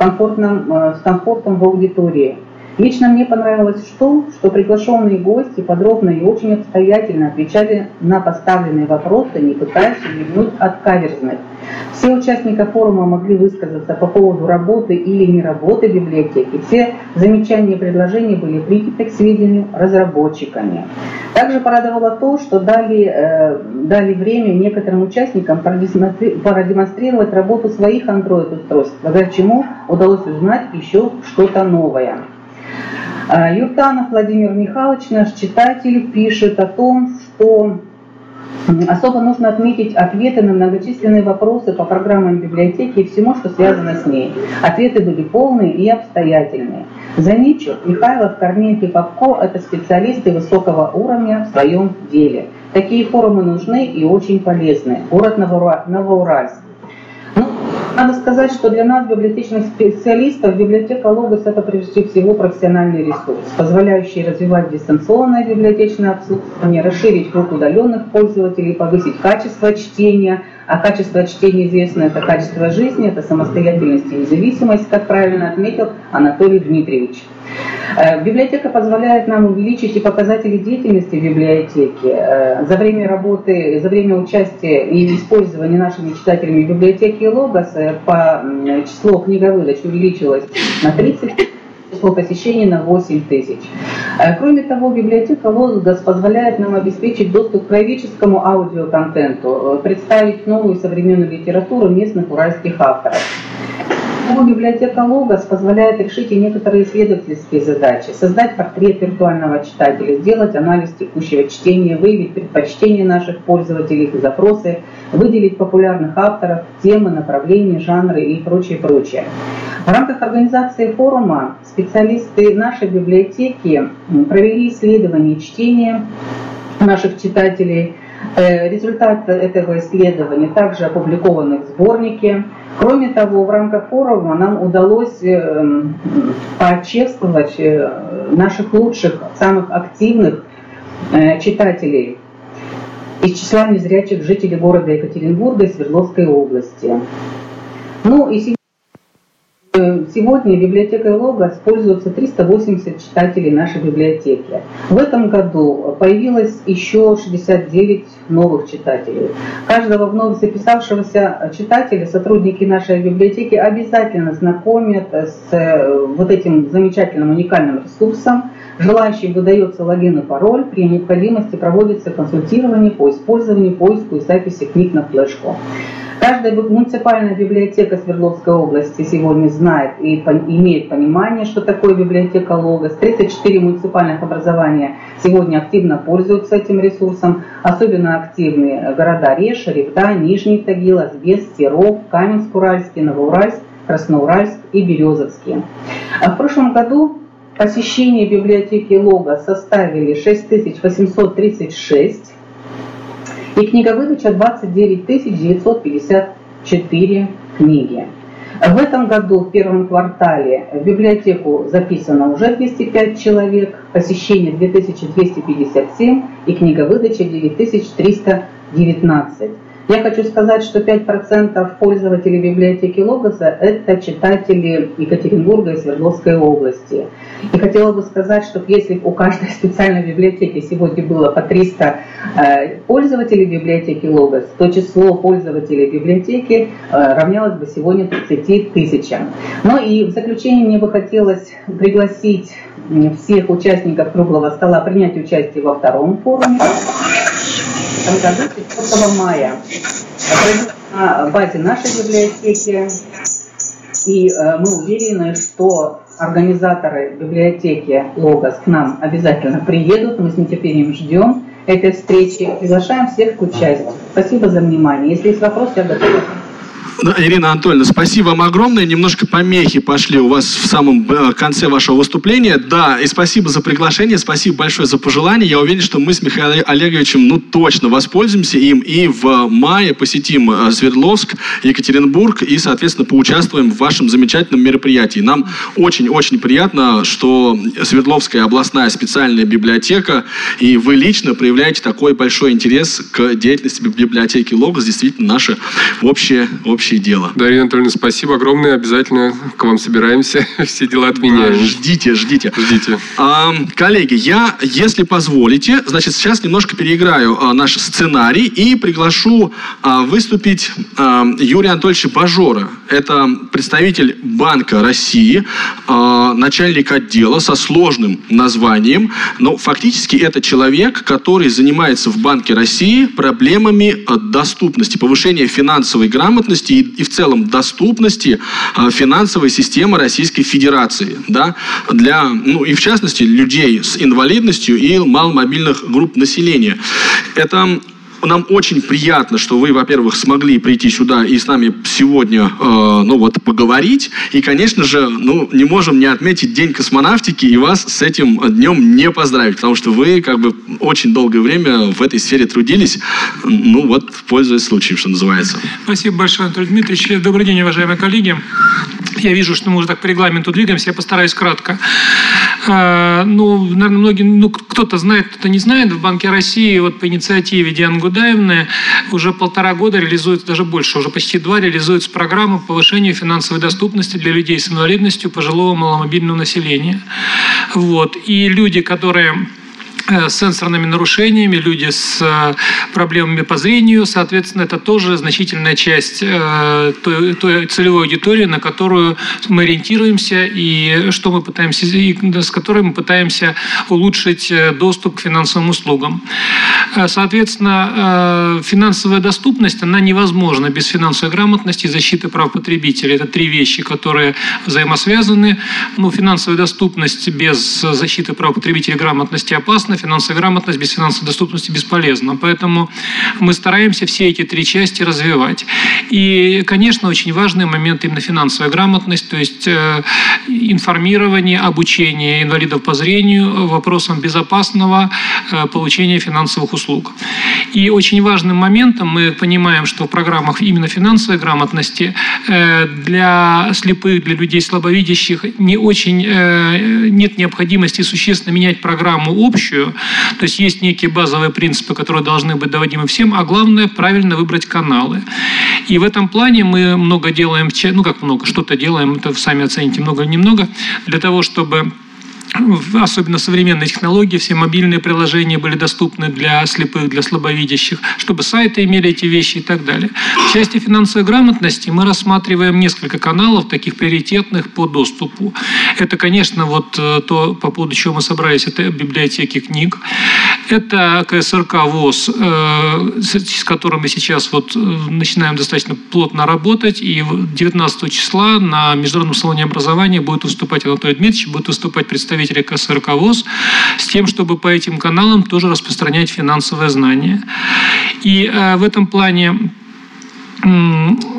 в аудитории. Лично мне понравилось что приглашенные гости подробно и очень обстоятельно отвечали на поставленные вопросы, не пытаясь увильнуть от каверзных. Все участники форума могли высказаться по поводу работы или не работы библиотеки. Все замечания и предложения были приняты к сведению разработчиками. Также порадовало то, что дали время некоторым участникам продемонстрировать работу своих Android-устройств, благодаря чему удалось узнать еще что-то новое. Юртанов Владимир Михайлович, наш читатель, пишет о том, что особо нужно отметить ответы на многочисленные вопросы по программам библиотеки и всему, что связано с ней. Ответы были полные и обстоятельные. Замечу, Михайлов, Корнеев и Попко – это специалисты высокого уровня в своем деле. Такие форумы нужны и очень полезны. Город Новоуральск. Надо сказать, что для нас, библиотечных специалистов, библиотека «Логос» – это прежде всего профессиональный ресурс, позволяющий развивать дистанционное библиотечное обслуживание, расширить круг удаленных пользователей, повысить качество чтения. А качество чтения известно – это качество жизни, это самостоятельность и независимость, как правильно отметил Анатолий Дмитриевич. Библиотека позволяет нам увеличить и показатели деятельности библиотеки. За время работы, за время участия и использования нашими читателями библиотеки «Логос» по числу книговыдач увеличилось на 30, число посещений на 8 тысяч. Кроме того, библиотека «Логос» позволяет нам обеспечить доступ к краеведческому аудиоконтенту, представить новую современную литературу местных уральских авторов. Библиотека «Логос» позволяет решить и некоторые исследовательские задачи, создать портрет виртуального читателя, сделать анализ текущего чтения, выявить предпочтения наших пользователей, запросы, выделить популярных авторов, темы, направления, жанры и прочее. В рамках организации форума специалисты нашей библиотеки провели исследование чтения наших читателей. Результат этого исследования также опубликованы в сборнике. Кроме того, в рамках форума нам удалось поочествовать наших лучших, самых активных читателей из числа незрячих жителей города Екатеринбурга и Свердловской области. Ну и сегодня библиотекой «Логос» пользуются 380 читателей нашей библиотеки. В этом году появилось еще 69 новых читателей. Каждого вновь записавшегося читателя сотрудники нашей библиотеки обязательно знакомят с вот этим замечательным уникальным ресурсом. Желающим выдается логин и пароль. При необходимости проводится консультирование по использованию, поиску и записи книг на флешку. Каждая муниципальная библиотека Свердловской области сегодня знает и имеет понимание, что такое библиотека «Логос». 34 муниципальных образования сегодня активно пользуются этим ресурсом. Особенно активны города Реж, Ревда, Нижний Тагил, Асбест, Серов, Каменск-Уральский, Новоуральск, Красноуральск и Березовский. В прошлом году посещения библиотеки «Логос» составили 6836. И книговыдача 29 955. 4 книги. В этом году, в первом квартале, в библиотеку записано уже 205 человек, посещение 2257 и книговыдача 9319. Я хочу сказать, что 5% пользователей библиотеки Логоса – это читатели Екатеринбурга и Свердловской области. И хотела бы сказать, что если у каждой специальной библиотеки сегодня было по 300 пользователей библиотеки Логос, то число пользователей библиотеки равнялось бы сегодня 30 тысячам. Ну и в заключение мне бы хотелось пригласить всех участников круглого стола принять участие во втором форуме. В этом году 4 мая на базе нашей библиотеки. И мы уверены, что организаторы библиотеки Логос к нам обязательно приедут. Мы с нетерпением ждем этой встречи. Приглашаем всех к участию. Спасибо за внимание. Если есть вопросы, я готова. Ирина Анатольевна, спасибо вам огромное. Немножко помехи пошли у вас в самом конце вашего выступления. Да, и спасибо за приглашение, спасибо большое за пожелания. Я уверен, что мы с Михаилом Олеговичем точно воспользуемся им и в мае посетим Свердловск, Екатеринбург и, соответственно, поучаствуем в вашем замечательном мероприятии. Нам очень-очень приятно, что Свердловская областная специальная библиотека и вы лично проявляете такой большой интерес к деятельности библиотеки Логос. Действительно, наше общее дело. Да, Ирина Анатольевна, спасибо огромное. Обязательно к вам собираемся. Все дела отменяем. Ждите. Коллеги, я, если позволите, значит, сейчас немножко переиграю наш сценарий и приглашу выступить Юрия Анатольевича Бажора. Это представитель Банка России, начальник отдела со сложным названием, но фактически это человек, который занимается в Банке России проблемами доступности, повышения финансовой грамотности и в целом доступности финансовой системы Российской Федерации, да, для, и в частности, людей с инвалидностью и маломобильных групп населения. Это нам очень приятно, что вы, во-первых, смогли прийти сюда и с нами сегодня, поговорить. И, конечно же, не можем не отметить День космонавтики и вас с этим днем не поздравить, потому что вы, очень долгое время в этой сфере трудились, пользуясь случаем, что называется. Спасибо большое, Анатолий Дмитриевич. Добрый день, уважаемые коллеги. Я вижу, что мы уже так по регламенту двигаемся, я постараюсь кратко. Наверное, многие, кто-то знает, кто-то не знает, в Банке России по инициативе Дианы Гудаевны уже 1,5 года реализуется, даже больше, уже почти 2 реализуется программа по повышению финансовой доступности для людей с инвалидностью, пожилого маломобильного населения. И люди, которые с сенсорными нарушениями, люди с проблемами по зрению, соответственно, это тоже значительная часть той целевой аудитории, на которую мы ориентируемся и с которой мы пытаемся улучшить доступ к финансовым услугам. Соответственно, финансовая доступность, она невозможна без финансовой грамотности и защиты прав потребителей. Это 3 вещи, которые взаимосвязаны. Финансовая доступность без защиты прав потребителей и грамотности опасна. Финансовая грамотность без финансовой доступности бесполезна. Поэтому мы стараемся все эти 3 части развивать. И, конечно, очень важный момент именно финансовая грамотность, то есть информирование, обучение инвалидов по зрению вопросам безопасного получения финансовых услуг. И очень важным моментом мы понимаем, что в программах именно финансовой грамотности для слепых, для людей слабовидящих нет необходимости существенно менять программу общую. То есть есть некие базовые принципы, которые должны быть доводимы всем, а главное правильно выбрать каналы. И в этом плане мы много делаем, что-то делаем, это вы сами оцените, много или немного, для того, чтобы особенно современные технологии, все мобильные приложения были доступны для слепых, для слабовидящих, чтобы сайты имели эти вещи и так далее. В части финансовой грамотности мы рассматриваем несколько каналов, таких приоритетных по доступу. Это, конечно, то, по поводу чего мы собрались, это библиотеки книг. Это КСРК ВОС, с которым мы сейчас начинаем достаточно плотно работать. И 19 числа на Международном салоне образования будет выступать Анатолий Дмитриевич, будет выступать представитель КСРК ВОС с тем, чтобы по этим каналам тоже распространять финансовое знание. И в этом плане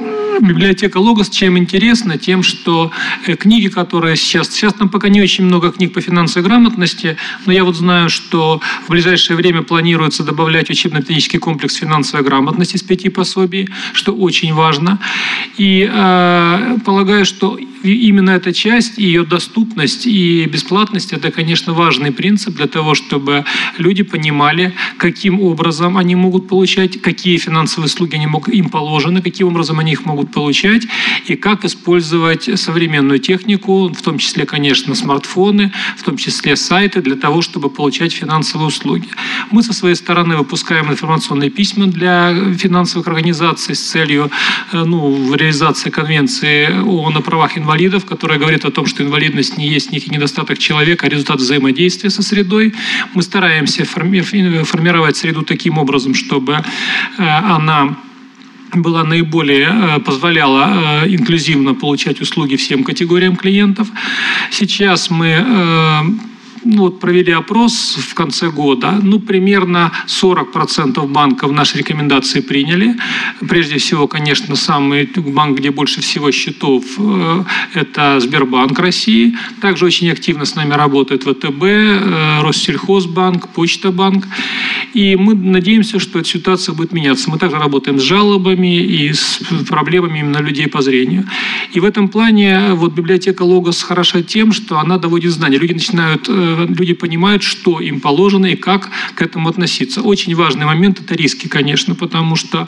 библиотека Логос чем интересна? Тем, что книги, которые сейчас там пока не очень много книг по финансовой грамотности, но я вот знаю, что в ближайшее время планируется добавлять учебно-методический комплекс финансовой грамотности с 5 пособий, что очень важно. И полагаю, что именно эта часть, ее доступность и бесплатность – это, конечно, важный принцип для того, чтобы люди понимали, каким образом они могут получать, какие финансовые услуги им положены, каким образом они их могут получать, и как использовать современную технику, в том числе, конечно, смартфоны, в том числе сайты, для того, чтобы получать финансовые услуги. Мы со своей стороны выпускаем информационные письма для финансовых организаций с целью реализации Конвенции ООН о правах инвалидов, которая говорит о том, что инвалидность не есть некий недостаток человека, а результат взаимодействия со средой. Мы стараемся формировать среду таким образом, чтобы она была наиболее, позволяла инклюзивно получать услуги всем категориям клиентов. Сейчас мы провели опрос в конце года. Примерно 40% банков наши рекомендации приняли. Прежде всего, конечно, самый банк, где больше всего счетов, это Сбербанк России. Также очень активно с нами работает ВТБ, Россельхозбанк, Почта-банк. И мы надеемся, что эта ситуация будет меняться. Мы также работаем с жалобами и с проблемами именно людей по зрению. И в этом плане библиотека Логос хороша тем, что она доводит знания. Люди понимают, что им положено и как к этому относиться. Очень важный момент – это риски, конечно, потому что,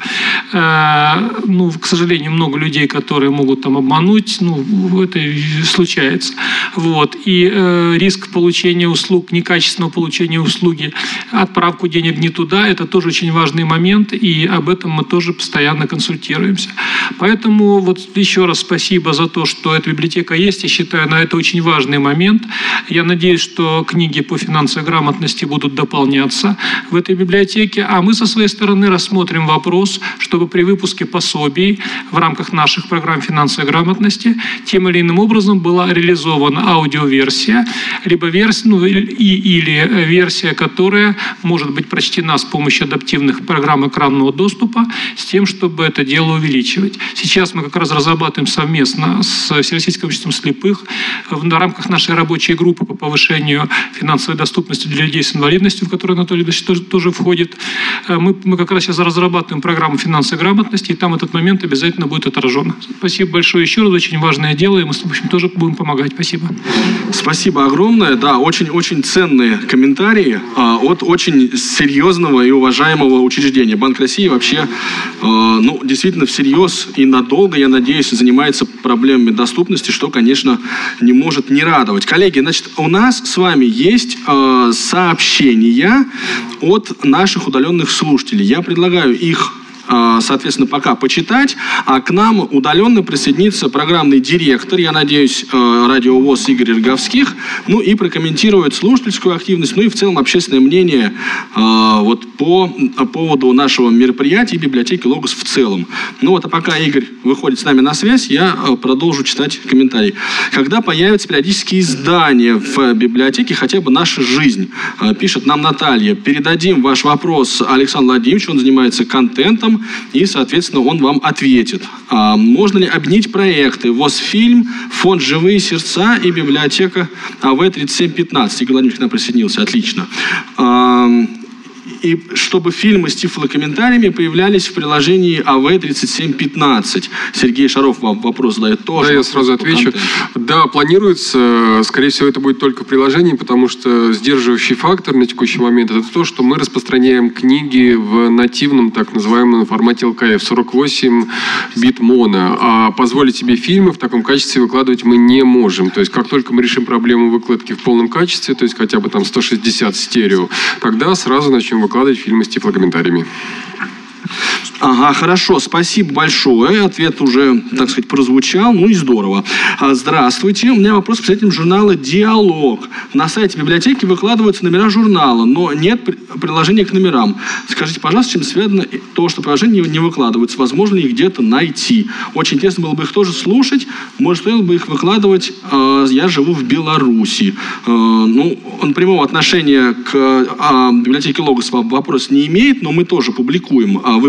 к сожалению, много людей, которые могут обмануть, это случается. И риск получения услуг, некачественного получения услуги, отправку денег не туда – это тоже очень важный момент, и об этом мы тоже постоянно консультируемся. Поэтому еще раз спасибо за то, что эта библиотека есть. Я считаю, это очень важный момент. Я надеюсь, что книги по финансовой грамотности будут дополняться в этой библиотеке, а мы со своей стороны рассмотрим вопрос, чтобы при выпуске пособий в рамках наших программ финансовой грамотности тем или иным образом была реализована аудиоверсия, либо или версия, которая может быть прочтена с помощью адаптивных программ экранного доступа, с тем, чтобы это дело увеличивать. Сейчас мы как раз разрабатываем совместно с Всероссийским обществом слепых в рамках нашей рабочей группы по повышению финансовой доступности для людей с инвалидностью, в которую Анатолий Ильич тоже входит. Мы как раз сейчас разрабатываем программу финансовой грамотности, и там этот момент обязательно будет отражен. Спасибо большое еще раз, очень важное дело, и мы, в общем, тоже будем помогать. Спасибо. Спасибо огромное. Да, очень-очень ценные комментарии от очень серьезного и уважаемого учреждения. Банк России вообще, действительно всерьез и надолго, я надеюсь, занимается проблемами доступности, что, конечно, не может не радовать. Коллеги, значит, у нас с вами есть сообщения от наших удаленных слушателей. Я предлагаю их, соответственно, пока почитать, а к нам удаленно присоединится программный директор, я надеюсь, Радио ВОС Игорь Роговских, и прокомментирует слушательскую активность, и в целом общественное мнение по поводу нашего мероприятия и библиотеки Логос в целом. А пока Игорь выходит с нами на связь, я продолжу читать комментарий. Когда появятся периодические издания в библиотеке, хотя бы «Наша жизнь», пишет нам Наталья, передадим ваш вопрос Александру Владимировичу, он занимается контентом, и, соответственно, он вам ответит. Можно ли объединить проекты ВОС-фильм, фонд «Живые сердца» и библиотека АВ-3715? Игорь Владимирович к нам присоединился, отлично. И чтобы фильмы с тифлокомментариями появлялись в приложении АВ-3715. Сергей Шаров вам вопрос задает тоже. Да, я сразу отвечу. Да, планируется. Скорее всего, это будет только в приложении, потому что сдерживающий фактор на текущий момент – это то, что мы распространяем книги в нативном, так называемом формате ЛКФ, 48 бит моно. А позволить себе фильмы в таком качестве выкладывать мы не можем. То есть, как только мы решим проблему выкладки в полном качестве, то есть хотя бы 160 стерео, тогда сразу начнем выкладывать фильмы с тифлокомментариями. Ага, хорошо, спасибо большое. Ответ уже, так сказать, прозвучал, и здорово. Здравствуйте, у меня вопрос к представителям журнала «Диалог». На сайте библиотеки выкладываются номера журнала, но нет приложения к номерам. Скажите, пожалуйста, чем связано то, что приложения не выкладываются? Возможно ли их где-то найти? Очень интересно было бы их тоже слушать. Может, стоило бы их выкладывать. Я живу в Беларуси. Прямого отношения к библиотеке Логос вопрос не имеет, но мы тоже публикуем выпуски журнала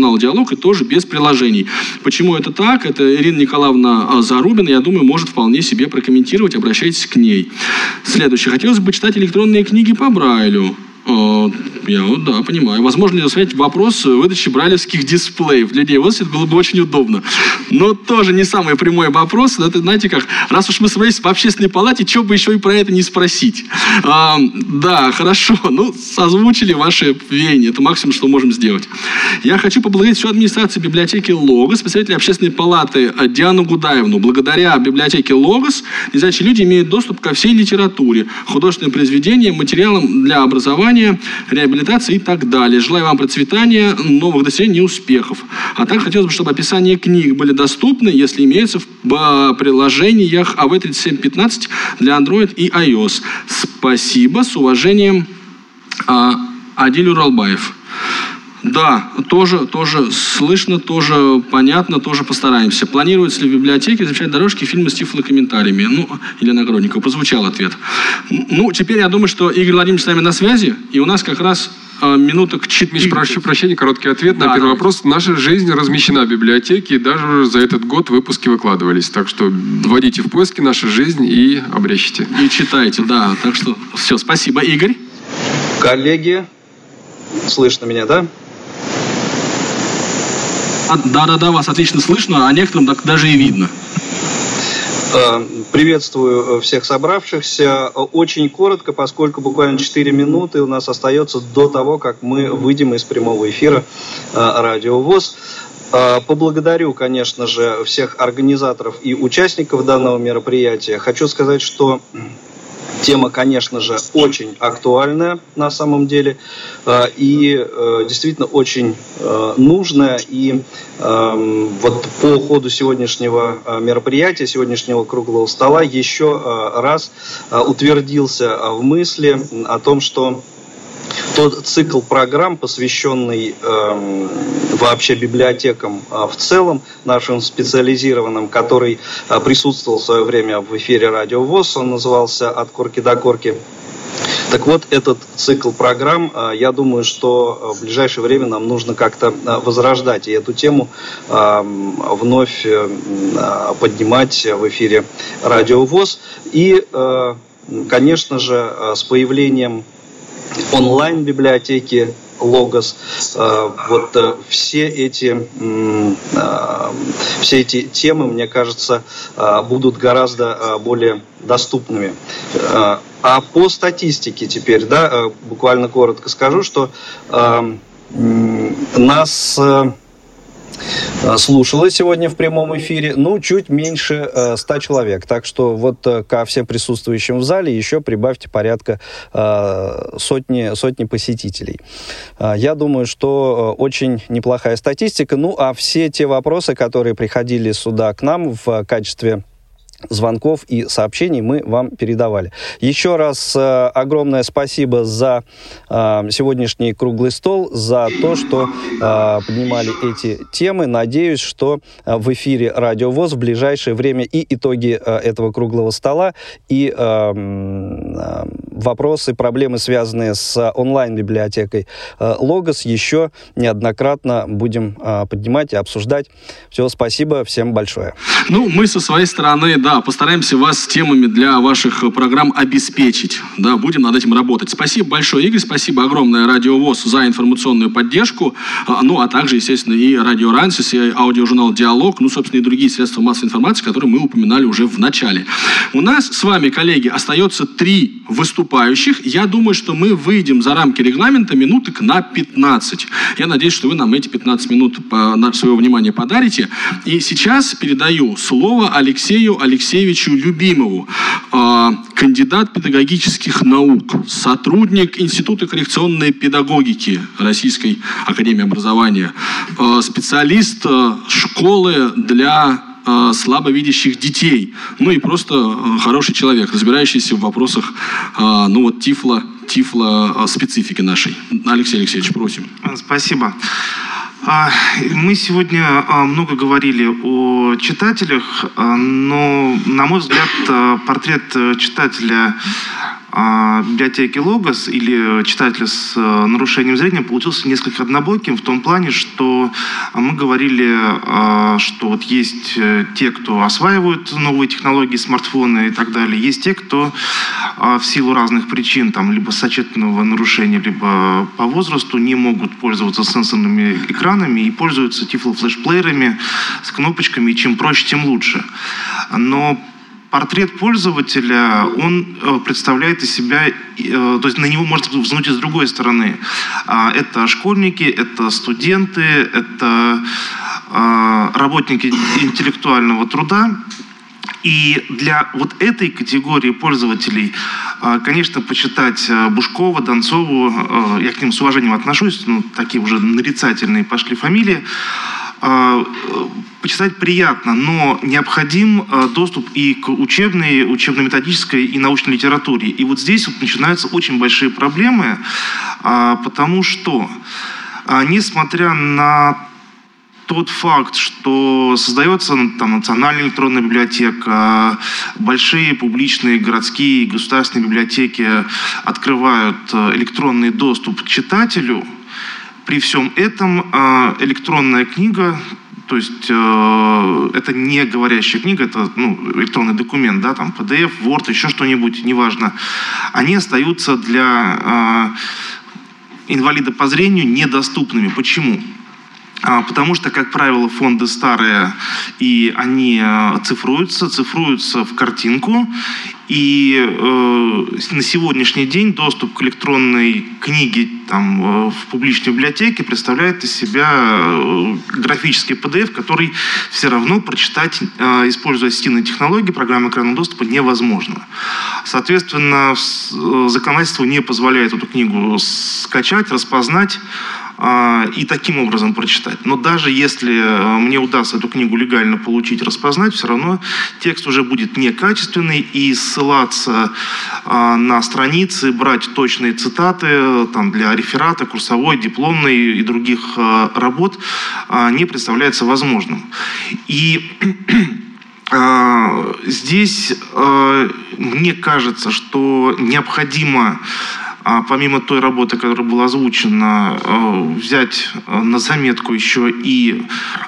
аудиожурнала «Диалог» и тоже без приложений. Почему это так? Это Ирина Николаевна Зарубина, я думаю, может вполне себе прокомментировать. Обращайтесь к ней. Следующее. Хотелось бы читать электронные книги по Брайлю. Я понимаю. Возможно ли рассмотреть вопрос выдачи брайлевских дисплеев для людей? Вот это было бы очень удобно. Но тоже не самый прямой вопрос. Это, знаете как, раз уж мы собрались в общественной палате, что бы еще и про это не спросить. Да, хорошо. Озвучили ваши веяния. Это максимум, что можем сделать. Я хочу поблагодарить всю администрацию библиотеки «Логос», представителей общественной палаты Диану Гудаевну. Благодаря библиотеке «Логос» незрячие люди имеют доступ ко всей литературе, художественным произведениям, материалам для образования, реабилитации и так далее. Желаю вам процветания, новых достижений и успехов. А также хотелось бы, чтобы описания книг были доступны, если имеются в приложениях AV3715 для Android и iOS. Спасибо. С уважением, Адиль Уралбаев. Да, тоже слышно, тоже понятно, тоже постараемся. Планируется ли в библиотеке размещать дорожки и фильмы с тифлокомментариями? Елена Огородникова, прозвучал ответ. Теперь я думаю, что Игорь Владимирович с нами на связи, и у нас как раз минуток 4. Миш, прошу прощения, короткий ответ на первый вопрос. Наша жизнь размещена в библиотеке, и даже за этот год выпуски выкладывались. Так что вводите в поиски «Наша жизнь» и обрящите. И читайте, да. Так что все, спасибо. Игорь? Коллеги, слышно меня, да? Да, вас отлично слышно, а некоторым даже и видно. Приветствую всех собравшихся. Очень коротко, поскольку буквально 4 минуты у нас остается до того, как мы выйдем из прямого эфира Радио ВОС. Поблагодарю, конечно же, всех организаторов и участников данного мероприятия. Хочу сказать, что тема, конечно же, очень актуальная на самом деле и действительно очень нужная. И вот по ходу сегодняшнего мероприятия, сегодняшнего круглого стола еще раз утвердился в мысли о том, что тот цикл программ, посвященный вообще библиотекам в целом, нашим специализированным, который присутствовал в свое время в эфире Радио ВОС, он назывался «От корки до корки». Так вот, этот цикл программ, я думаю, что в ближайшее время нам нужно как-то возрождать и эту тему вновь поднимать в эфире Радио ВОС. И, конечно же, с появлением онлайн-библиотеки Логос, все эти темы, мне кажется, будут гораздо более доступными. А по статистике теперь, буквально коротко скажу, что нас слушало сегодня в прямом эфире, чуть меньше 100 человек. Так что вот ко всем присутствующим в зале еще прибавьте порядка сотни посетителей. Я думаю, что очень неплохая статистика. А все те вопросы, которые приходили сюда к нам в качестве звонков и сообщений, мы вам передавали. Еще раз огромное спасибо за сегодняшний круглый стол, за то, что поднимали эти темы. Надеюсь, что в эфире Радио ВОС в ближайшее время и итоги этого круглого стола, и вопросы, проблемы, связанные с онлайн-библиотекой Логос, еще неоднократно будем поднимать и обсуждать. Все, спасибо, всем большое. Мы со своей стороны, постараемся вас темами для ваших программ обеспечить. Будем над этим работать. Спасибо большое, Игорь. Спасибо огромное Радио ВОС за информационную поддержку. А также, естественно, и Радио Рансис, и аудиожурнал «Диалог», собственно, и другие средства массовой информации, которые мы упоминали уже в начале. У нас с вами, коллеги, остается 3 выступающих. Я думаю, что мы выйдем за рамки регламента минуток на 15. Я надеюсь, что вы нам эти 15 минут своего внимания подарите. И сейчас передаю слово Алексею Алексеевичу Любимову, кандидат педагогических наук, сотрудник Института коррекционной педагогики Российской академии образования, специалист школы для слабовидящих детей, и просто хороший человек, разбирающийся в вопросах тифло-специфики нашей. Алексей Алексеевич, просим. Спасибо. Мы сегодня много говорили о читателях, но, на мой взгляд, портрет читателя библиотеки Логос или читателя с нарушением зрения получился несколько однобоким в том плане, что мы говорили, что вот есть те, кто осваивают новые технологии, смартфоны и так далее, есть те, кто в силу разных причин, там, либо сочетанного нарушения, либо по возрасту не могут пользоваться сенсорными экранами и пользуются тифлофлешплеерами с кнопочками, и чем проще, тем лучше. Но портрет пользователя, он представляет из себя, то есть на него можно взглянуть и с другой стороны. Это школьники, это студенты, это работники интеллектуального труда. И для вот этой категории пользователей, конечно, почитать Бушкова, Донцову, я к ним с уважением отношусь, ну, такие уже нарицательные пошли фамилии, почитать приятно, но необходим доступ и к учебно-методической и научной литературе. И вот здесь вот начинаются очень большие проблемы, потому что, несмотря на тот факт, что создается там национальная электронная библиотека, большие публичные городские и государственные библиотеки открывают электронный доступ к читателю, при всем этом электронная книга, то есть это не говорящая книга, это электронный документ, да, там PDF, Word, еще что-нибудь, неважно, они остаются для инвалида по зрению недоступными. Почему? Потому что, как правило, фонды старые, и они цифруются в картинку, и на сегодняшний день доступ к электронной книге там, в публичной библиотеке представляет из себя графический PDF, который все равно прочитать, используя стильные технологии, программы экранного доступа, невозможно. Соответственно, законодательство не позволяет эту книгу скачать, распознать и таким образом прочитать. Но даже если мне удастся эту книгу легально получить, распознать, все равно текст уже будет некачественный, и ссылаться на страницы, брать точные цитаты там, для реферата, курсовой, дипломной и других работ не представляется возможным. И здесь мне кажется, что необходимо, помимо той работы, которая была озвучена, взять на заметку еще и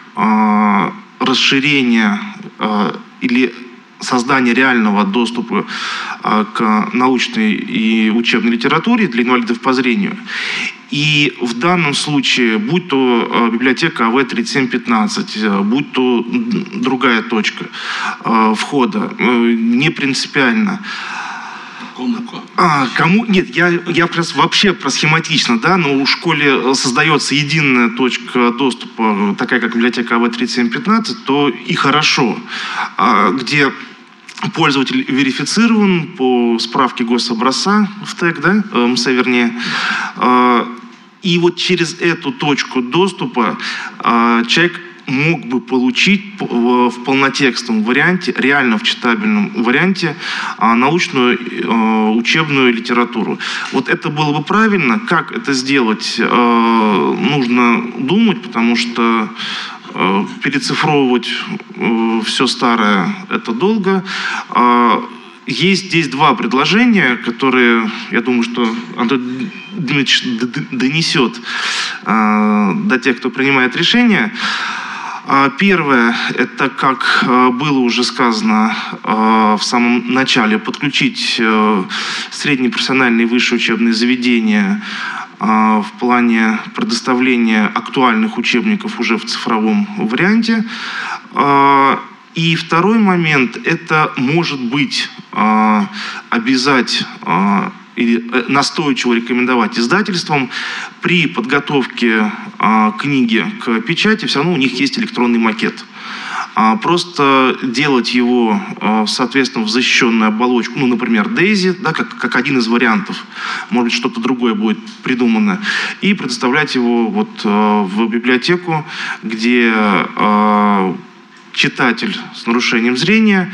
расширение или создание реального доступа к научной и учебной литературе для инвалидов по зрению. И в данном случае, будь то библиотека АВ-3715, будь то другая точка входа, не принципиально. Нет, я вообще про схематично, да, но в школе создается единая точка доступа, такая как библиотека АВ-3715, то и хорошо, где пользователь верифицирован по справке гособразца в ТЭК, да, МС вернее, и вот через эту точку доступа человек мог бы получить в полнотекстовом варианте, реально в читабельном варианте научную учебную литературу. Вот это было бы правильно. Как это сделать, нужно думать, потому что перецифровывать все старое – это долго. Есть здесь два предложения, которые, я думаю, что Антон Дмитриевич донесет до тех, кто принимает решение. Первое, это, как было уже сказано в самом начале, подключить средние профессиональные и высшие учебные заведения в плане предоставления актуальных учебников уже в цифровом варианте. И второй момент, это может быть обязать или настойчиво рекомендовать издательствам при подготовке книги к печати, все равно у них есть электронный макет. Просто делать его, соответственно, в защищенную оболочку, например, Daisy, да, как один из вариантов, может быть, что-то другое будет придумано, и предоставлять его вот в библиотеку, где читатель с нарушением зрения,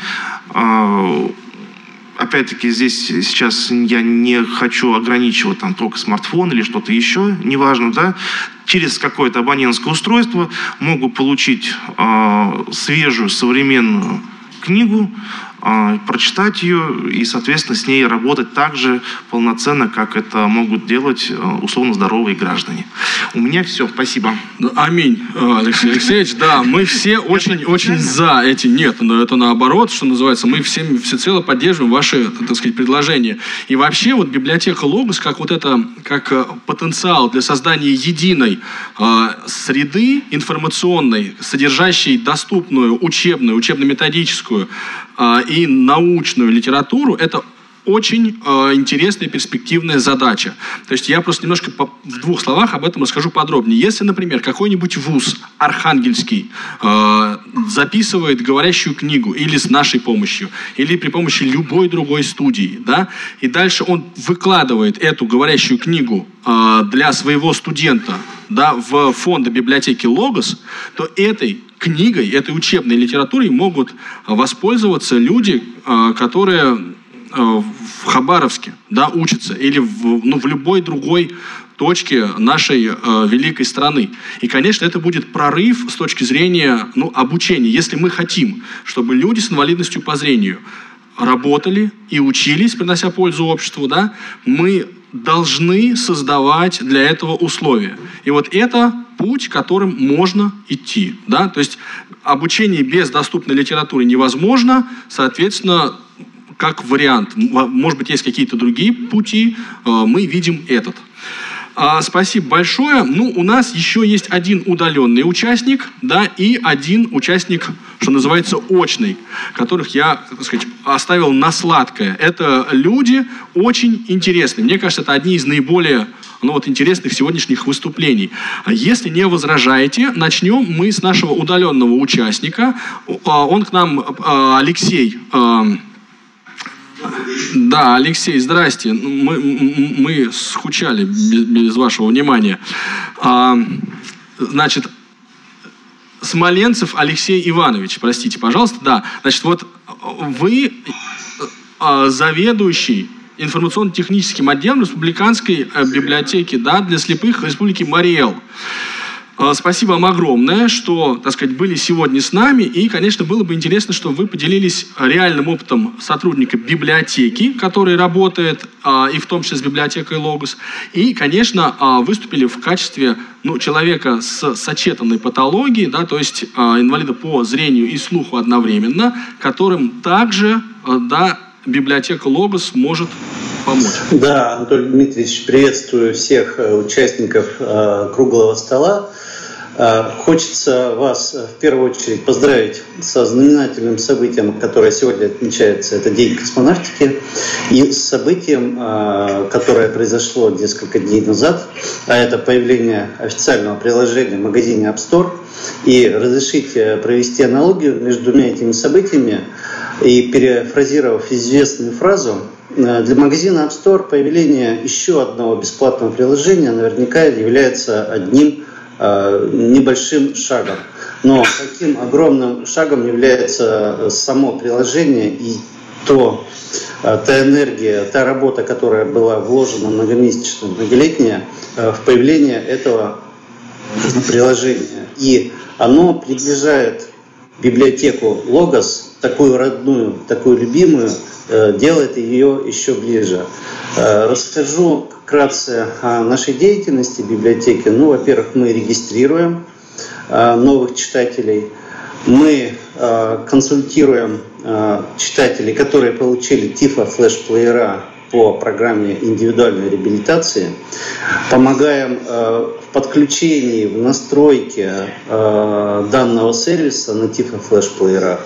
опять-таки, здесь сейчас я не хочу ограничивать там только смартфон или что-то еще, неважно, да, через какое-то абонентское устройство могут получить свежую, современную книгу прочитать ее и, соответственно, с ней работать так же полноценно, как это могут делать условно здоровые граждане. У меня все. Спасибо. Аминь, Алексей Алексеевич. Да, мы все очень за эти. Нет, это наоборот, что называется. Мы всецело поддерживаем ваши, так сказать, предложения. И вообще вот библиотека Логос как потенциал для создания единой среды информационной, содержащей доступную учебно-методическую и научную литературу, это очень интересная перспективная задача. То есть я просто немножко в двух словах об этом расскажу подробнее. Если, например, какой-нибудь вуз архангельский записывает говорящую книгу или с нашей помощью, или при помощи любой другой студии, да, и дальше он выкладывает эту говорящую книгу для своего студента, да, в фонды библиотеки Логос, то этой книгой, этой учебной литературой могут воспользоваться люди, которые в Хабаровске, да, учатся, или в любой другой точке нашей великой страны. И, конечно, это будет прорыв с точки зрения обучения. Если мы хотим, чтобы люди с инвалидностью по зрению работали и учились, принося пользу обществу, да, мы должны создавать для этого условия. И вот это путь, которым можно идти. Да? То есть обучение без доступной литературы невозможно, соответственно, как вариант. Может быть, есть какие-то другие пути, мы видим этот. Спасибо большое. У нас еще есть один удаленный участник, да, и один участник, что называется, очный, которых я, так сказать, оставил на сладкое. Это люди очень интересные. Мне кажется, это одни из наиболее интересных сегодняшних выступлений. Если не возражаете, начнем мы с нашего удаленного участника. Он к нам, Алексей. Да, Алексей, здрасте. Мы скучали без вашего внимания. Значит, Смоленцев Алексей Иванович, простите, пожалуйста. Да, значит, вот вы заведующий информационно-техническим отделом Республиканской библиотеки, да, для слепых Республики Марий-Эл. Спасибо вам огромное, что, так сказать, были сегодня с нами. И, конечно, было бы интересно, чтобы вы поделились реальным опытом сотрудника библиотеки, который работает, и в том числе с библиотекой Логос. И, конечно, выступили в качестве человека с сочетанной патологией, да, то есть инвалида по зрению и слуху одновременно, которым также, да, библиотека Логос может помочь. Да, Анатолий Дмитриевич, приветствую всех участников круглого стола. Хочется вас в первую очередь поздравить со знаменательным событием, которое сегодня отмечается, это День космонавтики, и с событием, которое произошло несколько дней назад, а это появление официального приложения в магазине App Store. И разрешите провести аналогию между двумя этими событиями и, перефразировав известную фразу, для магазина App Store появление еще одного бесплатного приложения наверняка является одним небольшим шагом. Но каким огромным шагом является само приложение и та энергия, та работа, которая была вложена многомесячная, многолетняя в появление этого приложения. И оно приближает библиотеку Логос, такую родную, такую любимую, делает ее еще ближе. Расскажу вкратце о нашей деятельности библиотеки. Во-первых, мы регистрируем новых читателей. Мы консультируем читателей, которые получили тифло-флеш-плеера по программе индивидуальной реабилитации. Помогаем в подключении, в настройке данного сервиса на тифло-флеш-плеерах.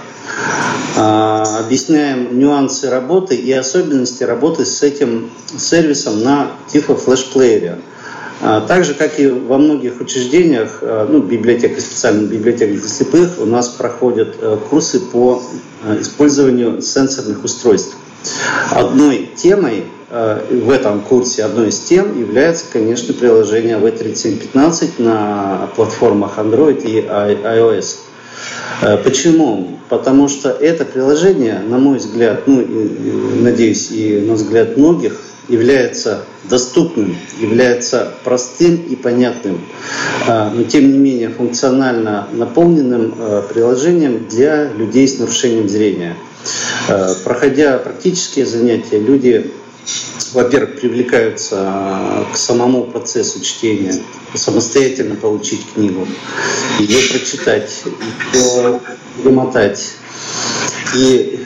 Объясняем нюансы работы и особенности работы с этим сервисом на тифло-флеш-плеере. Так же, как и во многих учреждениях, библиотека, специальная библиотека для слепых, у нас проходят курсы по использованию сенсорных устройств. Одной темой в этом курсе, одной из тем является, конечно, приложение V3715 на платформах Android и iOS. Почему? Потому что это приложение, на мой взгляд, надеюсь, и на взгляд многих, является доступным, является простым и понятным, но тем не менее функционально наполненным приложением для людей с нарушением зрения. Проходя практические занятия, люди, во-первых, привлекаются к самому процессу чтения, самостоятельно получить книгу, ее прочитать, ее перемотать и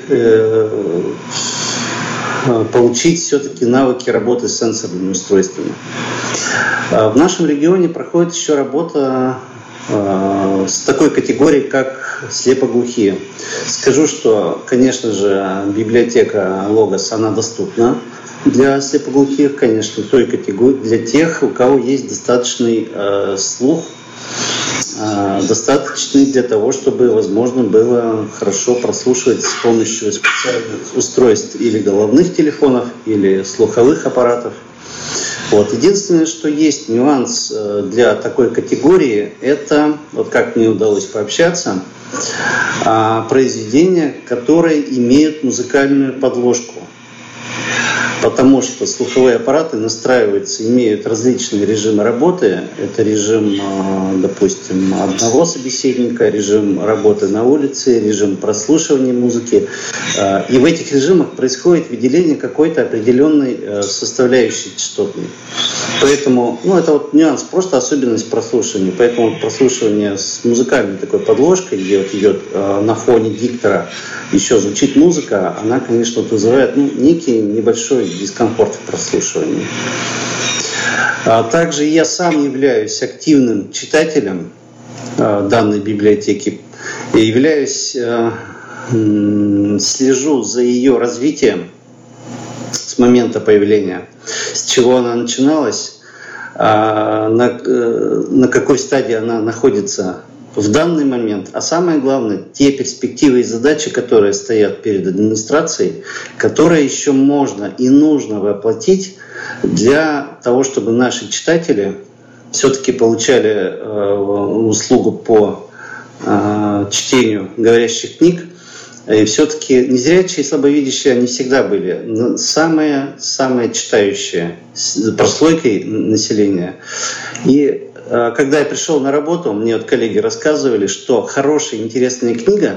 получить все-таки навыки работы с сенсорными устройствами. В нашем регионе проходит еще работа с такой категорией, как слепоглухие. Скажу, что, конечно же, библиотека Логос, она доступна для слепоглухих, конечно, той категории, для тех, у кого есть достаточный слух, достаточный для того, чтобы возможно было хорошо прослушивать с помощью специальных устройств или головных телефонов, или слуховых аппаратов. Вот. Единственное, что есть нюанс для такой категории, это, вот как мне удалось пообщаться, произведения, которые имеют музыкальную подложку. Потому что слуховые аппараты настраиваются, имеют различные режимы работы. Это режим, допустим, одного собеседника, режим работы на улице, режим прослушивания музыки. И в этих режимах происходит выделение какой-то определенной составляющей частотной. Поэтому, это вот нюанс, просто особенность прослушивания. Поэтому прослушивание с музыкальной такой подложкой, где вот идет на фоне диктора еще звучит музыка, она, конечно, вызывает некий небольшой дискомфорт в прослушивании. Также я сам являюсь активным читателем данной библиотеки и слежу за ее развитием с момента появления, с чего она начиналась, на какой стадии она находится в данный момент, а самое главное, те перспективы и задачи, которые стоят перед администрацией, которые еще можно и нужно воплотить для того, чтобы наши читатели все-таки получали услугу по чтению говорящих книг. И все-таки незрячие и слабовидящие, они всегда были самые читающие прослойкой населения. И когда я пришел на работу, мне вот коллеги рассказывали, что хорошая, интересная книга,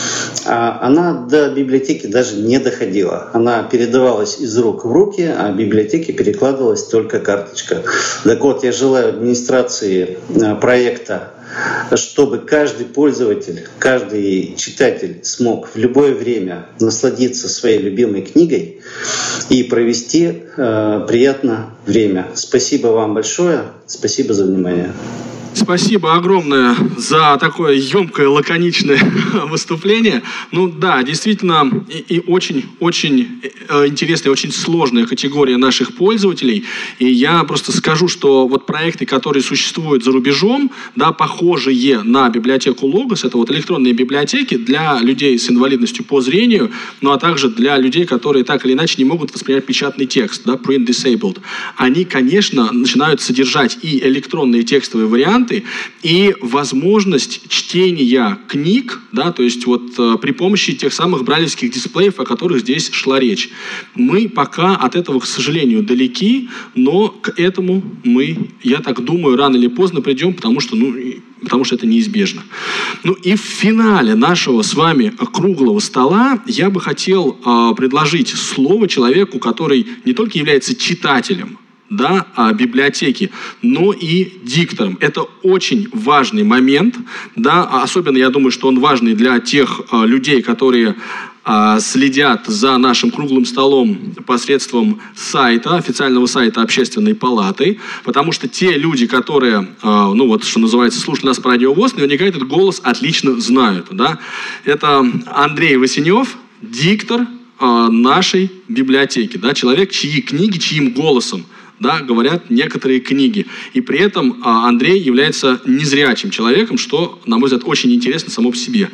она до библиотеки даже не доходила. Она передавалась из рук в руки, а в библиотеке перекладывалась только карточка. Так вот, я желаю администрации проекта, чтобы каждый пользователь, каждый читатель смог в любое время насладиться своей любимой книгой и провести приятно время. Спасибо вам большое, спасибо за внимание. Спасибо огромное за такое емкое, лаконичное выступление. Да, действительно, и очень интересная, очень сложная категория наших пользователей. И я просто скажу, что вот проекты, которые существуют за рубежом, да, похожие на библиотеку Логос, это вот электронные библиотеки для людей с инвалидностью по зрению, а также для людей, которые так или иначе не могут воспринять печатный текст, да, print disabled. Они, конечно, начинают содержать и электронные текстовые варианты, и возможность чтения книг, да, то есть вот при помощи тех самых брайлевских дисплеев, о которых здесь шла речь. Мы пока от этого, к сожалению, далеки, но к этому мы, я так думаю, рано или поздно придем, потому что это неизбежно. И в финале нашего с вами круглого стола я бы хотел предложить слово человеку, который не только является читателем, да, библиотеки, но и диктором. Это очень важный момент, да, особенно я думаю, что он важный для тех людей, которые следят за нашим круглым столом посредством сайта, официального сайта Общественной палаты, потому что те люди, которые, что называется, слушают нас по Радио ВОС, наверняка этот голос отлично знают, да. Это Андрей Васенев, диктор нашей библиотеки, да, человек, чьи книги, чьим голосом, да, говорят некоторые книги. И при этом Андрей является незрячим человеком, что, на мой взгляд, очень интересно само по себе.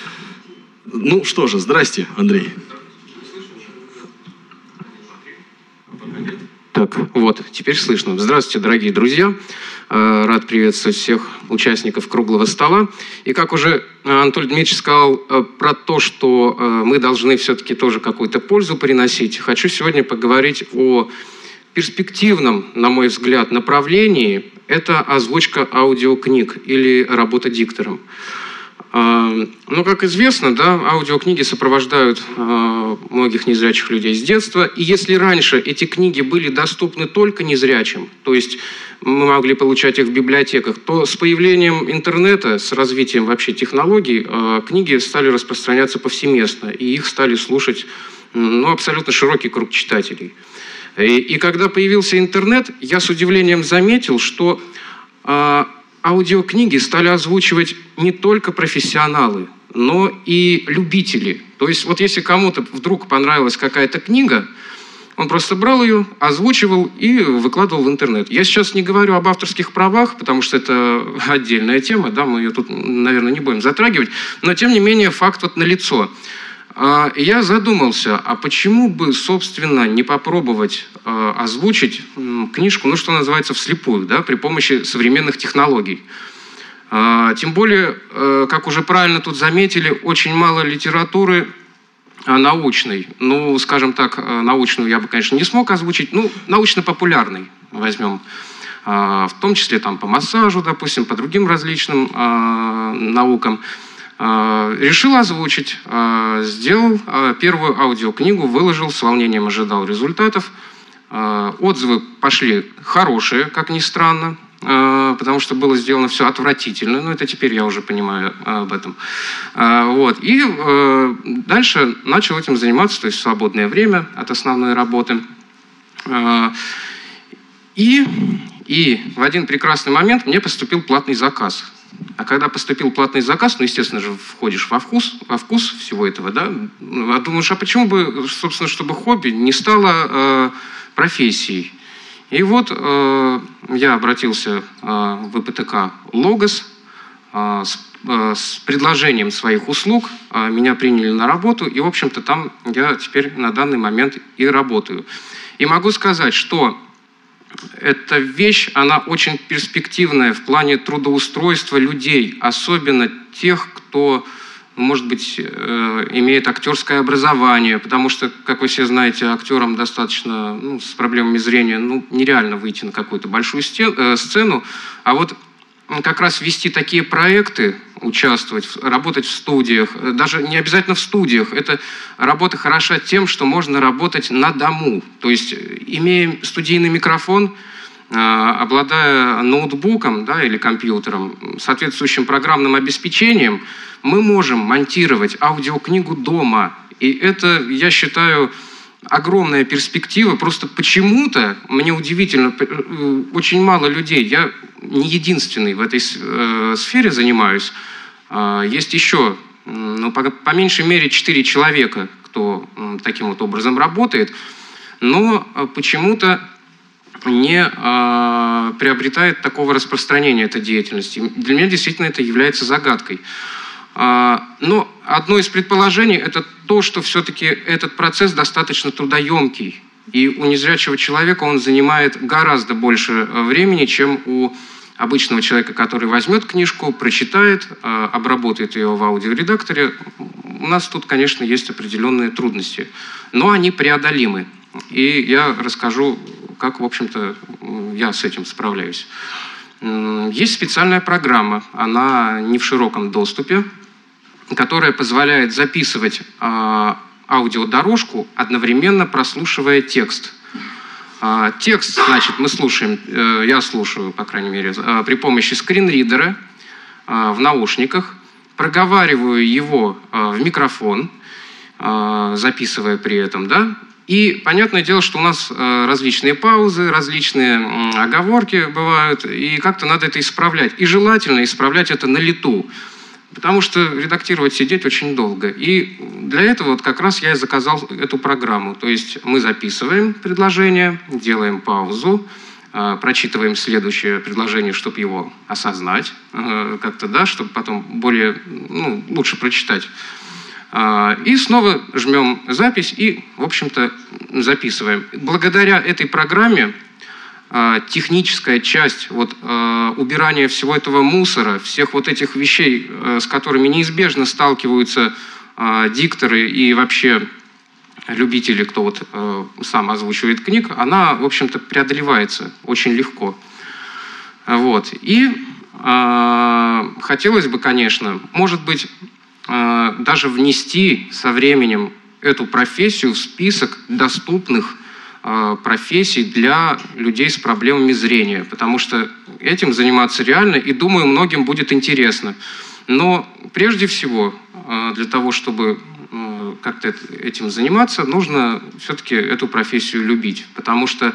Что же, здрасте, Андрей. Так, вот, теперь слышно. Здравствуйте, дорогие друзья. Рад приветствовать всех участников круглого стола. И как уже Анатолий Дмитриевич сказал про то, что мы должны все-таки тоже какую-то пользу приносить, хочу сегодня поговорить о перспективном, на мой взгляд, направлении. Это озвучка аудиокниг или работа диктором. Ну, как известно, да, аудиокниги сопровождают многих незрячих людей с детства. И если раньше эти книги были доступны только незрячим, то есть мы могли получать их в библиотеках, то с появлением интернета, с развитием вообще технологий, книги стали распространяться повсеместно, и их стали слушать абсолютно широкий круг читателей. И когда появился интернет, я с удивлением заметил, что аудиокниги стали озвучивать не только профессионалы, но и любители. То есть вот если кому-то вдруг понравилась какая-то книга, он просто брал ее, озвучивал и выкладывал в интернет. Я сейчас не говорю об авторских правах, потому что это отдельная тема, да, мы ее тут, наверное, не будем затрагивать, но тем не менее факт вот налицо. Я задумался, а почему бы, собственно, не попробовать озвучить книжку, что называется, вслепую, да, при помощи современных технологий. Тем более, как уже правильно тут заметили, очень мало литературы научной. Скажем так, научную я бы, конечно, не смог озвучить, научно-популярной возьмем. В том числе там по массажу, допустим, по другим различным наукам. Решил озвучить, сделал первую аудиокнигу, выложил, с волнением ожидал результатов. Отзывы пошли хорошие, как ни странно, потому что было сделано все отвратительно, но это теперь я уже понимаю об этом. И дальше начал этим заниматься, то есть в свободное время от основной работы. И в один прекрасный момент мне поступил платный заказ. А когда поступил платный заказ, естественно же, входишь во вкус всего этого, да, думаешь, а почему бы, собственно, чтобы хобби не стало профессией? И вот я обратился в ИПТК «Логос» с предложением своих услуг, меня приняли на работу, и, в общем-то, там я теперь на данный момент и работаю. И могу сказать, что эта вещь, она очень перспективная в плане трудоустройства людей, особенно тех, кто, может быть, имеет актерское образование, потому что, как вы все знаете, актерам достаточно, с проблемами зрения, нереально выйти на какую-то большую сцену, а вот как раз вести такие проекты, участвовать, работать в студиях, даже не обязательно в студиях, эта работа хороша тем, что можно работать на дому. То есть, имея студийный микрофон, обладая ноутбуком, да, или компьютером, соответствующим программным обеспечением, мы можем монтировать аудиокнигу дома. И это, я считаю, огромная перспектива. Просто почему-то, мне удивительно, очень мало людей. Я не единственный в этой сфере занимаюсь. Есть еще, по меньшей мере, 4 человека, кто таким вот образом работает, но почему-то не приобретает такого распространения этой деятельности. Для меня действительно это является загадкой. Но одно из предположений – это то, что все-таки этот процесс достаточно трудоемкий. И у незрячего человека он занимает гораздо больше времени, чем у обычного человека, который возьмет книжку, прочитает, обработает ее в аудиоредакторе. У нас тут, конечно, есть определенные трудности, но они преодолимы. И я расскажу, как, в общем-то, я с этим справляюсь. Есть специальная программа, она не в широком доступе, которая позволяет записывать аудиодорожку, одновременно прослушивая текст. Текст, значит, мы слушаем, я слушаю, по крайней мере, при помощи скринридера в наушниках, проговариваю его в микрофон, записывая при этом, да, и понятное дело, что у нас различные паузы, различные оговорки бывают, и как-то надо это исправлять. И желательно исправлять это на лету, потому что редактировать сидеть очень долго. И для этого вот как раз я и заказал эту программу. То есть мы записываем предложение, делаем паузу, прочитываем следующее предложение, чтобы его осознать как-то, да, чтобы потом более, лучше прочитать. И снова жмем запись и, в общем-то, записываем. Благодаря этой программе техническая часть, убирание всего этого мусора, всех вот этих вещей, с которыми неизбежно сталкиваются дикторы и вообще любители, кто сам озвучивает книг, она, в общем-то, преодолевается очень легко. И хотелось бы, конечно, может быть, даже внести со временем эту профессию в список доступных профессий для людей с проблемами зрения, потому что этим заниматься реально, и, думаю, многим будет интересно. Но прежде всего, для того, чтобы как-то этим заниматься, нужно все-таки эту профессию любить, потому что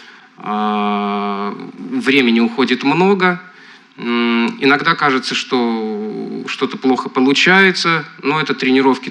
времени уходит много, иногда кажется, что что-то плохо получается, но это тренировки,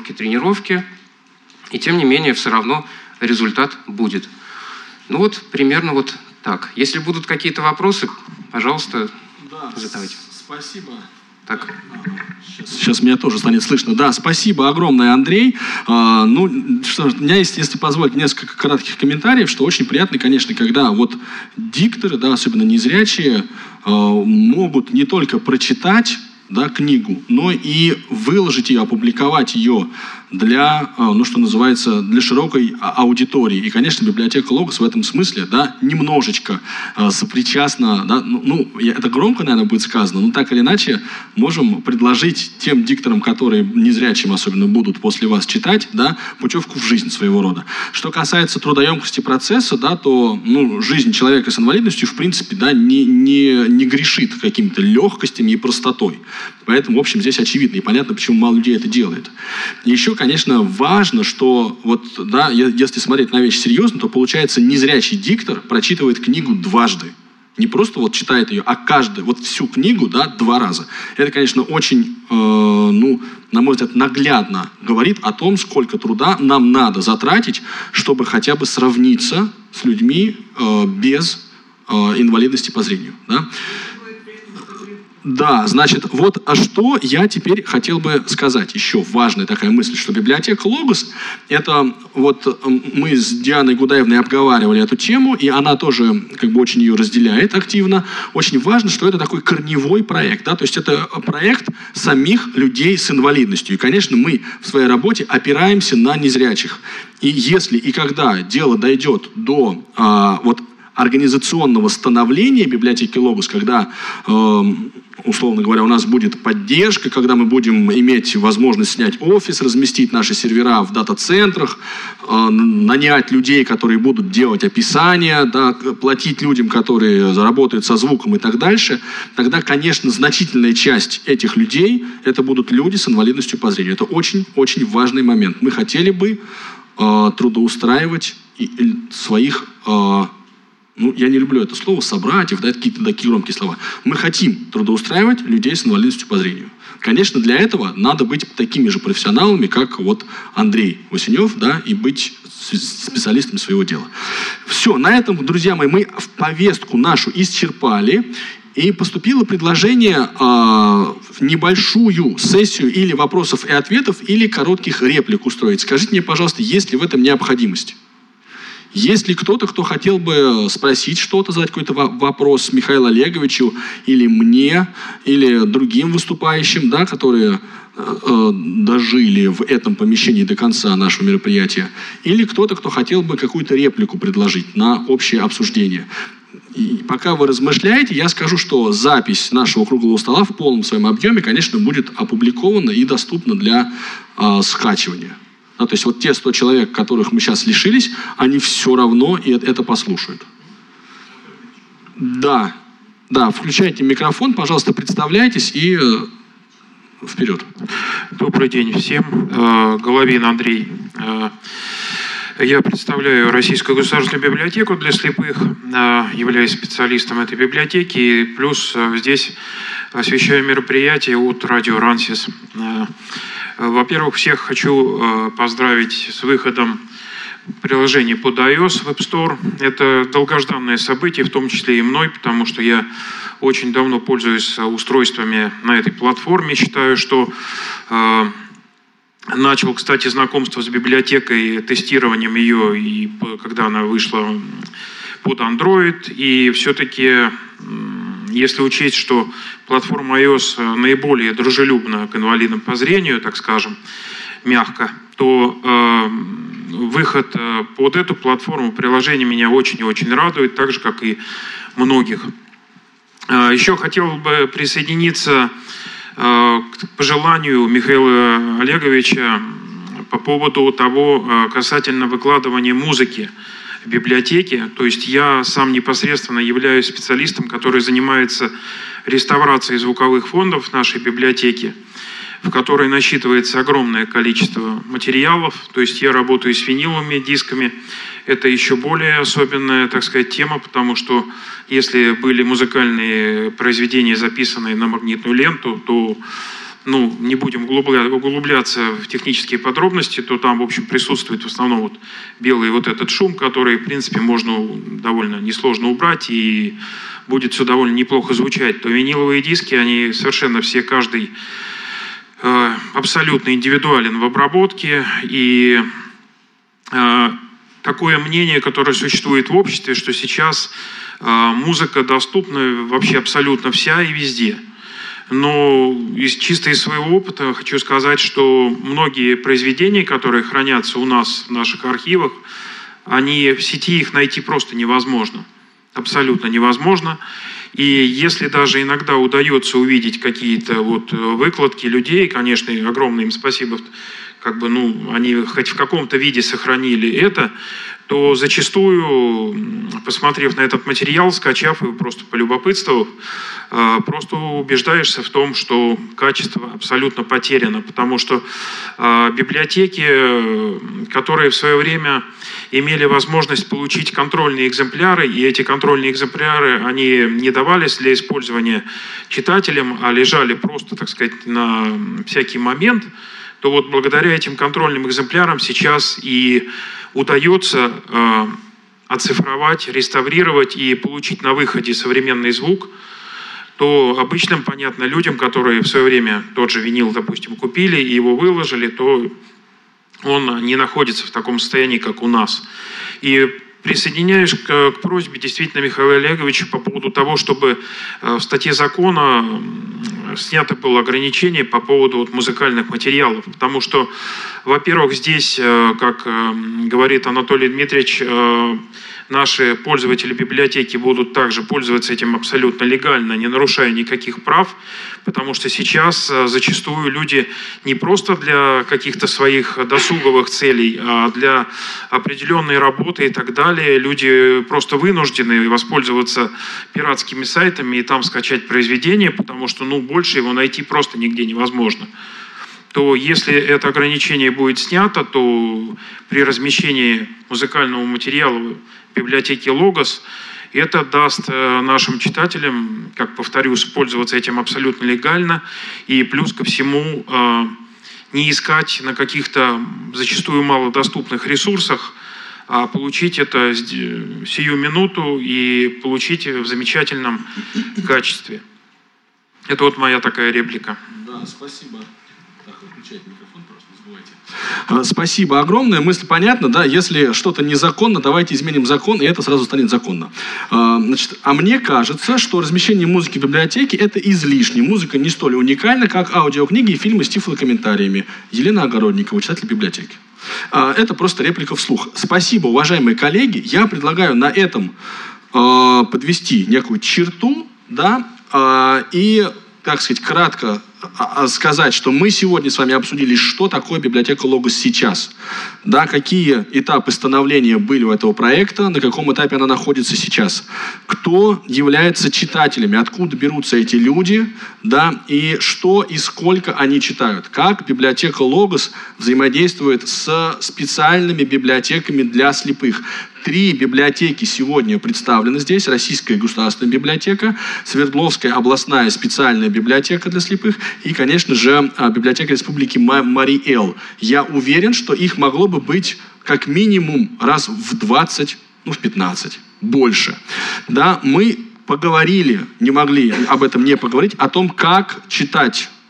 и тем не менее все равно результат будет. Примерно так. Если будут какие-то вопросы, пожалуйста, задавайте. Спасибо. Так. Сейчас меня тоже станет слышно. Да, спасибо огромное, Андрей. Что ж, у меня есть, если позволить, несколько кратких комментариев, что очень приятно, конечно, когда дикторы, особенно незрячие, могут не только прочитать книгу, но и выложить ее, опубликовать ее для, что называется, для широкой аудитории. И, конечно, библиотека Логос в этом смысле, немножечко сопричастна, это громко, наверное, будет сказано, но так или иначе можем предложить тем дикторам, которые незрячим особенно будут после вас читать, путевку в жизнь своего рода. Что касается трудоемкости процесса, то жизнь человека с инвалидностью, в принципе, не грешит какими-то легкостями и простотой. Поэтому, в общем, здесь очевидно и понятно, почему мало людей это делает. И еще, конечно, важно, что если смотреть на вещь серьезно, то получается, незрячий диктор прочитывает книгу дважды. Не просто читает ее, а всю книгу, 2 раза. Это, конечно, очень, на мой взгляд, наглядно говорит о том, сколько труда нам надо затратить, чтобы хотя бы сравниться с людьми без инвалидности по зрению. Да, значит, что я теперь хотел бы сказать. Еще важная такая мысль, что библиотека Логос, это мы с Дианой Гудаевной обговаривали эту тему, и она тоже очень ее разделяет активно. Очень важно, что это такой корневой проект, то есть это проект самих людей с инвалидностью. И, конечно, мы в своей работе опираемся на незрячих. И если и когда дело дойдет до организационного становления библиотеки Логос, когда, условно говоря, у нас будет поддержка, когда мы будем иметь возможность снять офис, разместить наши сервера в дата-центрах, нанять людей, которые будут делать описания, платить людям, которые работают со звуком и так дальше, тогда, конечно, значительная часть этих людей, это будут люди с инвалидностью по зрению. Это очень-очень важный момент. Мы хотели бы трудоустраивать своих... я не люблю это слово, собратьев, какие-то такие громкие слова. Мы хотим трудоустраивать людей с инвалидностью по зрению. Конечно, для этого надо быть такими же профессионалами, как Андрей Осенев, и быть специалистами своего дела. Все, на этом, друзья мои, мы в повестку нашу исчерпали. И поступило предложение в небольшую сессию или вопросов и ответов, или коротких реплик устроить. Скажите мне, пожалуйста, есть ли в этом необходимость? Есть ли кто-то, кто хотел бы спросить что-то, задать какой-то вопрос Михаилу Олеговичу или мне, или другим выступающим, которые дожили в этом помещении до конца нашего мероприятия, или кто-то, кто хотел бы какую-то реплику предложить на общее обсуждение. И пока вы размышляете, я скажу, что запись нашего круглого стола в полном своем объеме, конечно, будет опубликована и доступна для скачивания. То есть те 100 человек, которых мы сейчас лишились, они все равно это послушают. Да, включайте микрофон, пожалуйста, представляйтесь и вперед. Добрый день всем. Головин Андрей. Я представляю Российскую государственную библиотеку для слепых, являюсь специалистом этой библиотеки, и плюс здесь освещаю мероприятие от радио «Рансис». Во-первых, всех хочу поздравить с выходом приложения под iOS в App Store. Это долгожданное событие, в том числе и мной, потому что я очень давно пользуюсь устройствами на этой платформе. Считаю, что начал, кстати, знакомство с библиотекой, тестированием ее, и когда она вышла под Android, и все-таки, если учесть, что платформа iOS наиболее дружелюбна к инвалидам по зрению, так скажем, мягко, то выход под эту платформу приложения меня очень и очень радует, так же, как и многих. Еще хотел бы присоединиться к пожеланию Михаила Олеговича по поводу того, касательно выкладывания музыки в библиотеке. То есть я сам непосредственно являюсь специалистом, который занимается реставрацией звуковых фондов в нашей библиотеке, в которой насчитывается огромное количество материалов. То есть я работаю с виниловыми дисками. Это еще более особенная, так сказать, тема, потому что если были музыкальные произведения, записанные на магнитную ленту, то, не будем углубляться в технические подробности, то там, в общем, присутствует в основном вот белый вот этот шум, который, в принципе, можно довольно несложно убрать, и будет все довольно неплохо звучать. То виниловые диски, они совершенно все, каждый абсолютно индивидуален в обработке, и такое мнение, которое существует в обществе, что сейчас музыка доступна вообще абсолютно вся и везде. Но чисто из своего опыта хочу сказать, что многие произведения, которые хранятся у нас в наших архивах, в сети их найти просто невозможно. Абсолютно невозможно. И если даже иногда удается увидеть какие-то выкладки людей, конечно, огромное им спасибо, они хоть в каком-то виде сохранили это, то зачастую, посмотрев на этот материал, скачав его, просто полюбопытствовав, просто убеждаешься в том, что качество абсолютно потеряно, потому что библиотеки, которые в свое время имели возможность получить контрольные экземпляры, и эти контрольные экземпляры, они не давались для использования читателям, а лежали просто, так сказать, на всякий момент, то вот благодаря этим контрольным экземплярам сейчас и удается оцифровать, реставрировать и получить на выходе современный звук, то обычным, понятно, людям, которые в свое время тот же винил, допустим, купили и его выложили, то он не находится в таком состоянии, как у нас. И присоединяюсь к просьбе действительно Михаила Олеговича по поводу того, чтобы в статье закона снято было ограничение по поводу музыкальных материалов. Потому что, во-первых, здесь, как говорит Анатолий Дмитриевич, наши пользователи библиотеки будут также пользоваться этим абсолютно легально, не нарушая никаких прав, потому что сейчас зачастую люди не просто для каких-то своих досуговых целей, а для определенной работы и так далее, люди просто вынуждены воспользоваться пиратскими сайтами и там скачать произведение, потому что больше его найти просто нигде невозможно. То если это ограничение будет снято, то при размещении музыкального материала в библиотеке Логос это даст нашим читателям, как повторюсь, пользоваться этим абсолютно легально, и плюс ко всему не искать на каких-то зачастую малодоступных ресурсах, а получить это сию минуту и получить в замечательном качестве. Это моя такая реплика. Да, спасибо. Спасибо огромное. Мысль понятна, да? Если что-то незаконно, давайте изменим закон, и это сразу станет законно. А мне кажется, что размещение музыки в библиотеке – это излишне. Музыка не столь уникальна, как аудиокниги и фильмы с тифлокомментариями. Елена Огородникова, читатель библиотеки. Это просто реплика вслух. Спасибо, уважаемые коллеги. Я предлагаю на этом подвести некую черту, да, и, так сказать, кратко сказать, что мы сегодня с вами обсудили, что такое библиотека Логос сейчас. Да, какие этапы становления были у этого проекта, на каком этапе она находится сейчас. Кто является читателями, откуда берутся эти люди, да, и что и сколько они читают. Как библиотека Логос взаимодействует с специальными библиотеками для слепых. 3 библиотеки сегодня представлены здесь. Российская государственная библиотека, Свердловская областная специальная библиотека для слепых и, конечно же, библиотека Республики Мари-Эл. Я уверен, что их могло бы быть как минимум раз в 20, в 15, больше. Да, мы поговорили, не могли об этом не поговорить, о том, как читать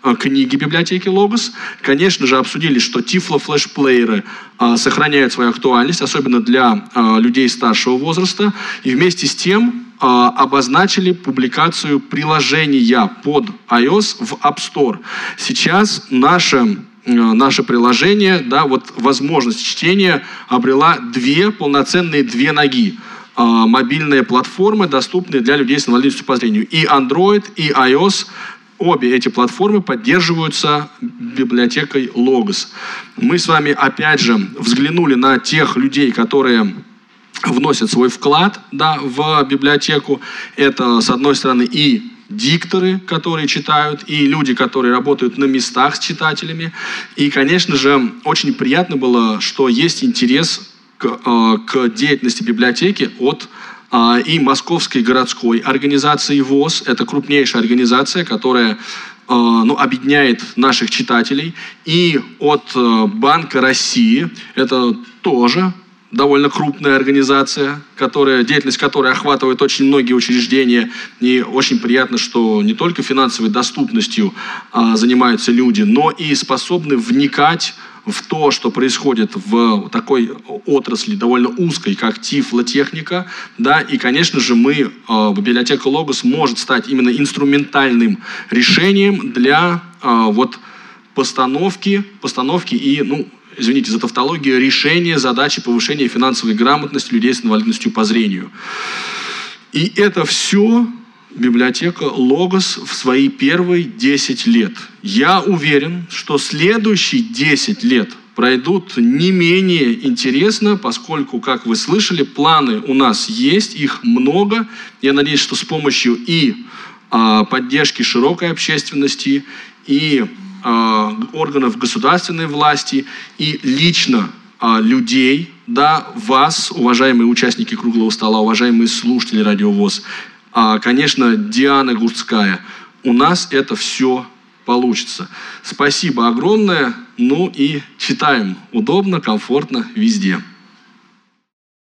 книги библиотеки Логос. Конечно же, обсудили, что тифло-флешплееры сохраняют свою актуальность, особенно для людей старшего возраста. И вместе с тем обозначили публикацию приложения под iOS в App Store. Сейчас наше приложение, да, вот возможность чтения обрела полноценные две ноги. Мобильные платформы, доступные для людей с инвалидностью по зрению. И Android, и iOS, обе эти платформы поддерживаются библиотекой Logos. Мы с вами, опять же, взглянули на тех людей, которые вносят свой вклад, да, в библиотеку. Это, с одной стороны, и дикторы, которые читают, и люди, которые работают на местах с читателями. И, конечно же, очень приятно было, что есть интерес к деятельности библиотеки от и Московской городской организации ВОС. Это крупнейшая организация, которая объединяет наших читателей. И от Банка России, это тоже довольно крупная организация, деятельность которой охватывает очень многие учреждения. И очень приятно, что не только финансовой доступностью занимаются люди, но и способны вникать в то, что происходит в такой отрасли довольно узкой, как тифлотехника, да, и, конечно же, библиотека Логос может стать именно инструментальным решением для постановки и, извините за тавтологию, решения задачи повышения финансовой грамотности людей с инвалидностью по зрению. И это все библиотека Логос в свои первые 10 лет. Я уверен, что следующие 10 лет пройдут не менее интересно, поскольку, как вы слышали, планы у нас есть, их много. Я надеюсь, что с помощью и поддержки широкой общественности, и органов государственной власти, и лично людей, да, вас, уважаемые участники круглого стола, уважаемые слушатели Радио ВОС, конечно, Диана Гурцкая, у нас это все получится. Спасибо огромное. И читаем удобно, комфортно, везде.